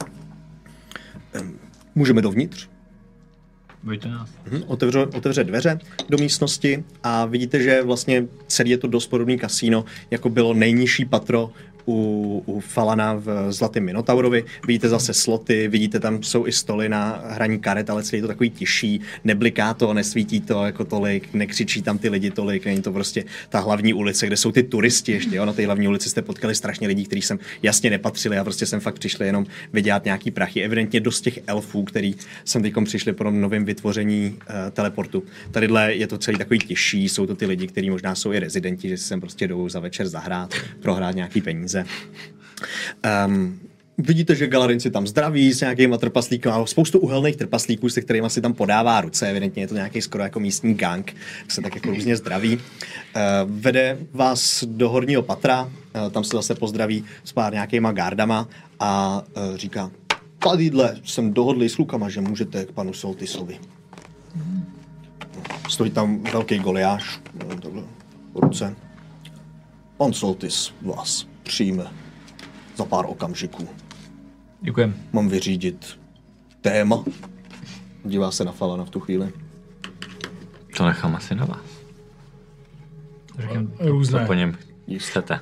Um, můžeme dovnitř? Bojte nás. Mhm, otevře, otevře dveře do místnosti a vidíte, že vlastně celý je to dost podobný kasíno, jako bylo nejnižší patro u, u Falana v Zlatém Minotaurovi. Vidíte zase sloty, vidíte, tam jsou i stoly na hraní karet, ale celý je to takový tiší, nebliká to, nesvítí to jako tolik, nekřičí tam ty lidi tolik, není to prostě ta hlavní ulice, kde jsou ty turisti ještě, jo? Na té hlavní ulici jste potkali strašně lidí, kteří sem jasně nepatřili a prostě sem fakt přišli jenom vydělat nějaký prachy. Evidentně dost těch elfů, který sem teďkom přišli po novém vytvoření uh, teleportu. Tadyhle je to celý takový tiší, jsou to ty lidi, kteří možná jsou i rezidenti, že si sem prostě jdou za večer zahrát, prohrát nějaký peníze. Um, vidíte, že Galarin si tam zdraví s nějakýma trpaslíky, má spoustu uhelných trpaslíků, se kterými si tam podává ruce, evidentně je to nějaký skoro jako místní gang, se tak jako různě zdraví. Uh, vede vás do horního patra, uh, tam se zase pozdraví s pár nějakýma gardama a uh, říká, tadyhle jsem dohodlý s klukama, že můžete k panu Soltisovi. Stojí tam velký Goliáš, takhle v ruce. Pan Soltis vás přijme za pár okamžiků. Děkujem. Mám vyřídit téma. Dívá se na Falana v tu chvíli. To nechám asi na vás. Řekněm, Různé. Co po něm chcete?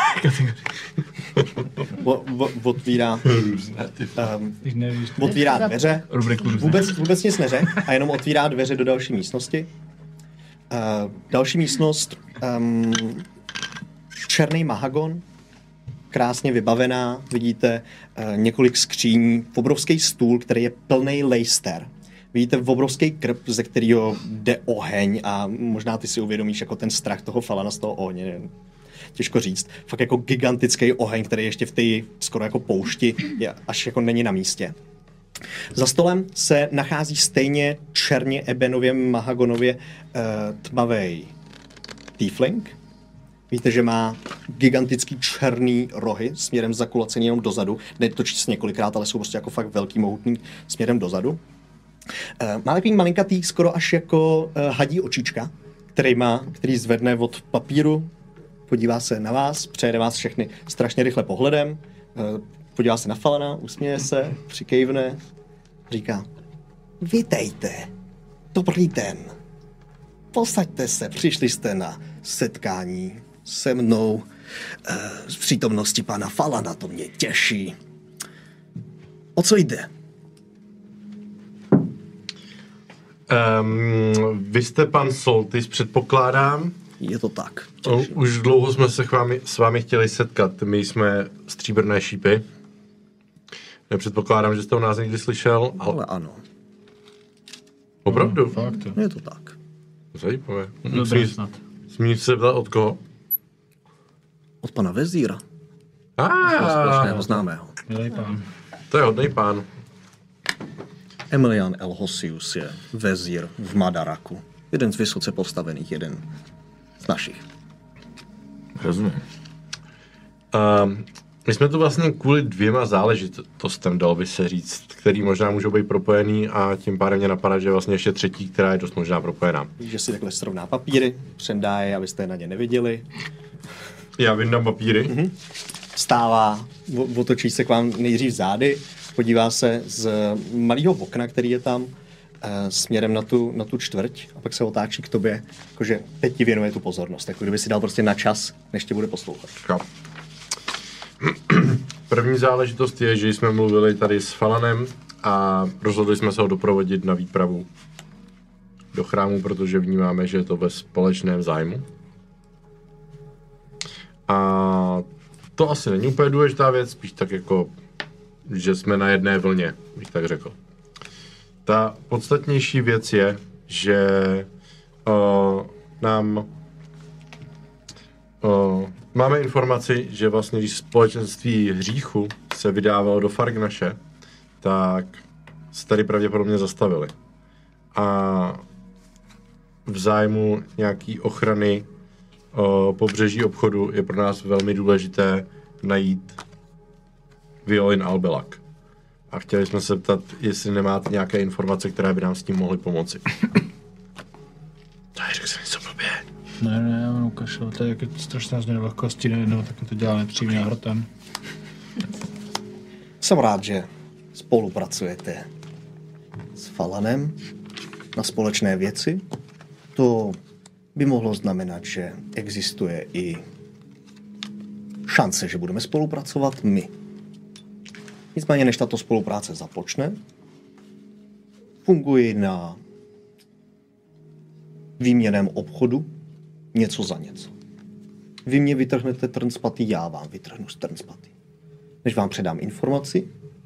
O, o, otvírá, um, otvírá dveře, vůbec, vůbec nic neřek a jenom otvírá dveře do další místnosti. Uh, další místnost, um, černý mahagon, krásně vybavená, vidíte uh, několik skříní, obrovský stůl, který je plný lejster. Vidíte obrovský krb, ze kterého jde oheň a možná ty si uvědomíš jako ten strach toho Falana z toho ohně. Těžko říct. Fakt jako gigantický oheň, který ještě v té skoro jako poušti je, až jako není na místě. Za stolem se nachází stejně černě ebenově, mahagonově uh, tmavej tiefling. Víte, že má gigantický černý rohy směrem zakulacený jenom dozadu. Netočí se několikrát, ale jsou prostě jako fakt velký, mohutný směrem dozadu. Uh, má takový malinkatý, skoro až jako uh, hadí očička, který má, který zvedne od papíru, podívá se na vás, přejede vás všechny strašně rychle pohledem, uh, podívá se na Falana, usměje se, přikejvne, říká: Vítejte, dobrý den, posaďte se, přišli jste na setkání se mnou, uh, z přítomnosti pana Falana, to mě těší. O co jde? Um, vy jste pan Soltis, předpokládám. Je to tak. O, už dlouho jsme se k vámi, s vámi chtěli setkat. My jsme Stříbrné šípy. Nepředpokládám, že jste o nás někdy slyšel. Ale, ale ano. Opravdu? No, fakt, jo. Je to tak. Zajímavé. Dobrý snad. Smím se ptát od koho? Od pana Vezíra. Ah, Společného známého. Milý pán. To je hodnej pán. Emilian Elhosius je vezír v Madaraku. Jeden z vysoce postavených, jeden z našich. Rozumím. Uh, my jsme tu vlastně kvůli dvěma záležitostem, dalo by se říct, který možná můžou být propojený a tím pádem mě napadá, že je vlastně ještě třetí, která je dost možná propojená. Že si takhle srovná papíry, přendá je, abyste je na ně neviděli. Já vyndám papíry. Mm-hmm. Vstává, otočí se k vám nejdřív zády, podívá se z malého okna, který je tam, e, směrem na tu, na tu čtvrť a pak se otáčí k tobě, jakože teď ti věnuje tu pozornost, jako kdyby si dal prostě na čas, než tě bude poslouchat. Chápu. První záležitost je, že jsme mluvili tady s Falanem a rozhodli jsme se ho doprovodit na výpravu do chrámu, protože vnímáme, že je to ve společném zájmu. A to asi není úplně důležitá věc, spíš tak jako, že jsme na jedné vlně, bych tak řekl. Ta podstatnější věc je, že uh, nám uh, máme informaci, že vlastně, když společenství hříchu se vydávalo do Fargnaše, tak se tady pravděpodobně zastavili. A v zájmu nějaký ochrany uh, pobřeží obchodu je pro nás velmi důležité najít Violin Albelak. A chtěli jsme se ptat, jestli nemáte nějaké informace, které by nám s tím mohly pomoci. Tady řekl jsem něco blbě. Ne, ne, já mám ukašel, to je jak je strašná změna lehkosti, nejednou, tak mi to dělá nepříjemný návrtem. Jsem rád, že spolupracujete s Falanem na společné věci. To by mohlo znamenat, že existuje i šance, že budeme spolupracovat my. Nicméně, než tato spolupráce započne, funguji na výměnném obchodu něco za něco. Vy mě vytrhnete trnspaty, já vám vytrhnu z trnspaty. Než vám předám informaci,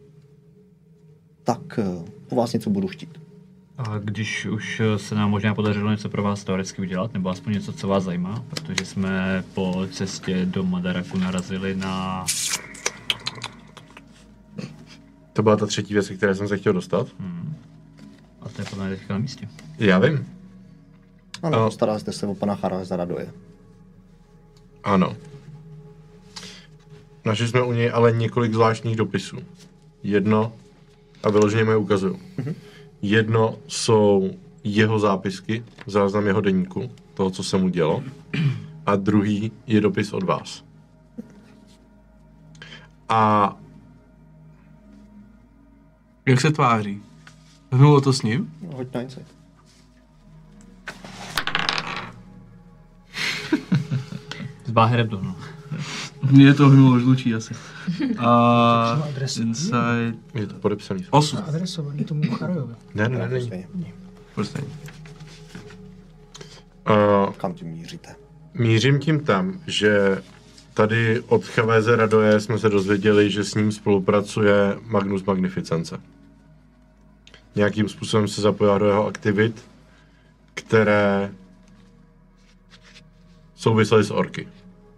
tak po vás něco budu chtít. A když už se nám možná podařilo něco pro vás teoreticky udělat, nebo aspoň něco, co vás zajímá, protože jsme po cestě do Madaraku narazili na... To byla ta třetí věc, které jsem se chtěl dostat. Hmm. A to je podle mě teďka na místě. Já vím. Ano, postarali jste se o pana Charlesa Radoje. Ano. Našli jsme u něj ale několik zvláštních dopisů. Jedno, a vyloženě mi je ukazuju. Mm-hmm. Jedno jsou jeho zápisky, záznam jeho deníku, toho, co se mu dělo. A druhý je dopis od vás. A... Jak se tváří? Hnulo to s ním? No, hoď na insight. S báherem to hnulo. Mně to hnulo žlučí asi. A inside... Je to podepsaný. Osm. Adresovaný tomu Charojovi. Ne, ne, ne, ne. Prostě. Uh, Kam tím míříte? mířím tím tam, že tady od Chavéze Radoje jsme se dozvěděli, že s ním spolupracuje Magnus Magnificence. Nějakým způsobem se zapojil do jeho aktivit, které souvisely s orky.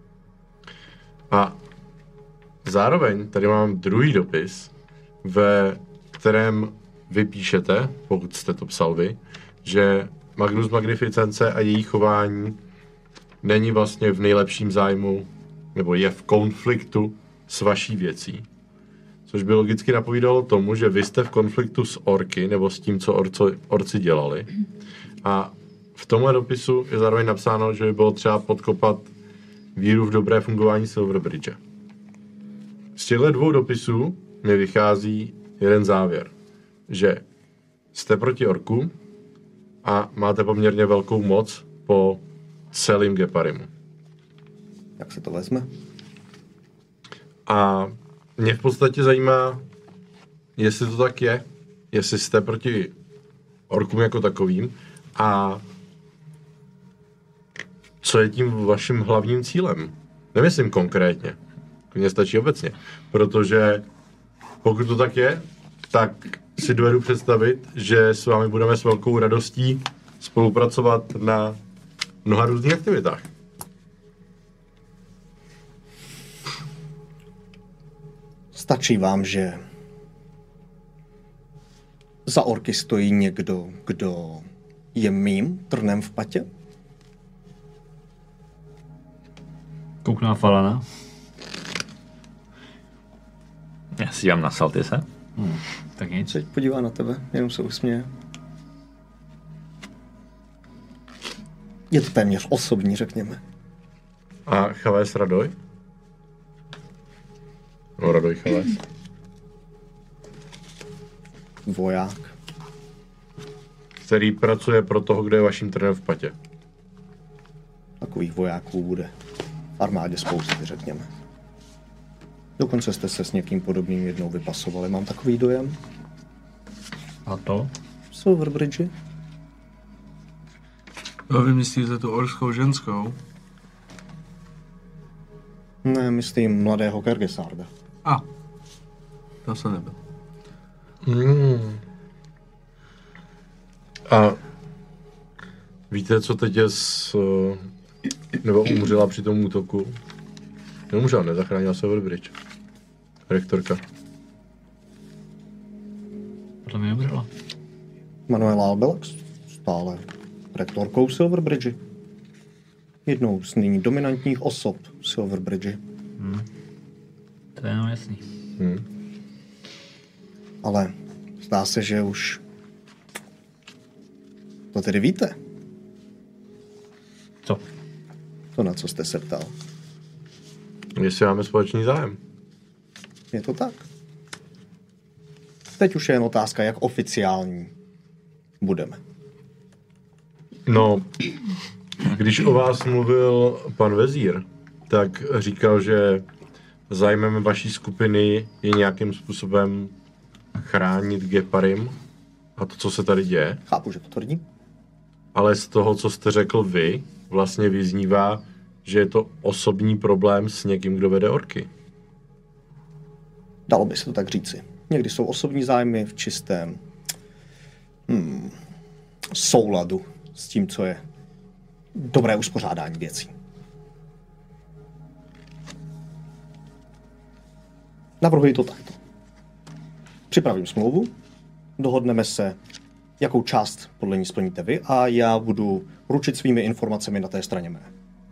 A zároveň tady mám druhý dopis, ve kterém vy píšete, pokud jste to psal vy, že Magnus Magnificence a její chování není vlastně v nejlepším zájmu, nebo je v konfliktu s vaší věcí. Což by logicky napovídalo tomu, že vy jste v konfliktu s orky, nebo s tím, co orco, orci dělali. A v tomhle dopisu je zároveň napsáno, že by bylo třeba podkopat víru v dobré fungování Silverbridge. Z těchto dvou dopisů mi vychází jeden závěr, že jste proti orku a máte poměrně velkou moc po celém Geparimu. Jak se to vezme? A mě v podstatě zajímá, jestli to tak je, jestli jste proti orkům jako takovým a co je tím vaším hlavním cílem. Nemyslím konkrétně, mně stačí obecně, protože pokud to tak je, tak si dovedu představit, že s vámi budeme s velkou radostí spolupracovat na mnoha různých aktivitách. Stačí vám, že za orky stojí někdo, kdo je mým trnem v patě? Kouknu na Falana. Já si dívám na Saltise. Hmm, tak nic. Se podívá na tebe, jenom se usměje. Je to téměř osobní, řekněme. A Chavés Radoj? No, Radoj Chavés. Voják. Který pracuje pro toho, kdo je vaším trnem v patě. Takových vojáků bude v armádě spousty, řekněme. Dokonce jste se s někým podobným jednou vypasovali, mám takový dojem. A to? Silverbridge? No, vy myslíte tu orskou ženskou? Ne, myslím mladého Kyrgyzsarda. A, to se nebyl. Hmm. A víte, co teď je s... nebo umřela při tom útoku? Neumřela, nezachránila Silverbridge. Rektorka. Podle mě umřela. Manuela Albelax, stále rektorkou Silverbridge. Jednou z nyní dominantních osob Silverbridge. Hmm. To je jenom jasný. Hmm. Ale zdá se, že už to tedy víte. Co? To, na co jste se ptal. Jestli máme společný zájem. Je to tak. Teď už je jen otázka, jak oficiální budeme. No, když o vás mluvil pan vezír, tak říkal, že zájmem vaší skupiny je nějakým způsobem chránit Geparim a to, co se tady děje. Chápu, že to tvrdí. Ale z toho, co jste řekl vy, vlastně vyznívá, že je to osobní problém s někým, kdo vede orky. Dalo by se to tak říci. Někdy jsou osobní zájmy v čistém hmm, souladu s tím, co je dobré uspořádání věcí. Navrhuji to takto. Připravím smlouvu, dohodneme se, jakou část podle ní splníte vy a já budu ručit svými informacemi na té straně mé.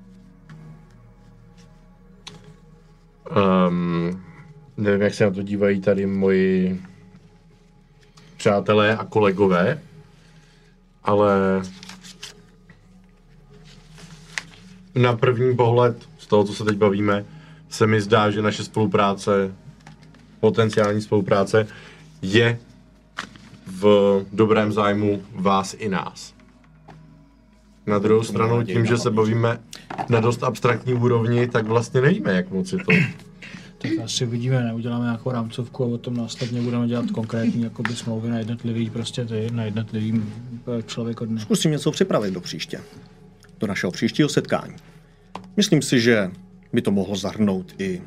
Um, nevím, jak se na to dívají tady moji přátelé a kolegové, ale na první pohled, z toho, co se teď bavíme, se mi zdá, že naše spolupráce, potenciální spolupráce, je v dobrém zájmu vás i nás. Na druhou stranu, tím, že se bavíme na dost abstraktní úrovni, tak vlastně nevíme, jak moc je to. Tak asi vidíme, neuděláme nějakou rámcovku a potom následně budeme dělat konkrétní jakoby smlouvy na jednotlivý prostě ty, na jednotlivý člověk od dne. Zkusím něco připravit do příště. Do našeho příštího setkání. Myslím si, že by to mohlo zahrnout i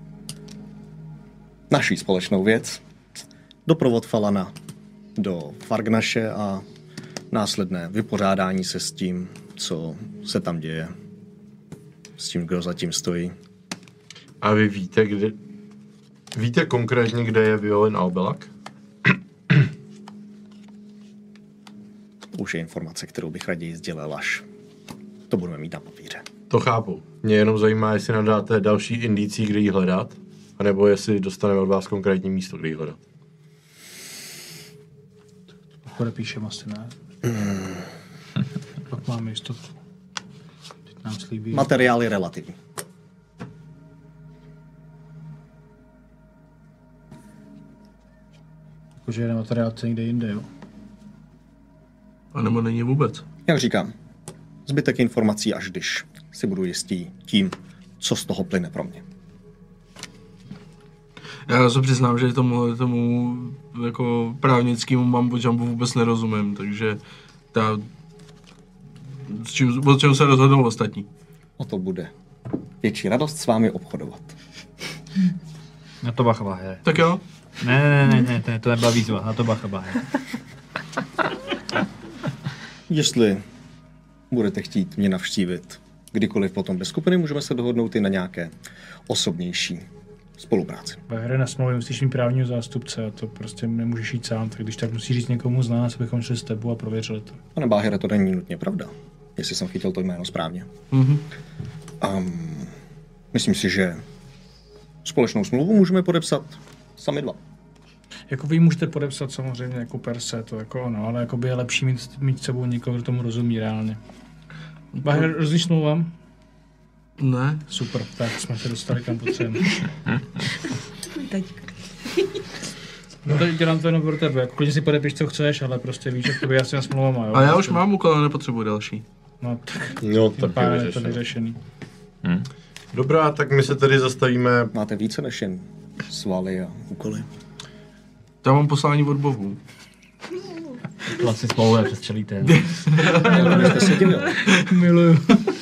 naší společnou věc. Doprovod Falana do Fargnaše a následné vypořádání se s tím, co se tam děje. S tím, kdo zatím stojí. A vy víte, kde... Víte konkrétně, kde je Violin Albelak? Už je informace, kterou bych raději sdělil, až to budeme mít na papíře. To chápu. Mě jenom zajímá, jestli nadáte další indicí, kde ji hledat, anebo jestli dostaneme od vás konkrétní místo, kde ji hledat. Podepíšem asi ne. Mm. Pak máme jistotu. Teď nám slíbí. Materiál je relativní. Jakože je materiál někde jinde, jo? A nebo není vůbec. Jak říkám, zbytek informací až když si budu jistý tím, co z toho plyne pro mě. Já se přiznám, že tomu, tomu jako právnickému mambo jumbu vůbec nerozumím, takže ta, s čím, o čem se rozhodnou ostatní. O to bude větší radost s vámi obchodovat. Na to bacha bahe. Tak jo. Ne, ne, ne, ne, ne, to nebyla výzva, na to bacha bahe. Jestli budete chtít mě navštívit kdykoliv potom bez skupiny, můžeme se dohodnout i na nějaké osobnější spolupráci. Ve hře na smlouvě musíš mít právního zástupce a to prostě nemůžeš jít sám, tak když tak musíš říct někomu z nás, abychom šli s tebou a prověřili to. Pane Báhere, to není nutně pravda, jestli jsem chytil to jméno správně. Mm-hmm. Um, myslím si, že společnou smlouvu můžeme podepsat sami dva. Jako vy můžete podepsat samozřejmě jako per se, to jako ono, ale jako by je lepší mít, mít s sebou někoho, kdo tomu rozumí reálně. Báher, rozumíš smlouvám? Ne. Super, tak jsme se dostali kam potřebujeme. No tak dělám to jenom pro tebe, jako klidně si podepiš, co chceš, ale prostě víš, jak to by jasně s smlouvama, jo. A já už mám úkol, ale nepotřebuji další. No tak, No, tím pádem je to vyřešený. Hmm. Dobrá, tak my se tedy zastavíme. Máte více než jen svaly a úkoly? Tam mám poslání od bohů. Vlastně smlouvě přes celý ten. Jste se divil. Miluju.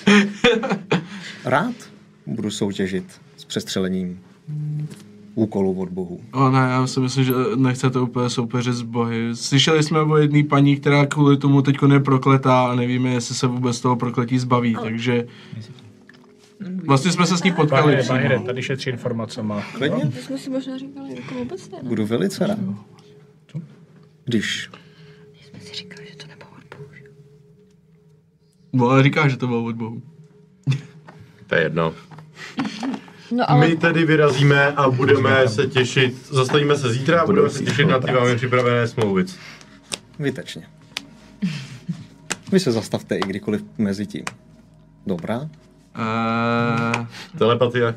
Rád budu soutěžit s přestřelením úkolů od bohů. O ne, já si myslím, že nechcete úplně soupeřit s bohy. Slyšeli jsme o jedné paní, která kvůli tomu teďko je prokletá a nevíme, jestli se vůbec toho prokletí zbaví, takže... Vlastně jsme se s ní potkali. Bahire, Bahire, tady šetří informacema. Klidně? To jsme si možná říkali jako vůbec ne. Budu velice rád. Když My jsme si říkali, že to nebylo od bohu, že? No ale říká, že to bylo od bohu. To je jedno. No ale... My tedy vyrazíme a budeme se těšit, zastavíme se zítra a budeme se těšit na ty vámi připravené smlouvy. Vytečně. Vy se zastavte i kdykoliv mezi tím. Dobrá? Uh... Telepatie.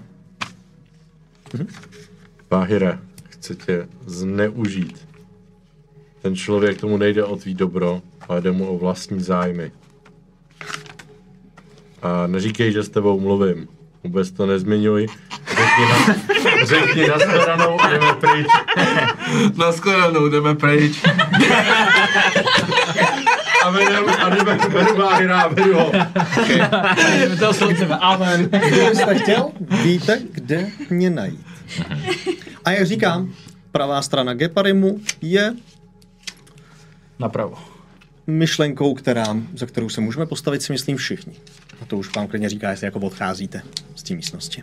Báhire, chci tě zneužít. Ten člověk, tomu nejde o tvý dobro, ale jde mu o vlastní zájmy. A neříkej, že s tebou mluvím. Vůbec to nezmiňuj. Řekni na, řekni na shledanou a jdeme pryč. Na shledanou jdeme pryč. A jdeme, a jdeme, beru Máhira a beru ho. To slunce, amen. Kdyby jste chtěl, víte, kde mě najít. A jak říkám, pravá strana Geparimu je napravo. myšlenkou, která, za kterou se můžeme postavit, si myslím všichni. A to už vám klidně říká, jestli jako odcházíte z té místnosti.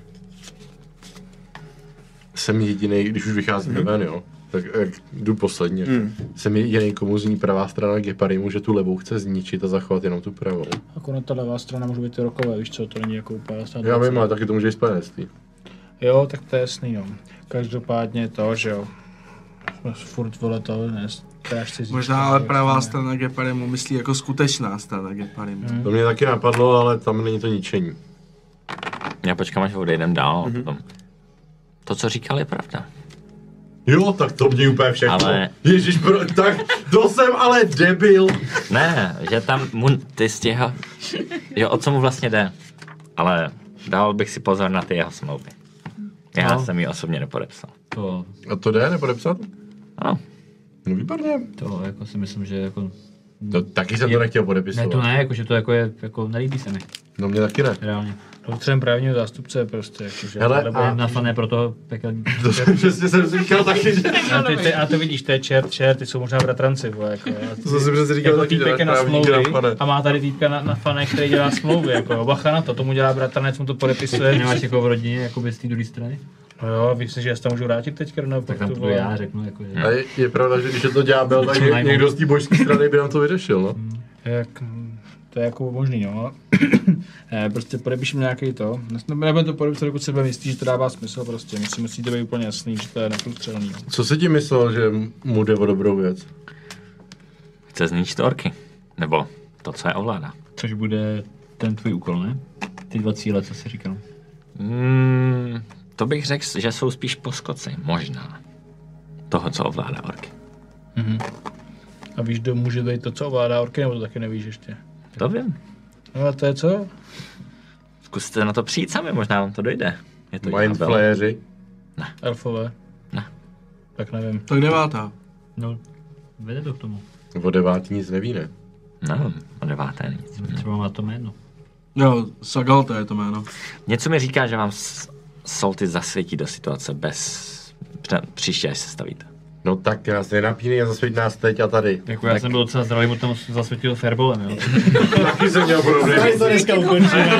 Jsem jediný, když už vycházíme mm-hmm. ven, jo, tak jak jdu posledně. Mm. Jsem jediný, komu zní pravá strana Geparimu, že tu levou chce zničit a zachovat jenom tu pravou. Akorát ta levá strana může být ty rokové, víš co, to není jako úplně jasná. Já vím, ale taky to může jít spojenectví. Jo, tak to je jasný, jo. Každopádně to, že jo. Furt vole to, ne, možná ale pravá strana Geparimu myslí jako skutečná strana Geparimu. Hmm. To mě taky napadlo, ale tam není to ničení. Já počkám, až odejdem dál. Mm-hmm. Potom. To, co říkal, je pravda. Jo, tak to mě úplně všechno. Ale... Ježíš, pro, tak to jsem ale debil. Ne, že tam mu, ty z těho, že o co mu vlastně jde. Ale dal bych si pozor na ty jeho smlouvy. Já no. jsem ji osobně nepodepsal. To... A to jde nepodepsat? Ano. No výborně. To jako si myslím, že jako... To, taky jsem je... to nechtěl podepisovat. Ne, to ne, jako, že to jako je, jako nelíbí se mi. No mě taky ne. Reálně. Potřebujeme právního zástupce prostě, jakože. Hele, a... nafané pro toho pekelní. To jsem přesně jsem si říkal taky, že... A, ty, ty, a to vidíš, to je čert, čert, ty jsou možná bratranci, bo, jako. To jsem si přesně říkal jako taky, že na smlouvy a má tady týpka na, na fané, který dělá smlouvy, jako bacha na to, tomu dělá bratranec, mu to podepisuje. Ty nemáš jako v rodině, jako bez té druhé strany? No jo, víš si, že já se tam můžu vrátit teďka na tak tam to já řeknu, jako že... A je, je pravda, že když je to ďábel, tak ně, někdo z té božské strany by nám to vyřešil, no? Hmm. Jak, to je jako možný, no. ne, prostě podepíšem nějaký to. Nebudeme to podepisat, dokud se budeme jistý, že to dává smysl prostě. Musí, musí to být úplně jasný, že to je neprůstřelný. No. Co se ti myslel, že mu jde o dobrou věc? Chce zničit orky. Nebo to, co je ovládá. Což bude ten tvůj úkol, ne? Ty dva cíle, co jsi říkal. Mm, to bych řekl, že jsou spíš poskoci, možná. Toho, co ovládá orky. Mhm. A víš, kdo může být to, co ovládá orky, nebo to taky nevíš ještě? To vím. No a to je co? Zkuste na to přijít sami, možná vám to dojde. Je to Mindflayeři? Ne. Elfové? Ne. Tak nevím. Tak devátá. No, vede to k tomu. O devátý nic neví, ne? No, o deváté nic. No, třeba má to jméno. Jo, Sagalta je to jméno. Něco mi říká, že vám Salty zasvětí do situace bez... Příště, až se stavíte. No tak nás nenapínej a zasvěť nás teď a tady. Jako já tak... jsem byl docela zdravý, mu tam zasvětil fairbolem, jo. Taky jsem měl podobný. To dneska ukončíme.